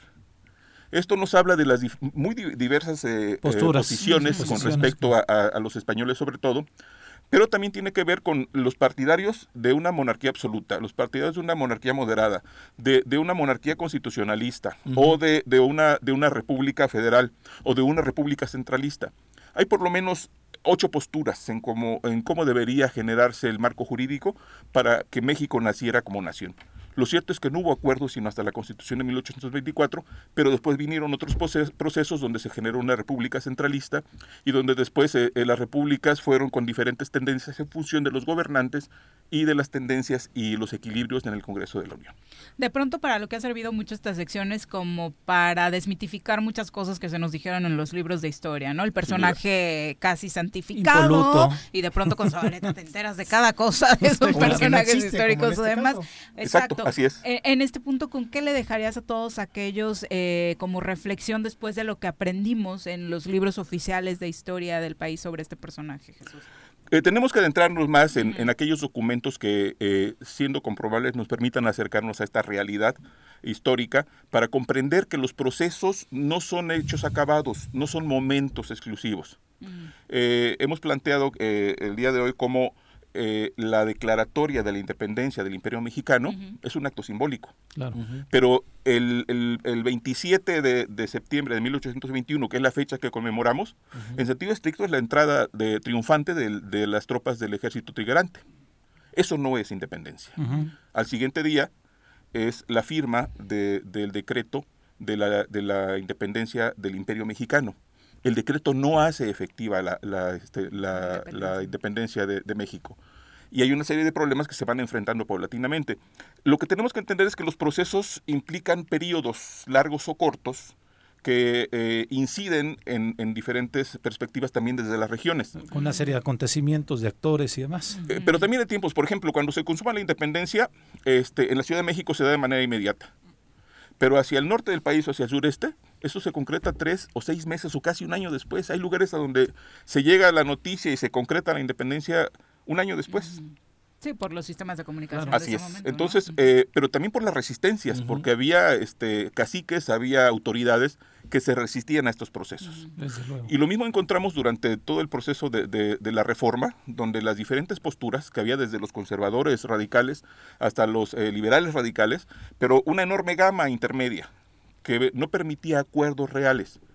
Esto nos habla de las dif- muy di- diversas eh, Posturas, eh, posiciones, sí, sí, con posiciones. respecto a, a, a los españoles sobre todo, pero también tiene que ver con los partidarios de una monarquía absoluta, los partidarios de una monarquía moderada, de, de una monarquía constitucionalista, uh-huh. o de, de, una, de una república federal, o de una república centralista. Hay por lo menos ocho posturas en cómo, en cómo debería generarse el marco jurídico para que México naciera como nación. Lo cierto es que no hubo acuerdo sino hasta la Constitución de mil ochocientos veinticuatro, pero después vinieron otros procesos donde se generó una república centralista y donde después eh, las repúblicas fueron con diferentes tendencias en función de los gobernantes y de las tendencias y los equilibrios en el Congreso de la Unión.
De pronto, para lo que ha servido mucho estas secciones, como para desmitificar muchas cosas que se nos dijeron en los libros de historia, ¿no? El personaje casi santificado Impoluto. Y de pronto con Zabaleta te enteras de cada cosa de esos personajes no existe, históricos o demás.
Exacto. Exacto. Así es.
En este punto, ¿con qué le dejarías a todos aquellos eh, como reflexión después de lo que aprendimos en los libros oficiales de historia del país sobre este personaje, Jesús?
Eh, tenemos que adentrarnos más en, uh-huh. en aquellos documentos que, eh, siendo comprobables, nos permitan acercarnos a esta realidad histórica para comprender que los procesos no son hechos acabados, no son momentos exclusivos. Uh-huh. Eh, hemos planteado eh, el día de hoy cómo Eh, la declaratoria de la independencia del Imperio Mexicano uh-huh. es un acto simbólico.
Claro. Uh-huh.
Pero el, el, el veintisiete de, de septiembre de mil ochocientos veintiuno, que es la fecha que conmemoramos, uh-huh. en sentido estricto es la entrada de, triunfante de, de las tropas del ejército trigarante. Eso no es independencia. Uh-huh. Al siguiente día es la firma de, del decreto de la, de la independencia del Imperio Mexicano. El decreto no hace efectiva la, la, este, la, la independencia de, de México. Y hay una serie de problemas que se van enfrentando paulatinamente. Lo que tenemos que entender es que los procesos implican periodos largos o cortos que eh, inciden en, en diferentes perspectivas también desde las regiones.
Con una serie de acontecimientos, de actores y demás.
Eh, pero también de tiempos. Por ejemplo, cuando se consuma la independencia, este, en la Ciudad de México se da de manera inmediata. Pero hacia el norte del país o hacia el sureste, eso se concreta tres o seis meses o casi un año después. Hay lugares a donde se llega a la noticia y se concreta la independencia un año después.
Sí, por los sistemas de comunicación.
Claro. Así
de
es.
ese momento,
Entonces,
¿no?
eh, pero también por las resistencias, uh-huh. porque había este, caciques, había autoridades que se resistían a estos procesos.
Uh-huh. Desde luego.
Y lo mismo encontramos durante todo el proceso de, de, de la reforma, donde las diferentes posturas que había desde los conservadores radicales hasta los eh, liberales radicales, pero una enorme gama intermedia que no permitía acuerdos reales.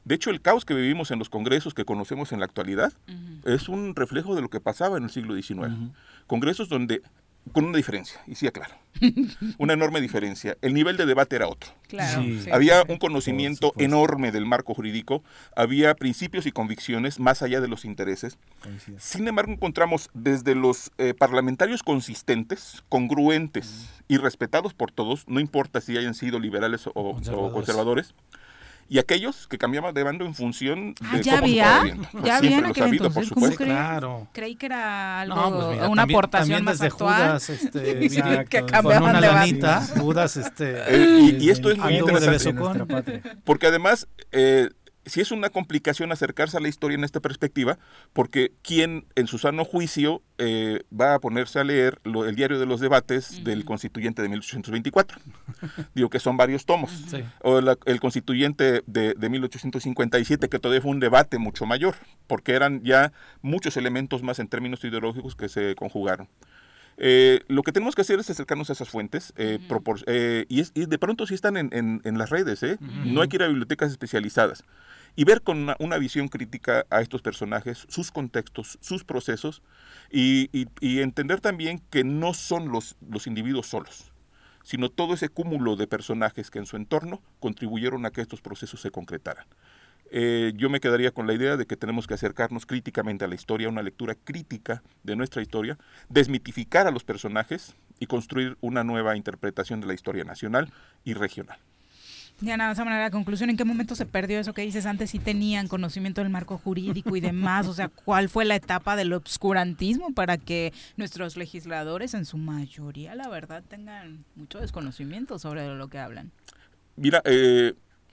De hecho, el caos que vivimos en los congresos que conocemos en la actualidad uh-huh. es un reflejo de lo que pasaba en el siglo diecinueve. Uh-huh. Congresos donde, con una diferencia, y sí aclaro, una enorme diferencia, el nivel de debate era otro.
Claro, sí, sí,
había
sí.
un conocimiento enorme del marco jurídico, había principios y convicciones más allá de los intereses. Sin embargo, encontramos desde los eh, parlamentarios consistentes, congruentes uh-huh. y respetados por todos, no importa si hayan sido liberales o conservadores, o conservadores y aquellos que cambiaban de bando en función de
ah, ¿ya
cómo
había?
se estaba viendo.
¿Ya había en aquel
habido,
entonces?
por supuesto.
Creí?
Claro.
Creí que era algo,
no, pues mira,
una
también,
aportación
también
más
desde
actual.
Judas, este, exacto,
que cambiaban
con una
de
lanita,
bando.
Judas, este...
Eh, y, y esto es muy interesante,
interesante
porque además... Eh, sí es una complicación acercarse a la historia en esta perspectiva, porque quien en su sano juicio eh, va a ponerse a leer lo, el diario de los debates uh-huh. del constituyente de mil ochocientos veinticuatro. Digo que son varios tomos. Uh-huh. Sí. O la, el constituyente de, de mil ochocientos cincuenta y siete, que todavía fue un debate mucho mayor, porque eran ya muchos elementos más en términos ideológicos que se conjugaron. Eh, lo que tenemos que hacer es acercarnos a esas fuentes eh, uh-huh. propor- eh, y, es, y de pronto sí están en, en, en las redes, ¿eh? Uh-huh. No hay que ir a bibliotecas especializadas y ver con una, una visión crítica a estos personajes, sus contextos, sus procesos y, y, y entender también que no son los, los individuos solos, sino todo ese cúmulo de personajes que en su entorno contribuyeron a que estos procesos se concretaran. Eh, yo me quedaría con la idea de que tenemos que acercarnos críticamente a la historia, una lectura crítica de nuestra historia, desmitificar a los personajes y construir una nueva interpretación de la historia nacional y regional.
Ya nada más a manera de conclusión, ¿en qué momento se perdió eso que dices antes? Si tenían conocimiento del marco jurídico y demás, o sea, ¿cuál fue la etapa del obscurantismo para que nuestros legisladores, en su mayoría, la verdad, tengan mucho desconocimiento sobre lo que hablan?
Mira, eh,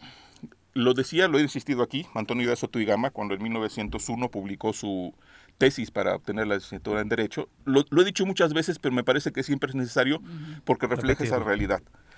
lo decía, lo he insistido aquí, Antonio de Soto y Gama, cuando en mil novecientos uno publicó su tesis para obtener la licenciatura en Derecho. Lo, lo he dicho muchas veces, pero me parece que siempre es necesario porque refleja esa realidad.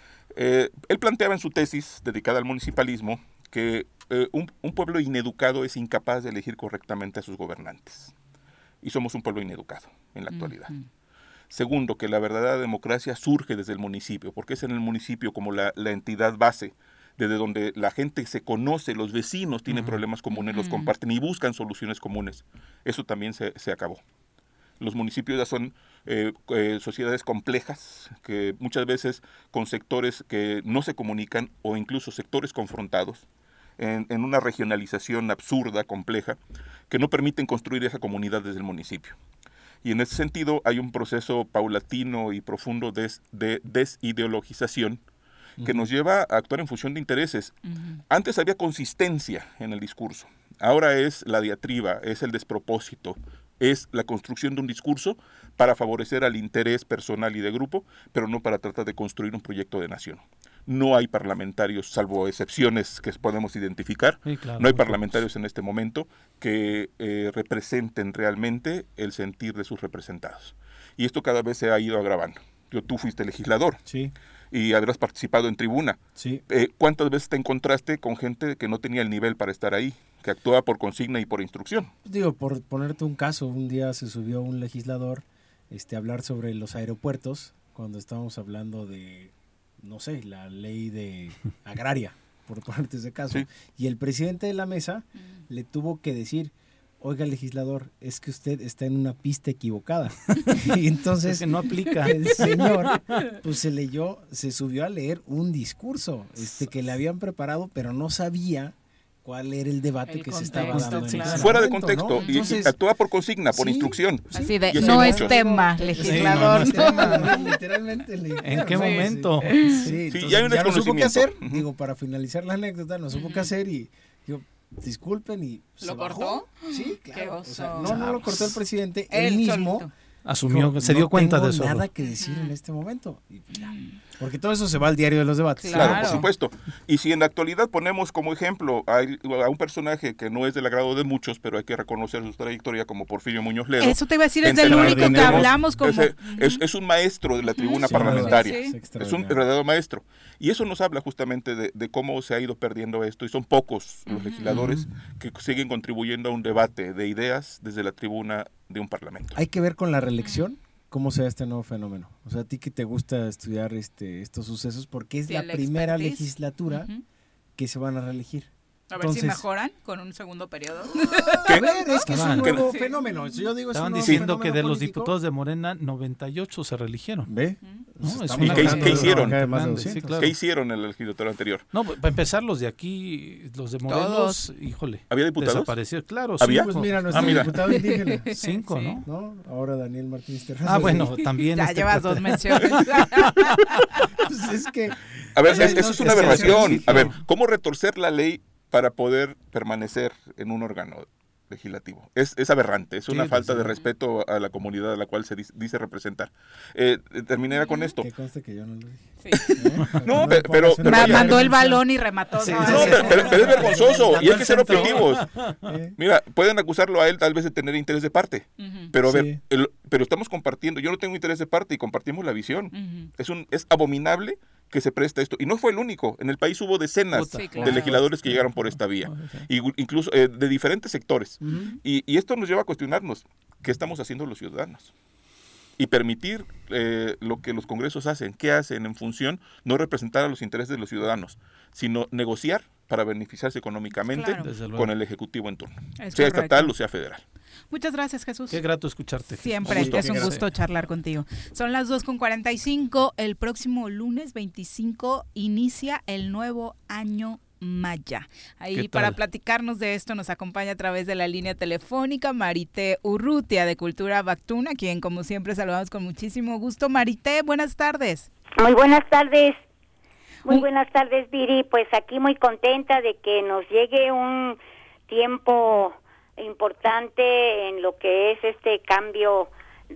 Eh, él planteaba en su tesis, dedicada al municipalismo, que eh, un, un pueblo ineducado es incapaz de elegir correctamente a sus gobernantes. Y somos un pueblo ineducado en la actualidad. Uh-huh. Segundo, que la verdadera democracia surge desde el municipio, porque es en el municipio como la, la entidad base, desde donde la gente se conoce, los vecinos tienen uh-huh. problemas comunes, uh-huh. los comparten y buscan soluciones comunes. Eso también se, se acabó. Los municipios ya son eh, eh, sociedades complejas, que muchas veces con sectores que no se comunican o incluso sectores confrontados, en, en una regionalización absurda, compleja, que no permiten construir esa comunidad desde el municipio. Y en ese sentido hay un proceso paulatino y profundo des, de desideologización que uh-huh. nos lleva a actuar en función de intereses. Uh-huh. Antes había consistencia en el discurso, ahora es la diatriba, es el despropósito, es la construcción de un discurso para favorecer al interés personal y de grupo, pero no para tratar de construir un proyecto de nación. No hay parlamentarios, salvo excepciones que podemos identificar, sí, claro, no hay parlamentarios pocos en este momento que eh, representen realmente el sentir de sus representados. Y esto cada vez se ha ido agravando. Yo, tú fuiste legislador.
Sí.
Y habrás participado en tribuna.
Sí.
Eh, ¿Cuántas veces te encontraste con gente que no tenía el nivel para estar ahí, que actuaba por consigna y por instrucción?
Digo, por ponerte un caso, un día se subió un legislador este, a hablar sobre los aeropuertos, cuando estábamos hablando de, no sé, la ley de agraria, por ponerte ese caso. Sí. Y el presidente de la mesa mm. le tuvo que decir, oiga, legislador, es que usted está en una pista equivocada. Y entonces
es que no aplica.
El señor pues se leyó, se subió a leer un discurso este que le habían preparado, pero no sabía cuál era el debate el que contexto, se estaba dando.
Claro. En Fuera de contexto, ¿no? Entonces, y actúa por consigna, por sí, instrucción.
Así de, no es muchos. tema, legislador.
Sí, no, no es tema, literalmente. Le
¿En qué sí, momento?
Sí, sí,
sí ya hay un
ya no supo qué hacer.
Uh-huh.
Digo, para finalizar la anécdota, no supo uh-huh. qué hacer y yo, disculpen y
¿Lo se cortó?
Sí, claro.
Qué
o sea, no, no lo cortó el presidente, él,
él
mismo
solito.
asumió,
no,
se dio
no
cuenta
tengo
de eso.
No nada que decir en este momento. Y, porque todo eso se va al diario de los debates.
Claro. claro, por supuesto. Y si en la actualidad ponemos como ejemplo a, a un personaje que no es del agrado de muchos, pero hay que reconocer su trayectoria como Porfirio Muñoz Ledo.
Eso te iba a decir, es del único que hablamos como...
Ese, uh-huh. es, es un maestro de la tribuna sí, parlamentaria. Sí, sí. Es un verdadero maestro. Y eso nos habla justamente de, de cómo se ha ido perdiendo esto. Y son pocos los uh-huh. legisladores uh-huh. que siguen contribuyendo a un debate de ideas desde la tribuna de un parlamento.
Hay que ver con la reelección cómo se da este nuevo fenómeno. O sea, a ti que te gusta estudiar este estos sucesos, porque es sí, la primera expertise. legislatura uh-huh. que se van a reelegir.
A ver
Entonces,
si mejoran con un segundo periodo.
A ver, es que es un nuevo
¿Qué?
fenómeno. Yo digo, es
Estaban
un nuevo
diciendo que de
fenómeno
los
político.
diputados de Morena, noventa y ocho se reeligieron.
¿Ve?
¿No? Es
¿Y
una
qué,
gran-
qué hicieron?
grande, sí, claro.
¿Qué hicieron en el legislatorio anterior?
No, para empezar, los de aquí, los de Morelos,
Todos.
híjole.
¿Había diputados?
Desaparecieron, claro.
¿Había?
cinco.
Pues mira, nuestro
Ah, mira.
diputado indígena.
Cinco,
Sí.
¿no?
¿no? Ahora Daniel Martínez Terrazas.
Ah, bueno, también.
Ya
este
llevas
cuate-
dos menciones.
Pues es que...
A ver,
o sea,
es- eso
no,
es una
que sea
aberración.
cierto.
A ver, ¿cómo retorcer la ley para poder permanecer en un órgano legislativo? Es, es aberrante, es una
Sí,
falta
desde
de
luego.
respeto a la comunidad a la cual se dice, dice representar. Eh, terminaré con esto.
Que conste que yo no lo dije.
No, pe- pero... pero
Ma-
oye,
mandó el balón y remató.
Sí,
No,
sí,
No,
sí.
pero, pero- pero es vergonzoso y hay que ser
Mandó el centro.
objetivos. Mira, pueden acusarlo a él tal vez de tener interés de parte, pero a ver,
Sí.
el- pero estamos compartiendo. Yo no tengo interés de parte y compartimos la visión.
Ujú.
Es un es abominable que se preste esto. Y no fue el único. En el país hubo decenas
Sí,
de
claro.
legisladores que llegaron por esta vía, y, incluso eh, de diferentes sectores. y, y esto nos lleva a cuestionarnos qué estamos haciendo los ciudadanos. Y permitir eh, lo que los congresos hacen, qué hacen en función, no representar a los intereses de los ciudadanos, sino negociar para beneficiarse económicamente
Claro.
Desde luego.
con el Ejecutivo en turno,
Es
sea
correcto.
estatal o sea federal.
Muchas gracias, Jesús.
Qué grato escucharte.
Siempre,
Gusto.
es un
Qué
gusto
grato.
charlar contigo. Son las dos con cuarenta y cinco. El próximo lunes veinticinco inicia el nuevo año maya. Ahí
¿Qué
para
tal?
platicarnos de esto nos acompaña a través de la línea telefónica Marité Urrutia de Cultura Bactuna, quien como siempre saludamos con muchísimo gusto. Marité, buenas tardes.
Muy buenas tardes. Muy
Un-
buenas tardes, Viri. Pues aquí muy contenta de que nos llegue un tiempo importante en lo que es este cambio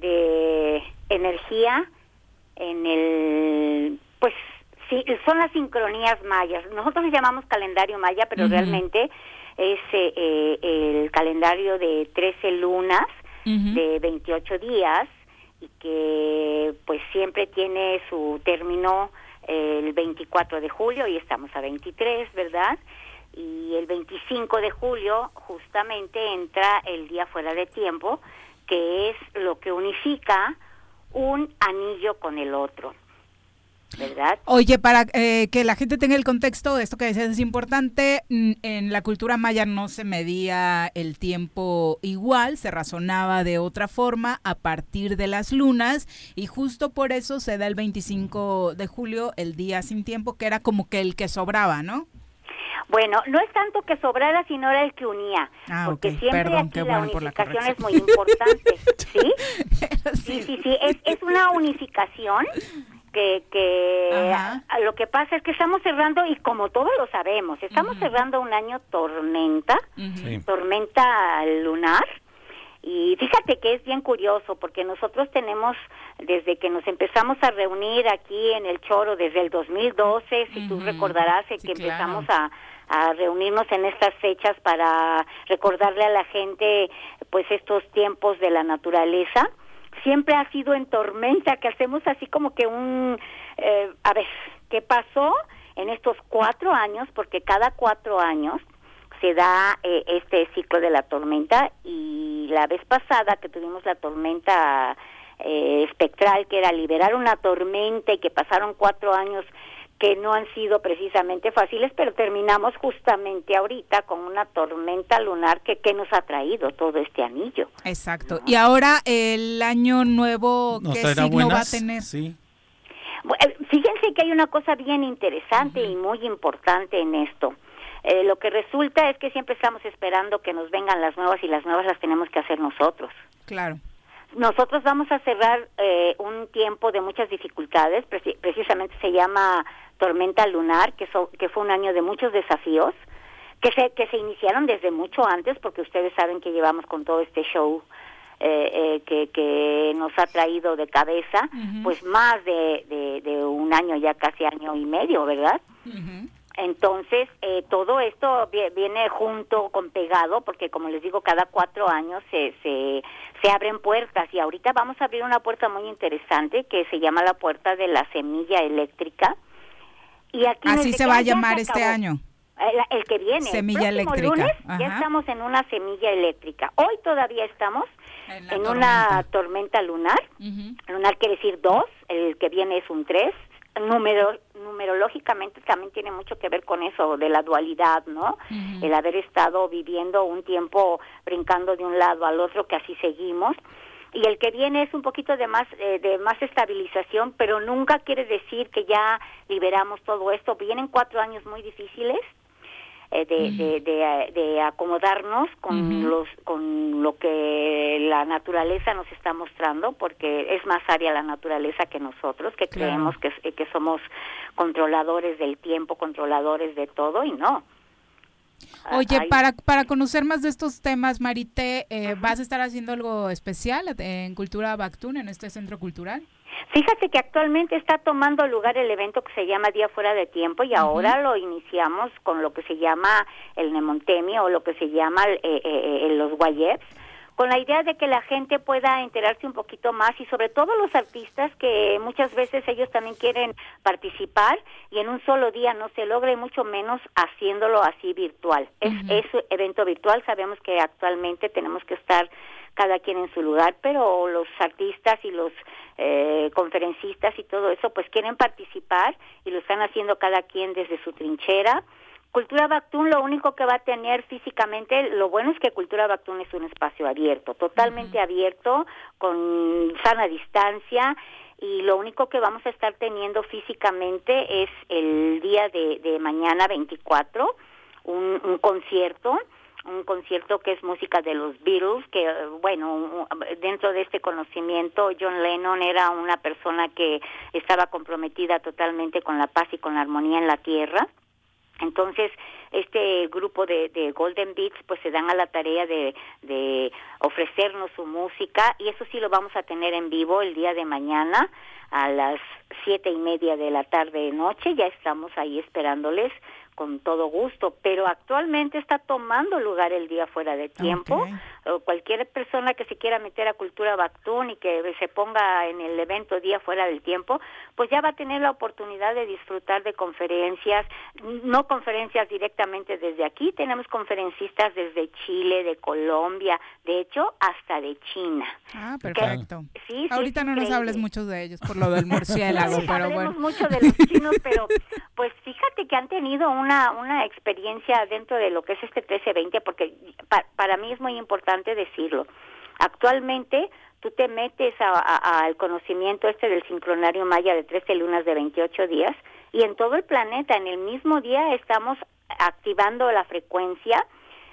de energía en el, pues sí, son las sincronías mayas. Nosotros le llamamos calendario maya, pero
Ujú.
realmente es eh, eh, el calendario de trece lunas
Ujú.
de veintiocho días y que pues siempre tiene su término eh, el veinticuatro de julio y estamos a veintitrés, ¿verdad? Y el veinticinco de julio justamente entra el día fuera de tiempo, que es lo que unifica un anillo con el otro, ¿verdad?
Oye, para eh, que la gente tenga el contexto, esto que decías es importante, mm, en la cultura maya no se medía el tiempo igual, se razonaba de otra forma a partir de las lunas y justo por eso se da el veinticinco de julio, el día sin tiempo, que era como que el que sobraba, ¿no?
Bueno, no es tanto que sobrara, sino era el que unía,
Ah,
porque
ok.
siempre
Perdón,
aquí
qué
la
bueno por la
unificación es
corrección.
muy importante, ¿sí? Sí, sí, sí, es, es una unificación que, que
Ajá.
a- lo que pasa es que estamos cerrando, y como todos lo sabemos, estamos cerrando un año tormenta,
Sí.
tormenta lunar, y fíjate que es bien curioso porque nosotros tenemos, desde que nos empezamos a reunir aquí en el Choro desde el dos mil doce, si tú
Ujú.
recordarás, eh,
Sí,
que
claro.
empezamos a, a reunirnos en estas fechas para recordarle a la gente pues estos tiempos de la naturaleza, siempre ha sido en tormenta, que hacemos así como que un, eh, a ver, ¿qué pasó en estos cuatro años? Porque cada cuatro años se da eh, este ciclo de la tormenta, y la vez pasada que tuvimos la tormenta eh, espectral, que era liberar una tormenta, y que pasaron cuatro años que no han sido precisamente fáciles, pero terminamos justamente ahorita con una tormenta lunar que, que nos ha traído todo este anillo.
Exacto. Y ahora el año nuevo,
¿Nos
¿qué
traerá
signo va a
buenas?
tener?
Sí.
Bueno, fíjense que hay una cosa bien interesante y muy importante en esto. Eh, lo que resulta es que siempre estamos esperando que nos vengan las nuevas, y las nuevas las tenemos que hacer nosotros.
Claro.
Nosotros vamos a cerrar eh, un tiempo de muchas dificultades, preci- precisamente se llama tormenta lunar, que, so- que fue un año de muchos desafíos, que se, que se iniciaron desde mucho antes, porque ustedes saben que llevamos con todo este show eh, eh, que, que nos ha traído de cabeza,
Ujú.
pues más de, de, de un año, ya casi año y medio, ¿verdad?
Ujú.
Entonces, eh, todo esto vi- viene junto con pegado, porque como les digo, cada cuatro años se, se, se abren puertas, y ahorita vamos a abrir una puerta muy interesante que se llama la puerta de la semilla eléctrica. Y aquí
Así
desde
se
que
va a
ya
llamar
se
este
acabó.
año.
El, el que viene,
Semilla
el próximo
eléctrica.
lunes, ya
Ajá.
estamos en una semilla eléctrica. Hoy todavía estamos
En la
en
tormenta.
una tormenta lunar.
Ujú.
Lunar quiere decir dos, el que viene es un tres. número, numerológicamente también tiene mucho que ver con eso, de la dualidad, ¿no? Uh-huh. El haber estado viviendo un tiempo brincando de un lado al otro, que así seguimos. Y el que viene es un poquito de más eh, de más estabilización, pero nunca quiere decir que ya liberamos todo esto. Vienen cuatro años muy difíciles eh, de, uh-huh. de, de, de acomodarnos con uh-huh. los con lo que la naturaleza nos está mostrando, porque es más sabia la naturaleza que nosotros, que claro. creemos que, que somos controladores del tiempo, controladores de todo, y no.
Oye, Ay. para para conocer más de estos temas, Marité, eh, ¿vas a estar haciendo algo especial en Cultura Bactún, en este centro cultural?
Fíjate que actualmente está tomando lugar el evento que se llama Día Fuera de Tiempo, y uh-huh. ahora lo iniciamos con lo que se llama el Nemontemi, o lo que se llama eh, eh, los Guayebs, con la idea de que la gente pueda enterarse un poquito más, y sobre todo los artistas, que muchas veces ellos también quieren participar y en un solo día no se logra, y mucho menos haciéndolo así virtual. Uh-huh. Es, es evento virtual, sabemos que actualmente tenemos que estar cada quien en su lugar, pero los artistas y los eh, conferencistas y todo eso pues quieren participar, y lo están haciendo cada quien desde su trinchera. Cultura Bactún lo único que va a tener físicamente, lo bueno es que Cultura Bactún es un espacio abierto, totalmente uh-huh. abierto, con sana distancia, y lo único que vamos a estar teniendo físicamente es el día de, de mañana veinticuatro, un, un concierto, un concierto que es música de los Beatles, que bueno, dentro de este conocimiento John Lennon era una persona que estaba comprometida totalmente con la paz y con la armonía en la tierra. Entonces, este grupo de, de Golden Beats pues se dan a la tarea de, de ofrecernos su música, y eso sí lo vamos a tener en vivo el día de mañana a las siete y media de la tarde noche. Ya estamos ahí esperándoles con todo gusto, pero actualmente está tomando lugar el Día Fuera de Tiempo. Okay. Cualquier persona que se quiera meter a Cultura Bactún y que se ponga en el evento Día Fuera del Tiempo, pues ya va a tener la oportunidad de disfrutar de conferencias, no conferencias directamente desde aquí, tenemos conferencistas desde Chile, de Colombia, de hecho hasta de China.
Ah, perfecto.
Que, sí, sí,
ahorita no nos hables mucho de ellos por lo del murciélago,
no,
pero
bueno.
bueno.
mucho de los chinos, pero pues fíjate que han tenido una, una experiencia dentro de lo que es este trece veinte, porque pa, para mí es muy importante decirlo. Actualmente tú te metes al conocimiento este del sincronario maya de trece lunas de veintiocho días, y en todo el planeta en el mismo día estamos activando la frecuencia,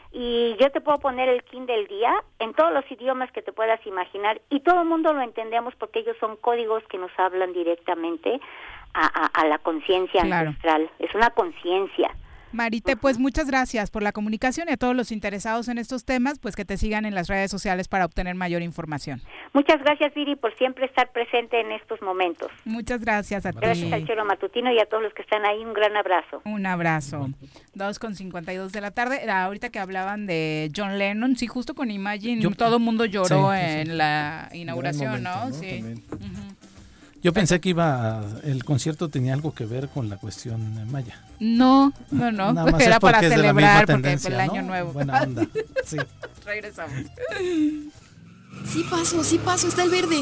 y yo te puedo poner el kin del día en todos los idiomas que te puedas imaginar, y todo el mundo lo entendemos porque ellos son códigos que nos hablan directamente a, a, a la conciencia claro. ancestral. Es una conciencia.
Marité, pues muchas gracias por la comunicación, y a todos los interesados en estos temas, pues que te sigan en las redes sociales para obtener mayor información.
Muchas gracias, Viri, por siempre estar presente en estos momentos.
Muchas gracias a ti.
Gracias al Choro Matutino y a todos los que están ahí, un gran abrazo.
Un abrazo. dos con cincuenta y dos de la tarde. Ahorita que hablaban de John Lennon, sí, justo con Imagine, Yo, todo el mundo lloró sí, en sí. la inauguración, momento, ¿no? ¿no? Sí. Uh-huh.
Yo pensé que iba, a, el concierto tenía algo que ver con la cuestión maya.
No, no, no,
Nada más
era para celebrar porque
fue
el año
¿no?
nuevo.
Buena onda, sí.
Regresamos.
Sí paso, sí paso, está el verde.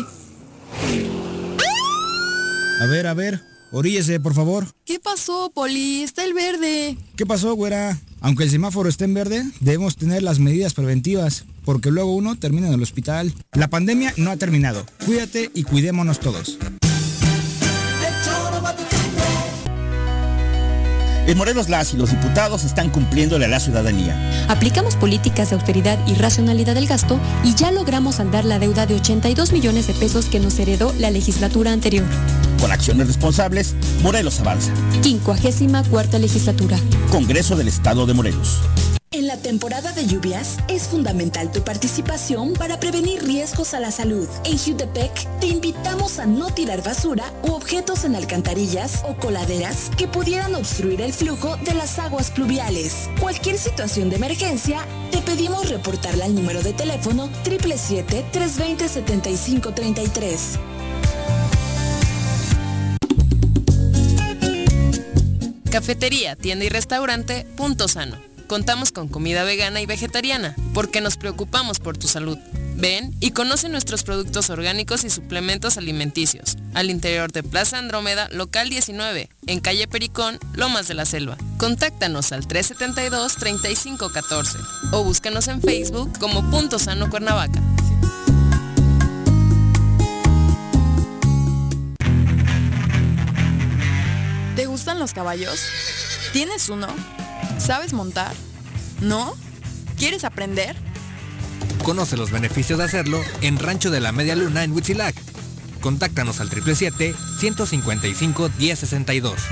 A ver, a ver, oríllese, por favor.
¿Qué pasó, Poli? Está el verde.
¿Qué pasó, güera? Aunque el semáforo esté en verde, debemos tener las medidas preventivas, porque luego uno termina en el hospital. La pandemia no ha terminado. Cuídate y cuidémonos todos.
En Morelos, las y los diputados están cumpliéndole a la ciudadanía.
Aplicamos políticas de austeridad y racionalidad del gasto, y ya logramos saldar la deuda de ochenta y dos millones de pesos que nos heredó la legislatura anterior.
Con acciones responsables, Morelos avanza.
quincuagésima cuarta legislatura.
Congreso del Estado de Morelos.
En la temporada de lluvias es fundamental tu participación para prevenir riesgos a la salud. En Jutepec te invitamos a no tirar basura u objetos en alcantarillas o coladeras que pudieran obstruir el flujo de las aguas pluviales. Cualquier situación de emergencia, te pedimos reportarla al número de teléfono siete siete siete, tres dos cero, siete cinco tres tres.
Cafetería, tienda y restaurante Punto Sano. Contamos con comida vegana y vegetariana, porque nos preocupamos por tu salud. Ven y conoce nuestros productos orgánicos y suplementos alimenticios, al interior de Plaza Andrómeda, local diecinueve, en calle Pericón, Lomas de la Selva. Contáctanos al tres setenta y dos, treinta y cinco catorce o búscanos en Facebook como Punto Sano Cuernavaca.
¿Te gustan los caballos? ¿Tienes uno? ¿Sabes montar? ¿No? ¿Quieres aprender?
Conoce los beneficios de hacerlo en Rancho de la Media Luna en Huitzilac. Contáctanos al siete siete siete, ciento cincuenta y cinco, diez sesenta y dos.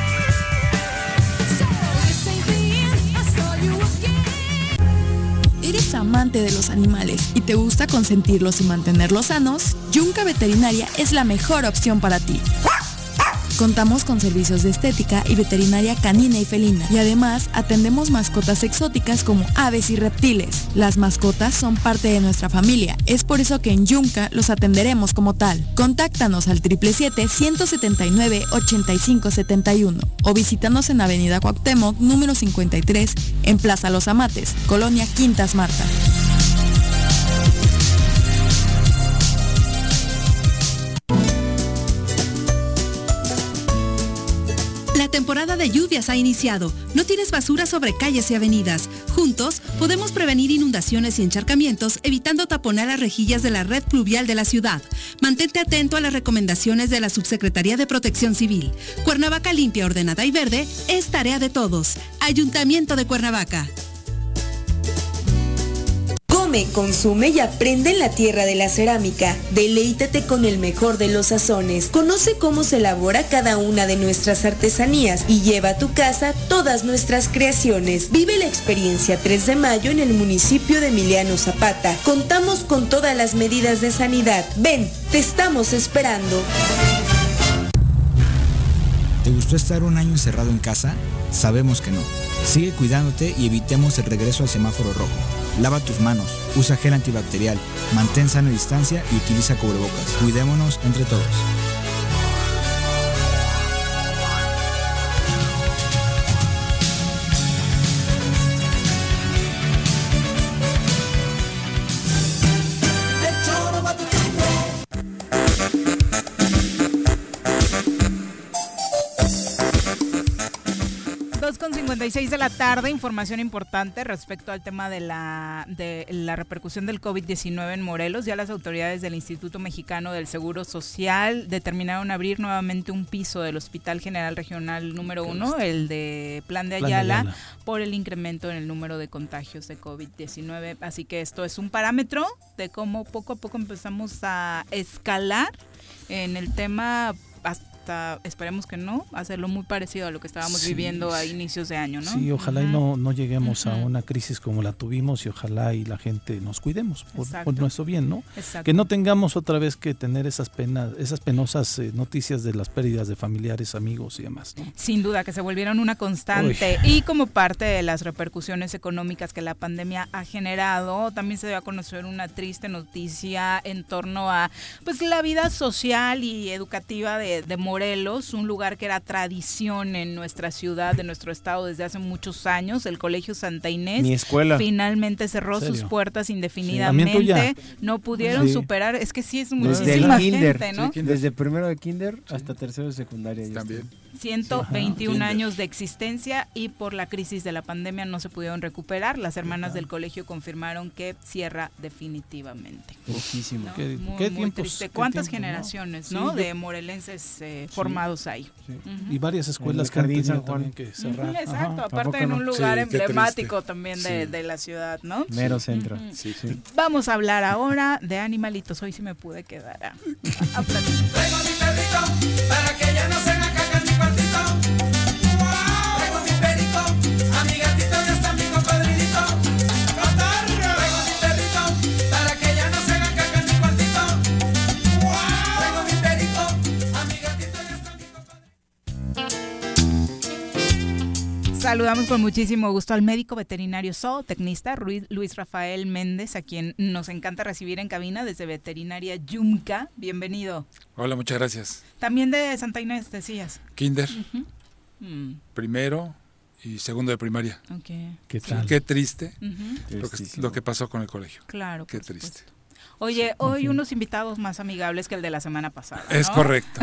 ¿Eres amante de los animales y te gusta consentirlos y mantenerlos sanos? Yunca Veterinaria es la mejor opción para ti. Contamos con servicios de estética y veterinaria canina y felina. Y además atendemos mascotas exóticas como aves y reptiles. Las mascotas son parte de nuestra familia. Es por eso que en Yunca los atenderemos como tal. Contáctanos al siete siete siete, ciento setenta y nueve, ochenta y cinco setenta y uno o visítanos en Avenida Cuauhtémoc, número cincuenta y tres, en Plaza Los Amates, Colonia Quintas Marta.
La temporada de lluvias ha iniciado. No tires basura sobre calles y avenidas. Juntos podemos prevenir inundaciones y encharcamientos, evitando taponar las rejillas de la red pluvial de la ciudad. Mantente atento a las recomendaciones de la Subsecretaría de Protección Civil. Cuernavaca limpia, ordenada y verde es tarea de todos. Ayuntamiento de Cuernavaca.
Come, consume y aprende en la tierra de la cerámica. Deleítate con el mejor de los sazones. Conoce cómo se elabora cada una de nuestras artesanías y lleva a tu casa todas nuestras creaciones. Vive la experiencia tres de mayo en el municipio de Emiliano Zapata. Contamos con todas las medidas de sanidad. Ven, te estamos esperando.
¿Te gustó estar un año encerrado en casa? Sabemos que no. Sigue cuidándote y evitemos el regreso al semáforo rojo. Lava tus manos, usa gel antibacterial, mantén sana distancia y utiliza cubrebocas. Cuidémonos entre todos.
cincuenta y seis de la tarde, información importante respecto al tema de la de la repercusión del COVID diecinueve en Morelos. Ya las autoridades del Instituto Mexicano del Seguro Social determinaron abrir nuevamente un piso del Hospital General Regional número uno, el de Plan de Ayala, Plan de Ayala, por el incremento en el número de contagios de COVID diecinueve. Así que esto es un parámetro de cómo poco a poco empezamos a escalar en el tema. Hasta, esperemos que no, hacerlo muy parecido a lo que estábamos sí, viviendo a inicios de año, ¿no?
Sí, ojalá uh-huh. y no, no lleguemos uh-huh. a una crisis como la tuvimos y ojalá y la gente nos cuidemos por, por nuestro bien, ¿no? Exacto. Que no tengamos otra vez que tener esas penas, esas penosas eh, noticias de las pérdidas de familiares, amigos y demás, ¿no?
Sin duda, que se volvieron una constante. Uy. Y como parte de las repercusiones económicas que la pandemia ha generado, también se dio a conocer una triste noticia en torno a pues la vida social y educativa de, de Morelos, un lugar que era tradición en nuestra ciudad, en nuestro estado desde hace muchos años. El Colegio Santa Inés
Mi escuela.
finalmente cerró sus puertas indefinidamente. Sí. No pudieron sí. superar, es que sí es muchísima gente, ¿no?
Sí, desde primero de kinder sí. hasta tercero de secundaria.
También.
ciento veintiún Ajá, años de existencia y por la crisis de la pandemia no se pudieron recuperar. Las hermanas Ajá. del colegio confirmaron que cierra definitivamente.
Muchísimo.
¿No?
¿Qué,
muy,
qué
muy
tiempos,
triste.
¿qué
¿Cuántas
tiempo,
generaciones
no?
¿no?
Sí,
de morelenses eh,
sí.
formados ahí?
Sí. Uh-huh. Y varias escuelas que han tenido también que cerrar.
Uh-huh, exacto, Ajá. aparte en un lugar sí, emblemático también de,
sí.
de la ciudad, ¿no?
Mero centro.
Uh-huh.
sí, sí.
Vamos a hablar ahora de animalitos. Hoy sí me pude quedar a, a platicar.
Traigo mi perrito para que ya no se haga caca en mi cuartito. Traigo mi perico, a mi gatito y hasta mi cocodrilito. Traigo mi perrito para que ya no se haga caca en mi cuartito. Traigo mi perico, a mi gatito y hasta mi cocodrilito.
Saludamos con muchísimo gusto al médico veterinario zootecnista Luis Rafael Méndez, a quien nos encanta recibir en cabina desde Veterinaria Yumka. Bienvenido.
Hola, muchas gracias.
También de Santa Inés, decías.
Kinder.
Uh-huh. mm.
Primero, y segundo de primaria.
Okay.
¿Qué tal?
Qué triste
Uh-huh.
lo, que, lo que pasó con el colegio.
Claro.
Qué triste.
Oye, hoy unos invitados más amigables que el de la semana pasada, ¿no?
Es correcto.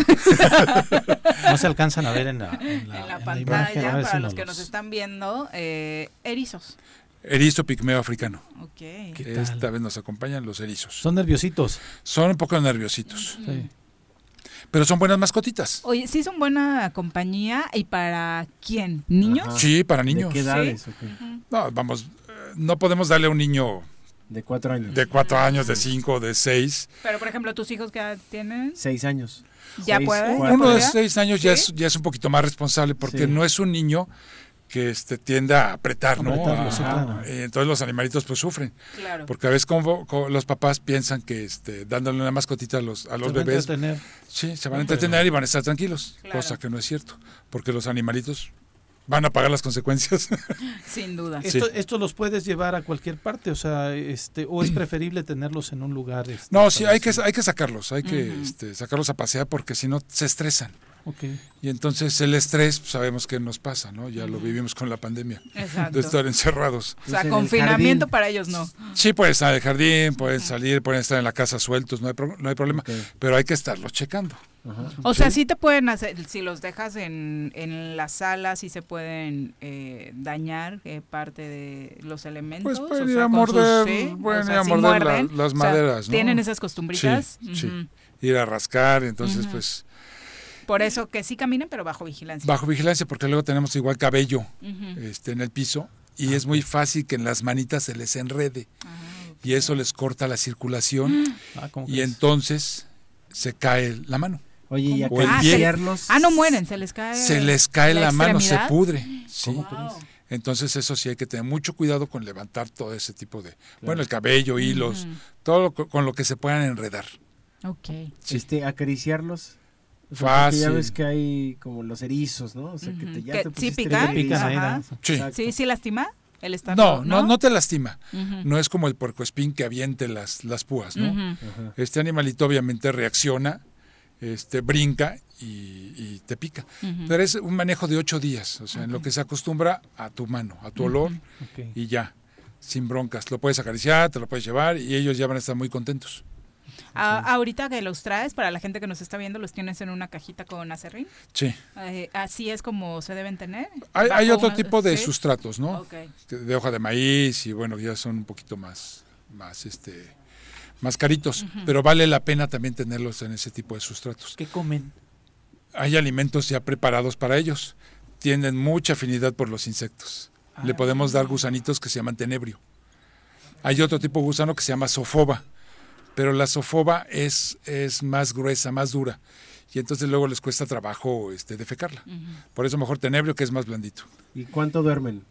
No se alcanzan a ver en la, en la,
En la
en
pantalla,
imagen, a ver
para
si
los
no
que nos están viendo, eh, erizos.
Erizo pigmeo africano.
Ok.
Esta vez nos acompañan los erizos.
Son nerviositos.
Son un poco nerviositos.
Sí.
Pero son buenas mascotitas.
Oye, sí son buena compañía. ¿Y para quién? ¿Niños?
Ajá. Sí, para niños.
¿De qué edades?
Sí.
Okay.
No, vamos, eh, no podemos darle a un niño
De cuatro años.
de cuatro años, de cinco, de seis.
Pero, por ejemplo, ¿tus hijos qué edad tienen?
Seis años.
¿Ya
Seis,
pueden?
cuatro.
Uno de
¿Ya?
seis años ya,
¿Sí?
es, ya es un poquito más responsable porque
Sí.
no es un niño que este, tiende a apretar, ¿no?
Apretarlo,
A-
sí, claro.
eh, entonces los animalitos pues sufren.
Claro.
Porque a veces como, como los papás piensan que este, dándole una mascotita a los, a los
Se va a
bebés,
entretener.
sí, se van a entretener y van a estar tranquilos,
Claro.
cosa que no es cierto, porque los animalitos van a pagar las consecuencias.
Sin duda.
Esto,
Sí.
esto los puedes llevar a cualquier parte, o sea, este, o es preferible tenerlos en un lugar. Este,
No, sí, hay que,
establecido?
hay que sacarlos, hay que
Ujú.
este, sacarlos a pasear porque si no se estresan.
Okay.
Y entonces el estrés, pues, sabemos que nos pasa, ¿no? Ya lo vivimos con la pandemia,
Exacto.
de estar encerrados.
O sea,
en el
confinamiento
jardín.
para ellos no.
Sí, pueden estar en el jardín, pueden salir, pueden estar en la casa sueltos, no hay, pro- no hay problema,
Ok.
pero hay que estarlos checando.
Ajá.
O sea, sí te pueden hacer, si los dejas en, en la sala, sí se pueden eh, dañar eh, parte de los elementos.
Pues pueden
o
ir
sea,
a
con sus-
morder,
sí,
pueden
o sea,
ir a
sí
morder la-
muerden.
las
O sea,
maderas, ¿no?
Tienen esas costumbritas.
Sí, sí.
Ujú.
Ir a rascar, entonces
Ujú.
pues
Por eso que sí caminen, pero bajo vigilancia.
bajo vigilancia, porque luego tenemos igual cabello
Ujú.
este, en el piso y es muy fácil que en las manitas se les enrede y eso les corta la circulación
Ah, ¿cómo
y
crees?
entonces se cae la mano.
Oye, y
O el
Ah,
pie.
se-
acariciarlos.
ah, no mueren, se les cae.
Se les cae la, mano, se
extremidad.
pudre. Sí.
¿Cómo crees?
Entonces eso sí hay que tener mucho cuidado con levantar todo ese tipo de, bueno, el cabello, hilos, todo lo co- con lo que se puedan enredar.
Ok.
Sí.
Este, acariciarlos. O sea, porque
Fácil.
ya ves que hay como los erizos, ¿no? O sea, que te, ya
Que
te
sí
pusiste
pican.
bien
pican ahí,
Ajá.
¿no?
Sí.
Exacto.
Sí, sí lastima el estar.
No, no, no te lastima.
Ujú.
No es como el puercoespín que aviente las, las púas, ¿no?
Ujú.
Ajá.
Este animalito obviamente reacciona, este, brinca y, y te pica.
Ujú.
Pero es un manejo de ocho días, o sea, en lo que se acostumbra a tu mano, a tu olor
Ok.
y ya, sin broncas. Lo puedes acariciar, te lo puedes llevar y ellos ya van a estar muy contentos.
Ah, ahorita que los traes, para la gente que nos está viendo, los tienes en una cajita con acerrín.
Sí.
Eh, así es como se deben tener.
Hay, hay
Bajo
otro
una-
tipo de
¿sí?
sustratos, ¿no?
Ok.
Que- De hoja de maíz y bueno, ya son un poquito más, más, este, más caritos,
Ujú.
pero vale la pena también tenerlos en ese tipo de sustratos.
¿Qué comen?
Hay alimentos ya preparados para ellos. Tienen mucha afinidad por los insectos. Le
Ah.
podemos dar gusanitos que se llaman tenebrio. Hay otro tipo de gusano que se llama sofoba, pero la sofoba es, es más gruesa, más dura. Y entonces luego les cuesta trabajo este, defecarla. Por eso mejor tenebrio, que es más blandito.
¿Y cuánto duermen?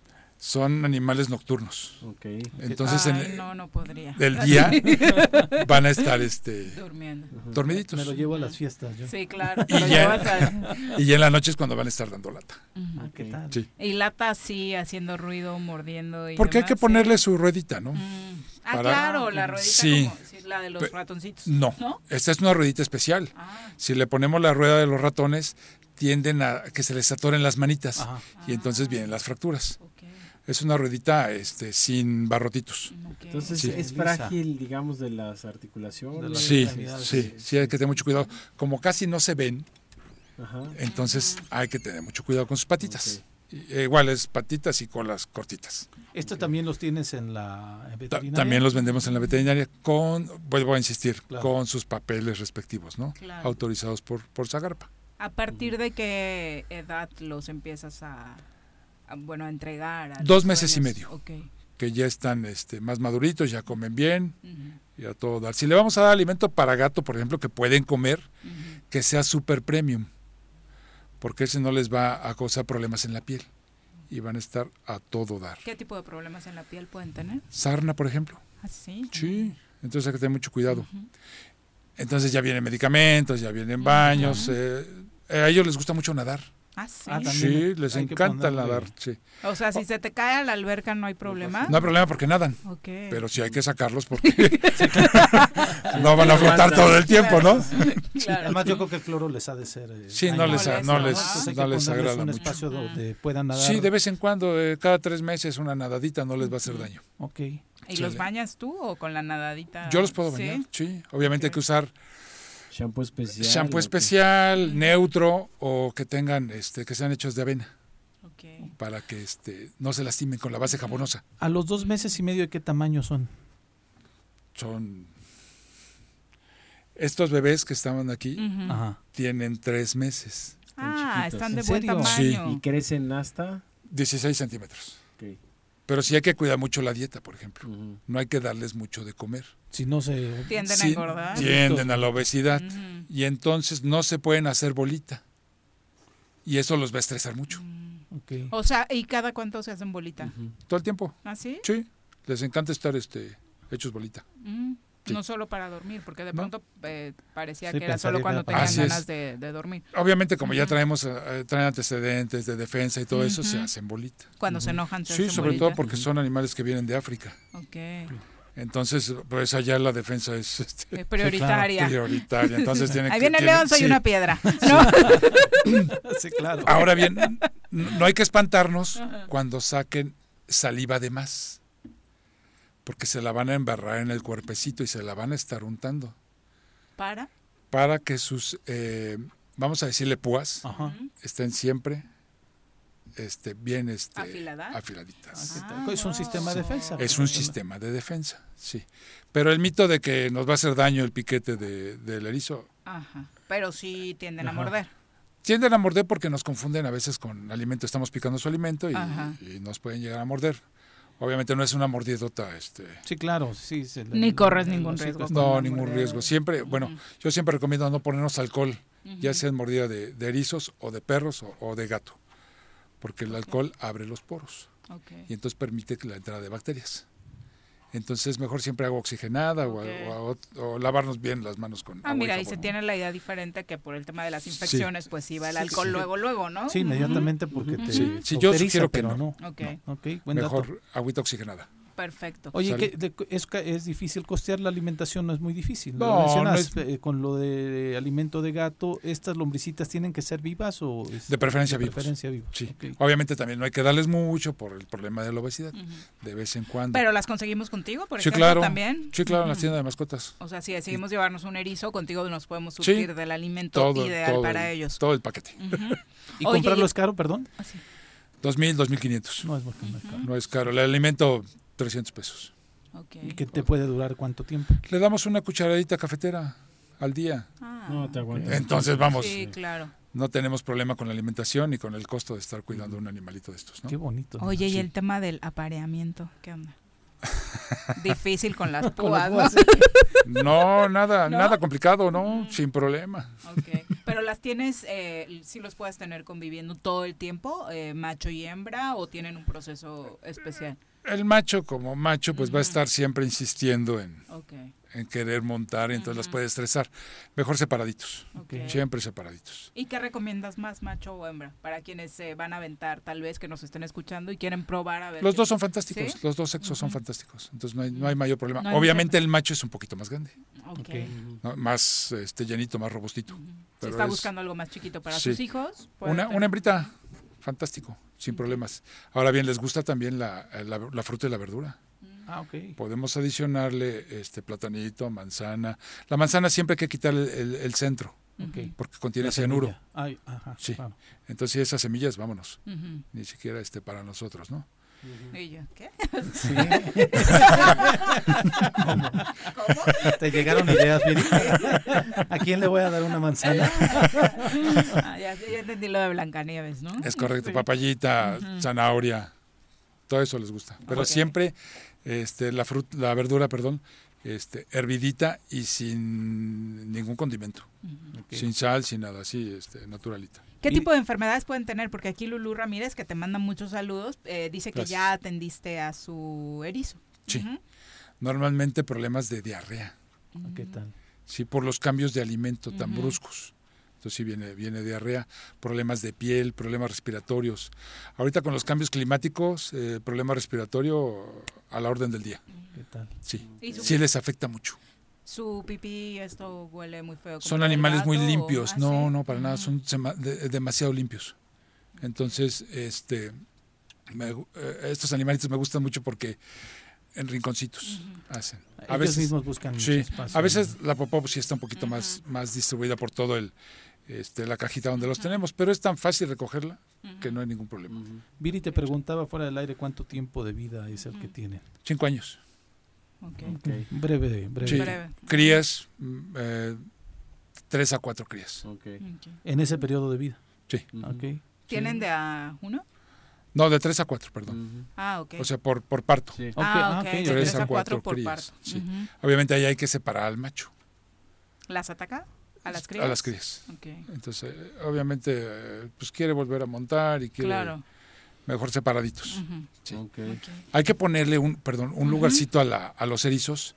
Son animales nocturnos.
Ok.
Entonces
Ay,
en
no, no podría.
el día van a estar este,
Durmiendo.
dormiditos.
Me lo llevo a las fiestas. Yo.
Sí, claro.
Y
lo
ya,
llevas a-
y ya en la noche es cuando van a estar dando lata.
Ah, ¿qué tal?
Sí.
Y lata así, haciendo ruido, mordiendo. Y
Porque hay
demás,
que
sí.
ponerle su ruedita, ¿no?
Mm. Ah,
Para-
claro, la ruedita
Sí.
como sí, la de los
Pe-
ratoncitos.
No,
¿No?
esta es una ruedita especial.
Ah.
Si le ponemos la rueda de los ratones, tienden a que se les atoren las manitas
Ajá.
y entonces vienen las fracturas.
Ok.
Es una ruedita este, sin barrotitos.
Ok.
Entonces
Sí.
es
Lisa.
frágil, digamos, de las articulaciones.
De las
Sí,
extremidades.
sí, sí, hay que tener mucho cuidado. Como casi no se ven,
Ajá.
entonces hay que tener mucho cuidado con sus patitas. Y, eh, igual es patitas y colas cortitas.
¿Esto también los tienes en la en
Ta-
veterinaria?
También los vendemos en la veterinaria con, vuelvo a insistir,
Claro.
con sus papeles respectivos, ¿no?
Claro.
Autorizados por, por Zagarpa.
¿A partir de qué edad los empiezas a, a, bueno, a entregar? a
Dos
los
meses y
dueños?
medio.
Ok.
Que ya están este, más maduritos, ya comen bien,
Ujú.
y a todo dar. Si le vamos a dar alimento para gato, por ejemplo, que pueden comer,
Ujú.
que sea super premium, porque ese no les va a causar problemas en la piel y van a estar a todo dar.
¿Qué tipo de problemas en la piel pueden tener?
Sarna, por ejemplo.
¿Ah, sí?
Sí, entonces hay que tener mucho cuidado. Entonces ya vienen medicamentos, ya vienen baños. eh, a ellos les gusta mucho nadar.
Ah, sí.
Ah, también
Sí, les
hay que
encanta
ponerle-
nadar, sí.
O sea, si se te cae a la alberca no hay problema.
No hay problema porque nadan,
Ok.
pero sí hay que sacarlos porque no van a flotar todo el tiempo, ¿no?
Claro.
Además, yo creo que el cloro les ha de ser. eh,
Sí, no
dañino.
les, a- no les,
Entonces hay
no
que
les
ponerles
agrada
un
mucho.
espacio donde puedan nadar.
Sí, de vez en cuando, eh, cada tres meses una nadadita no les va a hacer daño.
Ok.
¿Y
Sí.
los bañas tú o con la nadadita?
Yo los puedo
¿Sí?
bañar, sí. Obviamente hay que usar
Shampoo especial.
shampoo
¿o qué?
especial, neutro o que tengan, este, que sean hechos de avena
Ok.
para que este, no se lastimen con la base jabonosa.
A los dos meses y medio, ¿de qué tamaño son?
Son estos bebés que estaban aquí
Ujú.
Ajá.
tienen tres meses,
Ah,
chiquitos.
están de
¿En
buen
serio?
tamaño.
Y crecen hasta.
dieciséis centímetros.
Ok.
Pero sí hay que cuidar mucho la dieta, por ejemplo.
Ujú.
No hay que darles mucho de comer.
Si no se.
Tienden a
Sí,
engordar.
tienden a la obesidad.
Ujú.
Y entonces no se pueden hacer bolita. Y eso los va a estresar mucho.
Ok.
O sea, ¿y cada cuánto se hacen bolita?
Todo el tiempo.
¿Ah, sí?
Sí. Les encanta estar este, hechos bolita.
Mm,
Sí.
No solo para dormir, porque de
No.
pronto eh, parecía
Sí,
que era
pensaría
solo
que
cuando
era para-
tenían
Así es.
ganas de, de dormir.
Obviamente, como ya
Ujú.
traemos eh, traen antecedentes de defensa y todo eso, se
Ujú.
hacen bolita.
Cuando se enojan se
Sí,
hacen
sobre
bolita.
todo porque son animales que vienen de África.
Ok.
Entonces, pues allá la defensa es este,
Eh, prioritaria.
prioritaria. Entonces tiene
Ahí
que-
viene el
tiene-
león, soy
sí.
una piedra. ¿No?
Sí, claro.
Ahora bien, n- no hay que espantarnos
Ajá.
cuando saquen saliva de más, porque se la van a embarrar en el cuerpecito y se la van a estar untando
¿Para?
para que sus, eh, vamos a decirle púas,
Ajá.
estén siempre este, bien este,
¿Afiladas?
afiladitas.
¿Qué tal? Es un sistema de defensa.
Es un sistema de defensa, sí. Pero el mito de que nos va a hacer daño el piquete de- del erizo,
Ajá. Pero sí tienden a
Ajá.
morder.
tienden a morder porque nos confunden a veces con alimento. Estamos picando su alimento y,
Ajá.
y nos pueden llegar a morder. Obviamente no es una mordidota. Este,
Sí, claro. Sí, se le-
Ni corres
el
ningún
hocico
riesgo.
está-
no,
una
ningún
mordida.
riesgo. Siempre, bueno,
Ujú.
yo siempre recomiendo no ponernos alcohol, ya
Ujú.
sea en mordida de, de erizos o de perros o, o de gato, porque el alcohol abre los poros
Ok.
y entonces permite que la entrada de bacterias. Entonces mejor siempre agua oxigenada o-
Ok.
o, o lavarnos bien las manos con
Ah,
agua y
mira, y
jabón.
se tiene la idea diferente que por el tema de las infecciones, pues iba el alcohol
sí.
luego, luego, ¿no?
Sí, inmediatamente porque te.
Sí,
te
sí, yo
autoriza,
sugiero que
pero
no.
Ok,
Ok, buen
Mejor
dato.
agüita oxigenada.
perfecto.
Oye,
Sale.
¿qué- de- es, ca- es difícil costear la alimentación, no es muy difícil. Lo
No,
mencionas,
no es-
eh, con lo de alimento de gato, ¿estas lombricitas tienen que ser vivas o es-
De preferencia
de
vivos.
preferencia vivos?
Sí.
Ok.
Obviamente también no hay que darles mucho por el problema de la obesidad,
Ujú.
de vez en cuando.
Pero las conseguimos contigo, por
sí,
ejemplo,
claro.
también.
Sí, claro, en la
Ujú.
tienda de mascotas.
O sea, si decidimos llevarnos un erizo, contigo nos podemos
Sí,
surtir del alimento
todo,
ideal
todo
para
el-
ellos.
Todo el paquete.
Ujú.
¿Y
Oye,
comprarlo
y-
es caro, perdón?
Ah, sí.
Dos mil, dos mil quinientos.
No es porque no es caro.
No es caro. El alimento, trescientos pesos.
Ok.
¿Y que te puede durar cuánto tiempo?
Le damos una cucharadita cafetera al día.
Ah,
No te aguantas.
Entonces, vamos,
Sí, claro.
no tenemos problema con la alimentación ni con el costo de estar cuidando un animalito de estos, ¿no?
Qué bonito.
Oye, y
Sí.
el tema del apareamiento, ¿qué onda? Difícil con las
Con las
púas,
púas.
¿no?
No, nada,
¿No?
nada complicado, ¿no? Sin problema.
Ok. Pero las tienes, eh, sí los puedes tener conviviendo todo el tiempo, eh, macho y hembra, o tienen un proceso especial.
El macho como macho pues va a estar siempre insistiendo en,
Ok.
en querer montar y entonces las puede estresar. Mejor separaditos,
Ok.
siempre separaditos.
¿Y qué recomiendas más, macho o hembra? Para quienes se van a aventar, tal vez que nos estén escuchando y quieren probar a ver.
Los
qué-
dos son fantásticos,
¿Sí?
los dos sexos son fantásticos, entonces no hay, no hay mayor problema.
No hay
Obviamente
tema.
el macho es un poquito más grande,
Ok.
¿no? Más este, llenito, más robustito.
Si
Pero
está
es-
buscando algo más chiquito para
sí.
sus hijos, puede
Una,
tener-
una hembrita, fantástico, sin problemas. Ahora bien, les gusta también la, la, la fruta y la verdura.
Ah, ok.
Podemos adicionarle este platanito, manzana. La manzana siempre hay que quitarle el, el centro,
Ok.
porque contiene
La
cianuro.
semilla. Ay, ajá,
Sí.
claro.
Entonces esas semillas, vámonos.
Ujú.
Ni siquiera este para nosotros, ¿no?
Y yo, ¿qué?
Sí. ¿Cómo? ¿Te llegaron ideas, Viri? ¿A quién le voy a dar una manzana?
Ah, ya, ya entendí lo de Blancanieves, ¿no?
Es correcto, papayita,
Ujú.
zanahoria, todo eso les gusta. Pero
Ok.
siempre este, la fruta, la verdura, perdón, este, hervidita y sin ningún condimento.
Ok.
Sin sal, sin nada, así, este, naturalita.
¿Qué
Y-
tipo de enfermedades pueden tener? Porque aquí Lulú Ramírez, que te manda muchos saludos, eh, dice que
Gracias.
ya atendiste a su erizo.
Sí.
Ujú.
Normalmente problemas de diarrea,
¿Qué tal?
sí, por los cambios de alimento tan
Ujú.
bruscos.
Entonces sí viene, viene diarrea, problemas de piel, problemas respiratorios. Ahorita con los cambios climáticos, eh, problema respiratorio a la orden del día.
¿Qué tal?
Sí,
¿Y su-
sí les afecta mucho.
Su pipí, esto huele muy feo. como
Son
del
animales muy
gato,
limpios,
¿ah,
no,
sí?
no, para nada, son sema- de- demasiado limpios. Entonces, este, me gu- eh, estos animalitos me gustan mucho porque en rinconcitos hacen. A
Ellos
veces
mismos buscan
sí,
mucho espacio,
a veces la popó pues, sí está un poquito más, más distribuida por todo el, este, la cajita donde los tenemos, pero es tan fácil recogerla que no hay ningún problema.
Viri te preguntaba fuera del aire cuánto tiempo de vida es el que tienen.
Cinco años.
Okay.
Okay. Breve, breve.
Sí,
Breve.
crías, mm, eh, tres a cuatro crías.
En ese periodo de vida.
Sí.
Okay.
¿Tienen de a uno?
No, de tres a cuatro, perdón.
Ah, ok.
O sea, por, por parto.
Sí.
Ah, ok,
ok,
de
ok.
tres a cuatro por
crías.
parto.
Sí.
Ujú.
Obviamente ahí hay que separar al macho,
¿Las ataca? ¿A las crías?
a las crías.
Ok.
Entonces, eh, obviamente, eh, pues quiere volver a montar y quiere
Claro.
mejor separaditos.
Ujú.
Sí.
Okay.
Hay que ponerle un, perdón, un
Ujú.
lugarcito a, la, a los erizos,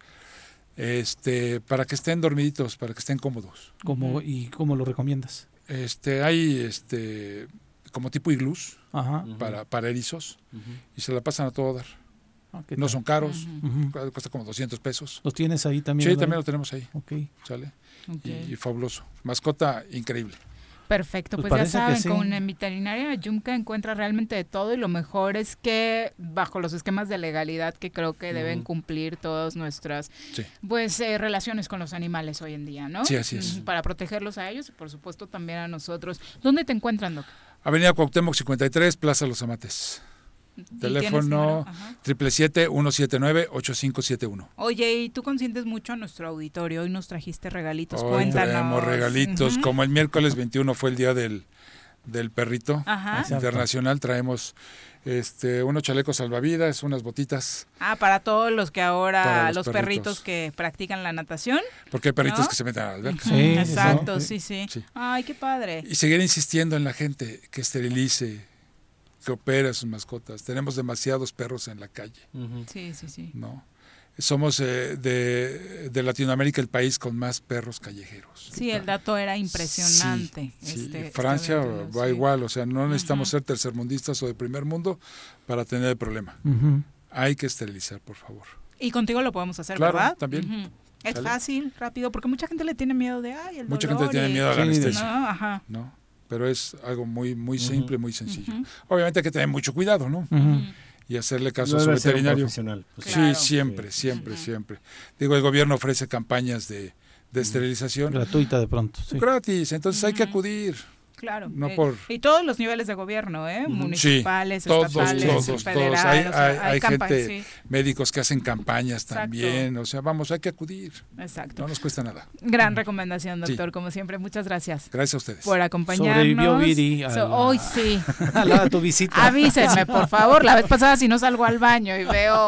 este, para que estén dormiditos, para que estén cómodos.
¿Cómo, ¿Y cómo lo recomiendas?
Este, hay este, como tipo iglús
Ajá.
para, para erizos y se la pasan a todo dar.
Ah, ¿qué
No
tal?
son caros,
Ujú.
cu- cuesta como doscientos pesos.
¿Los tienes ahí también?
Sí,
Adrián?
también lo tenemos ahí.
Ok.
¿Sale?
Ok.
Y, y fabuloso. Mascota increíble.
Perfecto,
Pues
pues, ya
parece que
saben,
sí.
con en veterinaria Yumka encuentra realmente de todo y lo mejor es que bajo los esquemas de legalidad que creo que deben
Ujú.
cumplir todas nuestras
Sí.
pues eh, relaciones con los animales hoy en día, ¿no?
Sí, así es.
Ujú, para protegerlos a ellos y por supuesto también a nosotros. ¿Dónde te encuentran, Doc?
Avenida Cuauhtémoc cincuenta y tres, Plaza Los Amates.
¿Y
Teléfono
tienes número? Ajá.
siete siete siete, uno siete nueve, ocho cinco siete uno.
Oye, y tú consientes mucho a nuestro auditorio. Hoy nos trajiste regalitos.
Hoy
Cuéntanos.
traemos regalitos.
Ujú.
Como el miércoles veintiuno fue el día del, del perrito
Ajá.
internacional, traemos este, unos chalecos salvavidas, unas botitas,
Ah, para todos los que ahora,
Para
los,
los
perritos.
perritos.
que practican la natación.
porque hay perritos
¿No?
que se meten a la alberca.
Ujú,
Sí,
exacto,
¿no?
sí, sí,
Sí.
Ay, qué padre.
Y seguir insistiendo en la gente que esterilice, que opere a sus mascotas. Tenemos demasiados perros en la calle,
Sí, sí, sí.
¿no? Somos eh, de, de Latinoamérica el país con más perros callejeros.
Sí, el dato era impresionante.
Sí, sí.
este-
Francia
este evento,
va
sí.
igual, o sea, no necesitamos ser tercermundistas o de primer mundo para tener el problema.
Ujú.
Hay que esterilizar, por favor.
Y contigo lo podemos hacer,
Claro,
¿verdad?
también.
Ujú. Es
¿Sale?
fácil, rápido, porque mucha gente le tiene miedo de, ay, el
Mucha
dolor
gente tiene
y-
miedo a la
Sí,
anestesia,
No, ajá.
¿no? Pero es algo muy muy simple, muy sencillo.
Ujú.
Obviamente hay que tener mucho cuidado, ¿no?
Ujú.
Y hacerle caso a su
Debe ser un
veterinario.
profesional, pues.
Sí,
Claro.
siempre, siempre, siempre. Digo, el gobierno ofrece campañas de, de esterilización
Gratuita de pronto. Sí.
gratis, entonces hay que acudir.
Claro.
No
eh,
por-
Y todos los niveles de gobierno, ¿eh?
Sí,
Municipales,
todos,
estatales,
todos, todos.
federales.
Hay,
o sea,
hay- hay
campa-
gente,
sí,
médicos que hacen campañas
Exacto.
también. O sea, vamos, hay que acudir.
exacto.
No nos cuesta nada.
Gran recomendación, doctor,
Sí.
como siempre. Muchas gracias
Gracias a ustedes.
por acompañarnos.
Sobrevivió Viri a
So-
la-
Hoy sí.
A la- a tu visita.
Avísenme, por favor. La vez pasada, si no salgo al baño y veo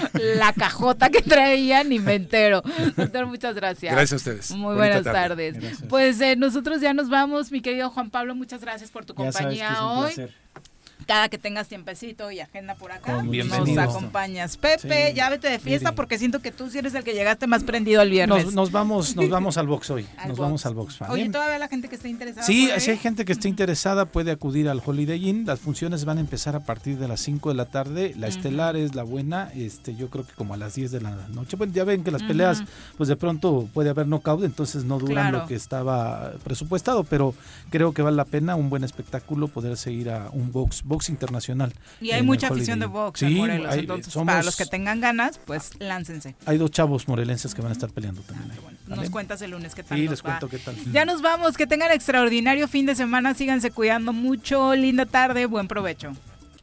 la cajota que traía, ni me entero. Doctor, muchas gracias.
Gracias a ustedes.
Muy
Bonita
buenas
tarde.
tardes.
Gracias.
Pues eh, nosotros ya nos vamos, mi querido Juan Pablo. Muchas gracias por tu
Ya sabes que
compañía
es un
hoy.
placer.
Cada que tengas tiempecito y agenda por acá,
Con
nos
bienvenido.
acompañas. Pepe,
Sí.
ya vete de fiesta
Mire.
porque siento que tú sí eres el que llegaste más prendido el viernes.
Nos, nos vamos, nos vamos al box hoy.
Al
nos
box.
vamos al box. ¿vale?
Oye, todavía la gente que esté interesada.
Sí,
puede
si hay
ir?
gente que esté interesada puede acudir al Holiday Inn. Las funciones van a empezar a partir de las cinco de la tarde. La
Ujú.
estelar es la buena, este, yo creo que como a las diez de la noche. Bueno, ya ven que las
Ujú.
peleas, pues de pronto puede haber knockout, entonces no duran
Claro.
lo que estaba presupuestado, pero creo que vale la pena, un buen espectáculo, poder seguir a un box, box internacional.
Y hay
en
mucha
el
afición de
Holiday Inn.
box en
Sí,
Morelos.
hay-
Entonces,
somos-
para los que tengan ganas, pues láncense.
Hay dos chavos morelenses que van a estar peleando también. ahí.
Nos
¿Vale?
cuentas el lunes qué tal
Sí,
nos
les
va.
cuento qué tal.
Ya nos vamos, que tengan extraordinario fin de semana, síganse cuidando mucho, linda tarde, buen provecho.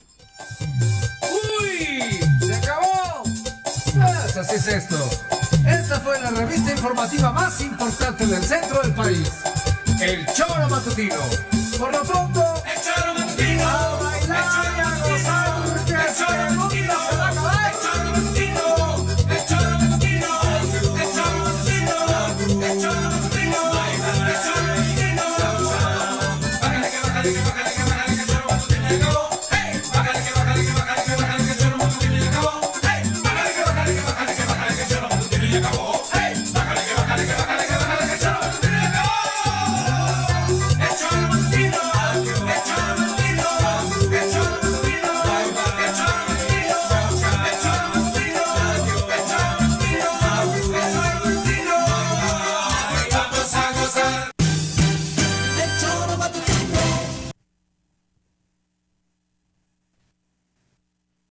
¡Uy! ¡Se acabó! Pues así es esto. Esta fue la revista informativa más importante del centro del país. El Choro Matutino. Por lo pronto, el Choro Matutino.